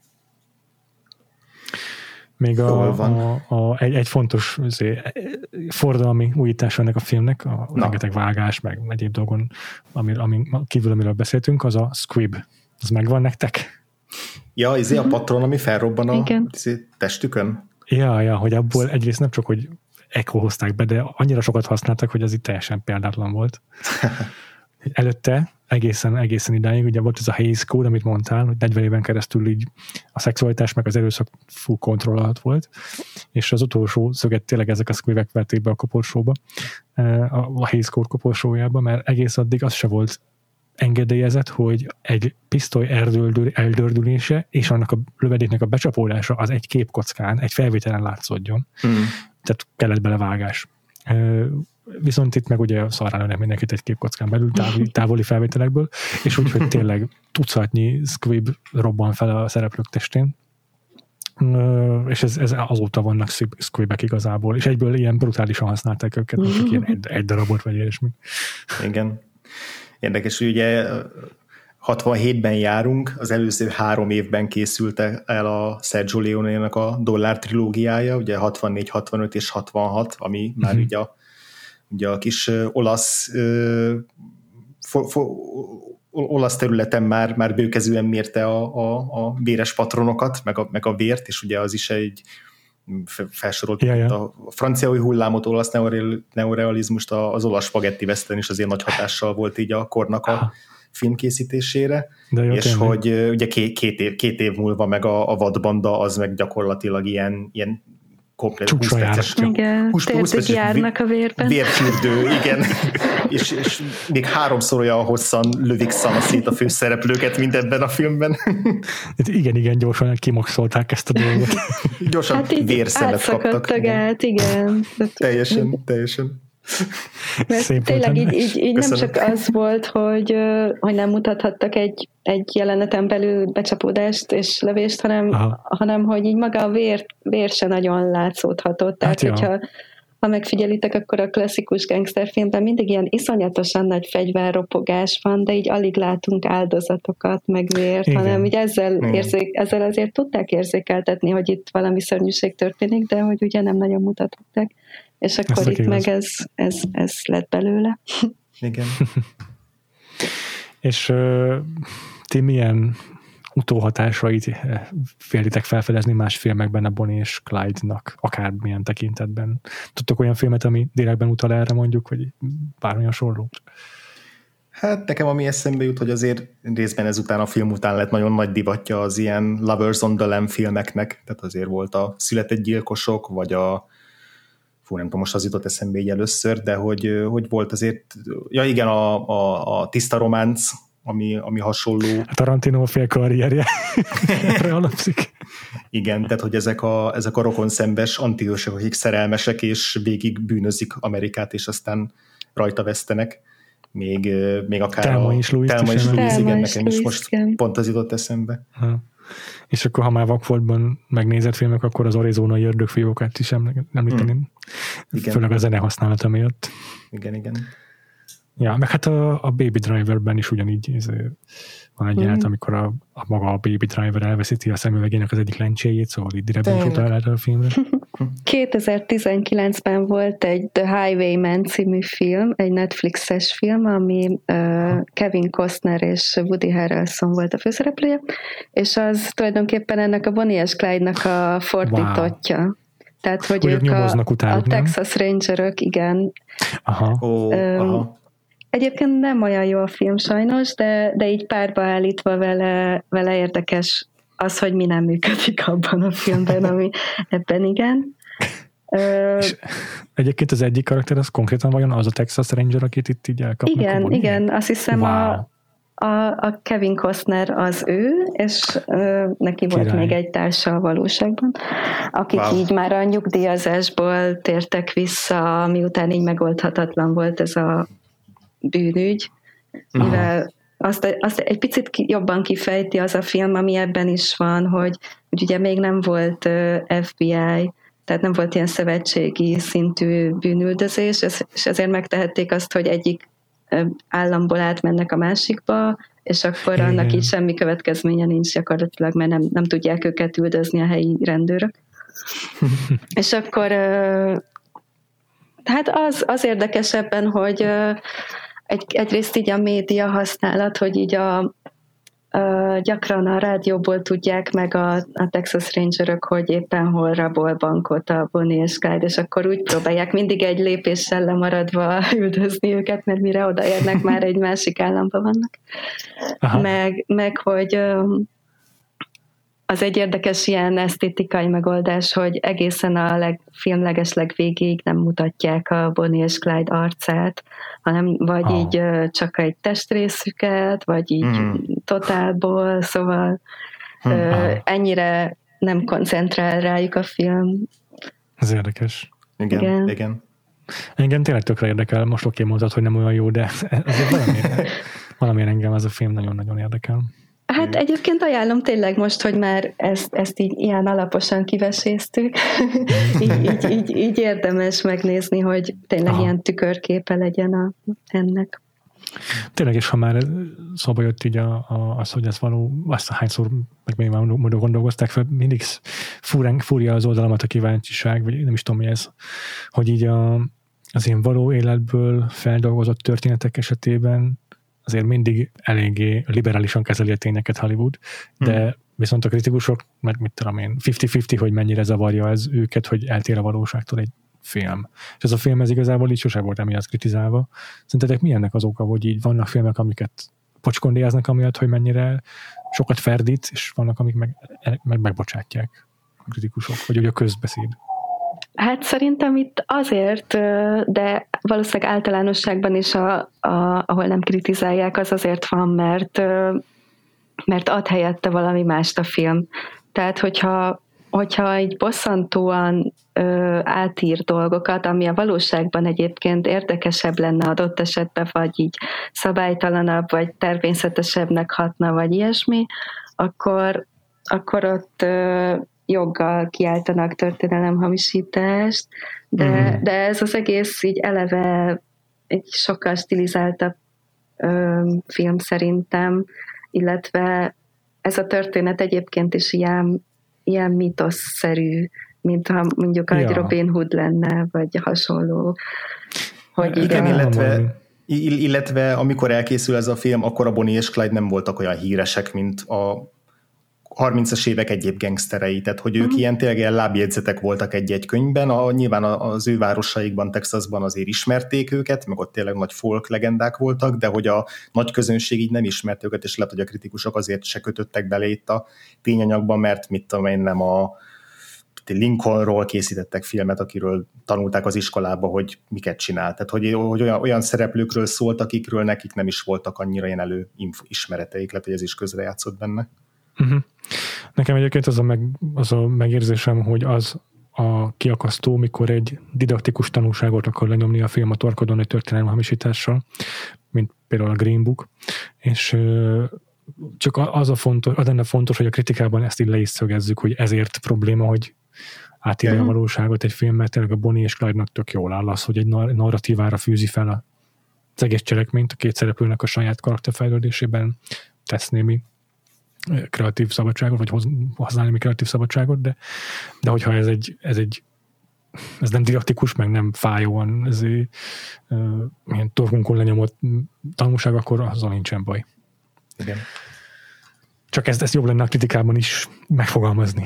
Még a, a, a, egy, egy fontos azért, forradalmi újítása ennek a filmnek, a Na. rengeteg vágás, meg egyéb dolgon, ami, ami, kívül, amiről beszéltünk, az a squib. Az megvan nektek? Ja, izé a patron, ami felrobban a izé, testükön? Ja, ja, hogy abból egyrészt nem csak, hogy Echo hozták be, de annyira sokat használtak, hogy az itt teljesen példátlan volt. Előtte egészen, egészen idáig, ugye volt ez a Hays Code, amit mondtál, hogy negyven éven keresztül így a szexualitás meg az erőszak full kontroll alatt volt, és az utolsó szöget tényleg ezek a squibek verték be a koporsóba, a Hays Code koporsójába, mert egész addig az se volt engedélyezett, hogy egy pisztoly eldördül, eldördülése és annak a lövedéknek a becsapódása az egy képkockán, egy felvételen látszódjon. Hmm. Tehát kellett bele vágás. Viszont itt meg ugye szarrálnak mindenkit egy képkockán belül távoli, távoli felvételekből, és úgy, hogy tényleg tucatnyi squib robban fel a szereplők testén. És ez, ez azóta vannak squibek igazából, és egyből ilyen brutálisan használták őket, mint csak ilyen egy, egy darabot, vagy ilyesmi. Igen. Érdekes, hogy ugye hatvanhétben járunk, az előző három évben készült el a Sergio Leone-nak a Dollár trilógiája, ugye hatvannégy, hatvanöt és hatvanhat, ami uh-huh. már ugye a, ugye a kis olasz fo, fo, olasz területen már, már bőkezően mérte a, a, a véres patronokat, meg a, meg a vért, és ugye az is egy felsorolt ja, ja. a francia új hullámot, olasz neorealizmust, az olasz spagetti western is azért nagy hatással volt így a kornak a filmkészítésére, és tényleg. Hogy ugye két, két, év, két év múlva meg a, a vadbanda, az meg gyakorlatilag ilyen, ilyen komplet húsz perces, igen, térdig járnak a vérben. Vérfürdő, igen. és, és még háromszor olyan hosszan lövik szanaszét a főszereplőket, mint ebben a filmben. igen, igen, gyorsan kimoxolták ezt a dolgot. Gyorsan hát vérszemet kaptak. Át, igen. teljesen, teljesen. Mert tényleg így, így, így nem csak az volt, hogy, hogy nem mutathattak egy, egy jeleneten belül becsapódást és lövést, hanem, hanem hogy így maga a vér, vér se nagyon látszódhatott. Tehát, hát hogyha ha megfigyelitek, akkor a klasszikus gangsterfilmben mindig ilyen iszonyatosan nagy fegyverropogás van, de így alig látunk áldozatokat, meg vért, igen. hanem így ezzel, érzék, ezzel azért tudták érzékeltetni, hogy itt valami szörnyűség történik, de hogy ugye nem nagyon mutatották. És akkor itt meg ez, ez, ez lett belőle. Igen. És uh, ti milyen utóhatásait félitek felfedezni más filmekben a Bonnie és Clyde-nak, akármilyen tekintetben? Tudtok olyan filmet, ami direktben utal erre mondjuk, vagy bármilyen hasonlót? Hát nekem ami eszembe jut, hogy azért részben ezután a film után lett nagyon nagy divatja az ilyen Lovers on the Lamb filmeknek, tehát azért volt a Született gyilkosok, vagy a fú, nem tudom, most az jutott eszembe így először, de hogy, hogy volt azért, ja igen, a, a, a Tiszta románc, ami, ami hasonló. A Tarantino fél karrierje erre alapszik. Igen, tehát hogy ezek a, ezek a rokonszembes antihősök, akik szerelmesek, és végig bűnözik Amerikát, és aztán rajta vesztenek. Még, még akár Telma is Louise, Telma is Louise, igen, nekem is most igen. pont az jutott eszembe. Ha. És akkor, ha már Vakfoltban megnézett filmek, akkor az Arizonai ördögfiókát is említeném. Hmm. Főleg a zene használata miatt. Igen, igen. Ja, meg hát a, a Baby Driverben is ugyanígy ez, van egy jelenet, mm. amikor a, a maga a Baby Driver elveszíti a szemüvegének az egyik lencséjét, szóval így direktben is utal erre a filmre. kétezer-tizenkilencben volt egy The Highwayman című film, egy Netflixes film, ami uh, Kevin Costner és Woody Harrelson volt a főszereplője, és az tulajdonképpen ennek a Bonnie és Clyde-nak a fordítottja. Wow. Tehát, hogy, hogy ők a, utáluk, a Texas Rangerök, igen. Aha. Oh, um, aha. Egyébként nem olyan jó a film sajnos, de, de így párba állítva vele, vele érdekes az, hogy mi nem működik abban a filmben, ami ebben igen. És egyébként az egyik karakter az konkrétan vajon az a Texas Ranger, akit itt így elkapnak? Igen, igen, azt hiszem wow. a, a, a Kevin Costner az ő, és ö, neki Király. Volt még egy társa a valóságban, akik wow. így már a nyugdíjazásból tértek vissza, miután így megoldhatatlan volt ez a bűnügy, mivel azt, azt egy picit jobban kifejti az a film, ami ebben is van, hogy, hogy ugye még nem volt ef bé i, tehát nem volt ilyen szövetségi szintű bűnüldözés, és ezért megtehették azt, hogy egyik államból átmennek a másikba, és akkor igen. annak így semmi következménye nincs gyakorlatilag, mert nem, nem tudják őket üldözni a helyi rendőrök. És akkor hát az, az érdekes ebben, hogy egy, egyrészt így a média használat, hogy így a, a gyakran a rádióból tudják meg a, a Texas Rangerök, hogy éppen hol rabol bankot a Bonnie és Clyde, és akkor úgy próbálják mindig egy lépéssel lemaradva üldözni őket, mert mire odaérnek, már egy másik államban vannak. Meg, meg, hogy az egy érdekes ilyen esztétikai megoldás, hogy egészen a leg, film legesleg végéig nem mutatják a Bonnie és Clyde arcát, hanem vagy oh. így csak egy testrészüket, vagy így mm. totálból, szóval mm. ö, ennyire nem koncentrál rájuk a film. Ez érdekes. Igen, igen. igen. Engem tényleg tökre érdekel, most oké mondtad, hogy nem olyan jó, de azért valamiért, valamiért engem ez a film nagyon-nagyon érdekel. Hát egyébként ajánlom tényleg most, hogy már ezt, ezt így ilyen alaposan kiveséztük, így, így, így, így érdemes megnézni, hogy tényleg Aha. ilyen tükörképe legyen a, ennek. Tényleg, és ha már szóba jött így a, a, az, hogy ez való, azt a hányszor, meg még már módon gondolkozták fel, mindig fúrán, fúrja az oldalamat a kíváncsiság, vagy nem is tudom mi ez, hogy így a, az ilyen való életből feldolgozott történetek esetében azért mindig eléggé liberálisan kezeli a tényeket Hollywood, de hmm. viszont a kritikusok, mert mit tudom én, fifty-fifty, hogy mennyire zavarja ez őket, hogy eltér a valóságtól egy film. És ez a film ez igazából így sose volt emiatt kritizálva. Szerintetek mi ennek az oka, hogy így vannak filmek, amiket pocskondélyáznak amiatt, hogy mennyire sokat ferdít, és vannak, amik meg, meg megbocsátják a kritikusok, vagy ugye a közbeszéd? Hát szerintem itt azért, de valószínűleg általánosságban is, a, a, ahol nem kritizálják, az azért van, mert, mert ad helyette valami mást a film. Tehát, hogyha, hogyha így bosszantóan ö, átír dolgokat, ami a valóságban egyébként érdekesebb lenne adott esetben, vagy így szabálytalanabb, vagy természetesebbnek hatna, vagy ilyesmi, akkor, akkor ott ö, joggal kiáltanak történelemhamisítást, de, mm. de ez az egész így eleve egy sokkal stilizáltabb ö, film szerintem, illetve ez a történet egyébként is ilyen, ilyen mítoszszerű, mint ha mondjuk ja. egy Robin Hood lenne, vagy hasonló. Hogy igen, illetve, illetve amikor elkészül ez a film, akkor a Bonnie és Clyde nem voltak olyan híresek, mint a harmincas évek egyéb gangsterei, tehát hogy ők uh-huh. ilyen tényleg ilyen lábjegyzetek voltak egy-egy könyvben, a, nyilván az ő városaikban, Texasban azért ismerték őket, meg ott tényleg nagy folk legendák voltak, de hogy a nagy közönség így nem ismert őket, és lehet, hogy a kritikusok azért se kötöttek bele itt a tényanyagban, mert mit tudom én, nem a Lincolnról készítettek filmet, akiről tanulták az iskolába, hogy miket csinál. Tehát, hogy, hogy olyan, olyan szereplőkről szólt, akikről nekik nem is voltak annyira ilyen elő ismereteik, lehet, hogy ez is közrejátszott benne. Uh-huh. Nekem egyébként az a, meg, az a megérzésem, hogy az a kiakasztó, mikor egy didaktikus tanulságot akar lenyomni a film a torkodon egy történelmi hamisítással, mint például a Green Book, és csak az a fontos, az lenne fontos, hogy a kritikában ezt így le is szögezzük, hogy ezért probléma, hogy átírja uh-huh. a valóságot egy film, mert tényleg a Bonnie és Clyde-nak tök jól áll az, hogy egy narratívára fűzi fel az egész cselekményt, a két szereplőnek a saját karakterfejlődésében tesz némi kreatív szabadságot, vagy használni némi kreatív szabadságot, de, de hogyha ez egy, ez egy ez nem didaktikus, meg nem fájóan ez egy uh, ilyen torkunkon lenyomott tanulság, akkor azzal nincsen baj. Igen. Csak ezt, ezt jobb lenne a kritikában is megfogalmazni.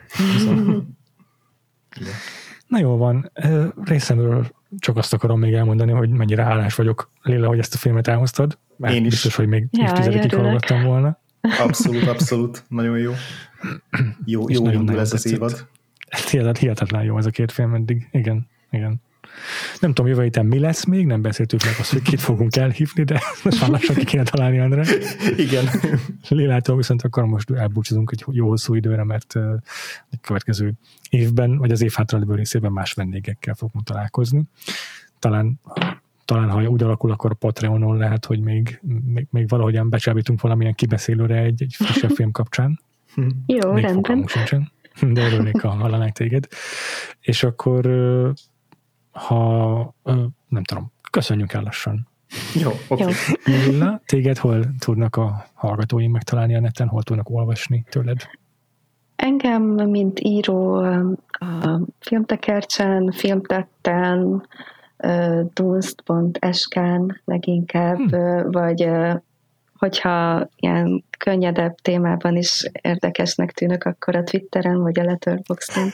Na jó van, részemről csak azt akarom még elmondani, hogy mennyire hálás vagyok, Lilla, hogy ezt a filmet elhoztad, mert Én is. Biztos, hogy még évtizedekig hallgattam volna. Abszolút, abszolút. Nagyon jó. Jó, jó indul ez az évad. Hihetetlen jó ez a két film eddig. Igen, igen. Nem tudom, jövő héten mi lesz még, nem beszéltük meg azt, hogy kit fogunk elhívni, de most már lassan ki kéne találni, André. Igen. Lilától viszont akkor most elbúcsúzunk egy jó hosszú időre, mert a következő évben, vagy az év hátralévő részében más vendégekkel fogunk találkozni. Talán Talán, ha úgy alakul, akkor a Patreonon lehet, hogy még, még, még valahogyan becsábítunk valamilyen kibeszélőre egy, egy frissebb film kapcsán. Jó, még rendben. Sincsen, de örülnék, ha hallanák téged. És akkor, ha nem tudom, köszönjük el lassan. Jó, oké. Okay. Lilla, téged hol tudnak a hallgatóim megtalálni a neten, hol tudnak olvasni tőled? Engem, mint író, a Filmtekercsen, Filmtetten, dunst pont es ká-n leginkább, hmm. vagy hogyha ilyen könnyedebb témában is érdekesnek tűnök, akkor a Twitteren, vagy a Letterboxdon.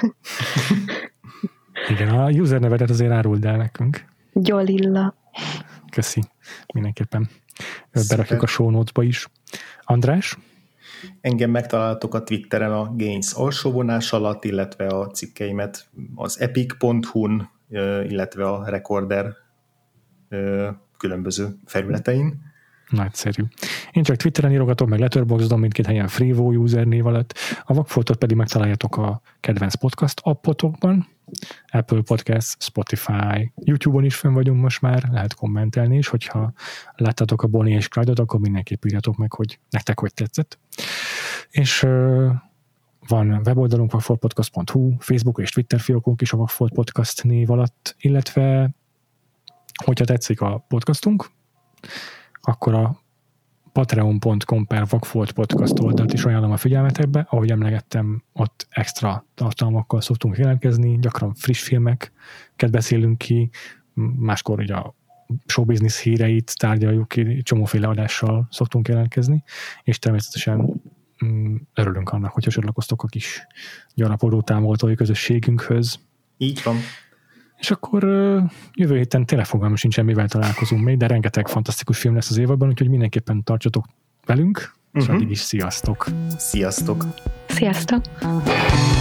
Igen, a user nevedet azért áruld el nekünk. Gyolilla. Köszi, mindenképpen. Berakjuk a show notes-ba is. András? Engem megtaláltok a Twitteren a Gains alsóvonás alatt, illetve a cikkeimet az epic pont hu-n, illetve a Recorder különböző felületein. Nagyszerű. Én csak Twitteren írogatom, meg Letterboxdon, mindkét helyen Freevo usernév alatt. A Vakfoltot pedig megtaláljátok a kedvenc podcast appotokban, Apple Podcast, Spotify, YouTube-on is fönn vagyunk most már, lehet kommentelni is, hogyha láttatok a Bonnie és Clyde-ot, akkor mindenképp írjatok meg, hogy nektek hogy tetszett. És uh, van weboldalunk vakfoltpodcast pont hu, Facebook és Twitter fiókunk is a Vakfolt Podcast név alatt, illetve hogyha tetszik a podcastunk, akkor a patreon pont com per Vakfolt Podcast oldalt is ajánlom a figyelmetekbe, ahogy emlegettem, ott extra tartalmakkal szoktunk jelentkezni, gyakran friss filmeket beszélünk ki, máskor ugye a showbusiness híreit tárgyaljuk ki, csomóféle adással szoktunk jelentkezni, és természetesen mm, örülünk annak, hogyha csatlakoztok a kis gyarapodó támogatói közösségünkhöz. Így van. És akkor jövő héten tényleg fogalmam sincsen, mivel találkozunk még, de rengeteg fantasztikus film lesz az évadban, úgyhogy mindenképpen tartsatok velünk, és uh-huh. addig is sziasztok! Sziasztok! Sziasztok!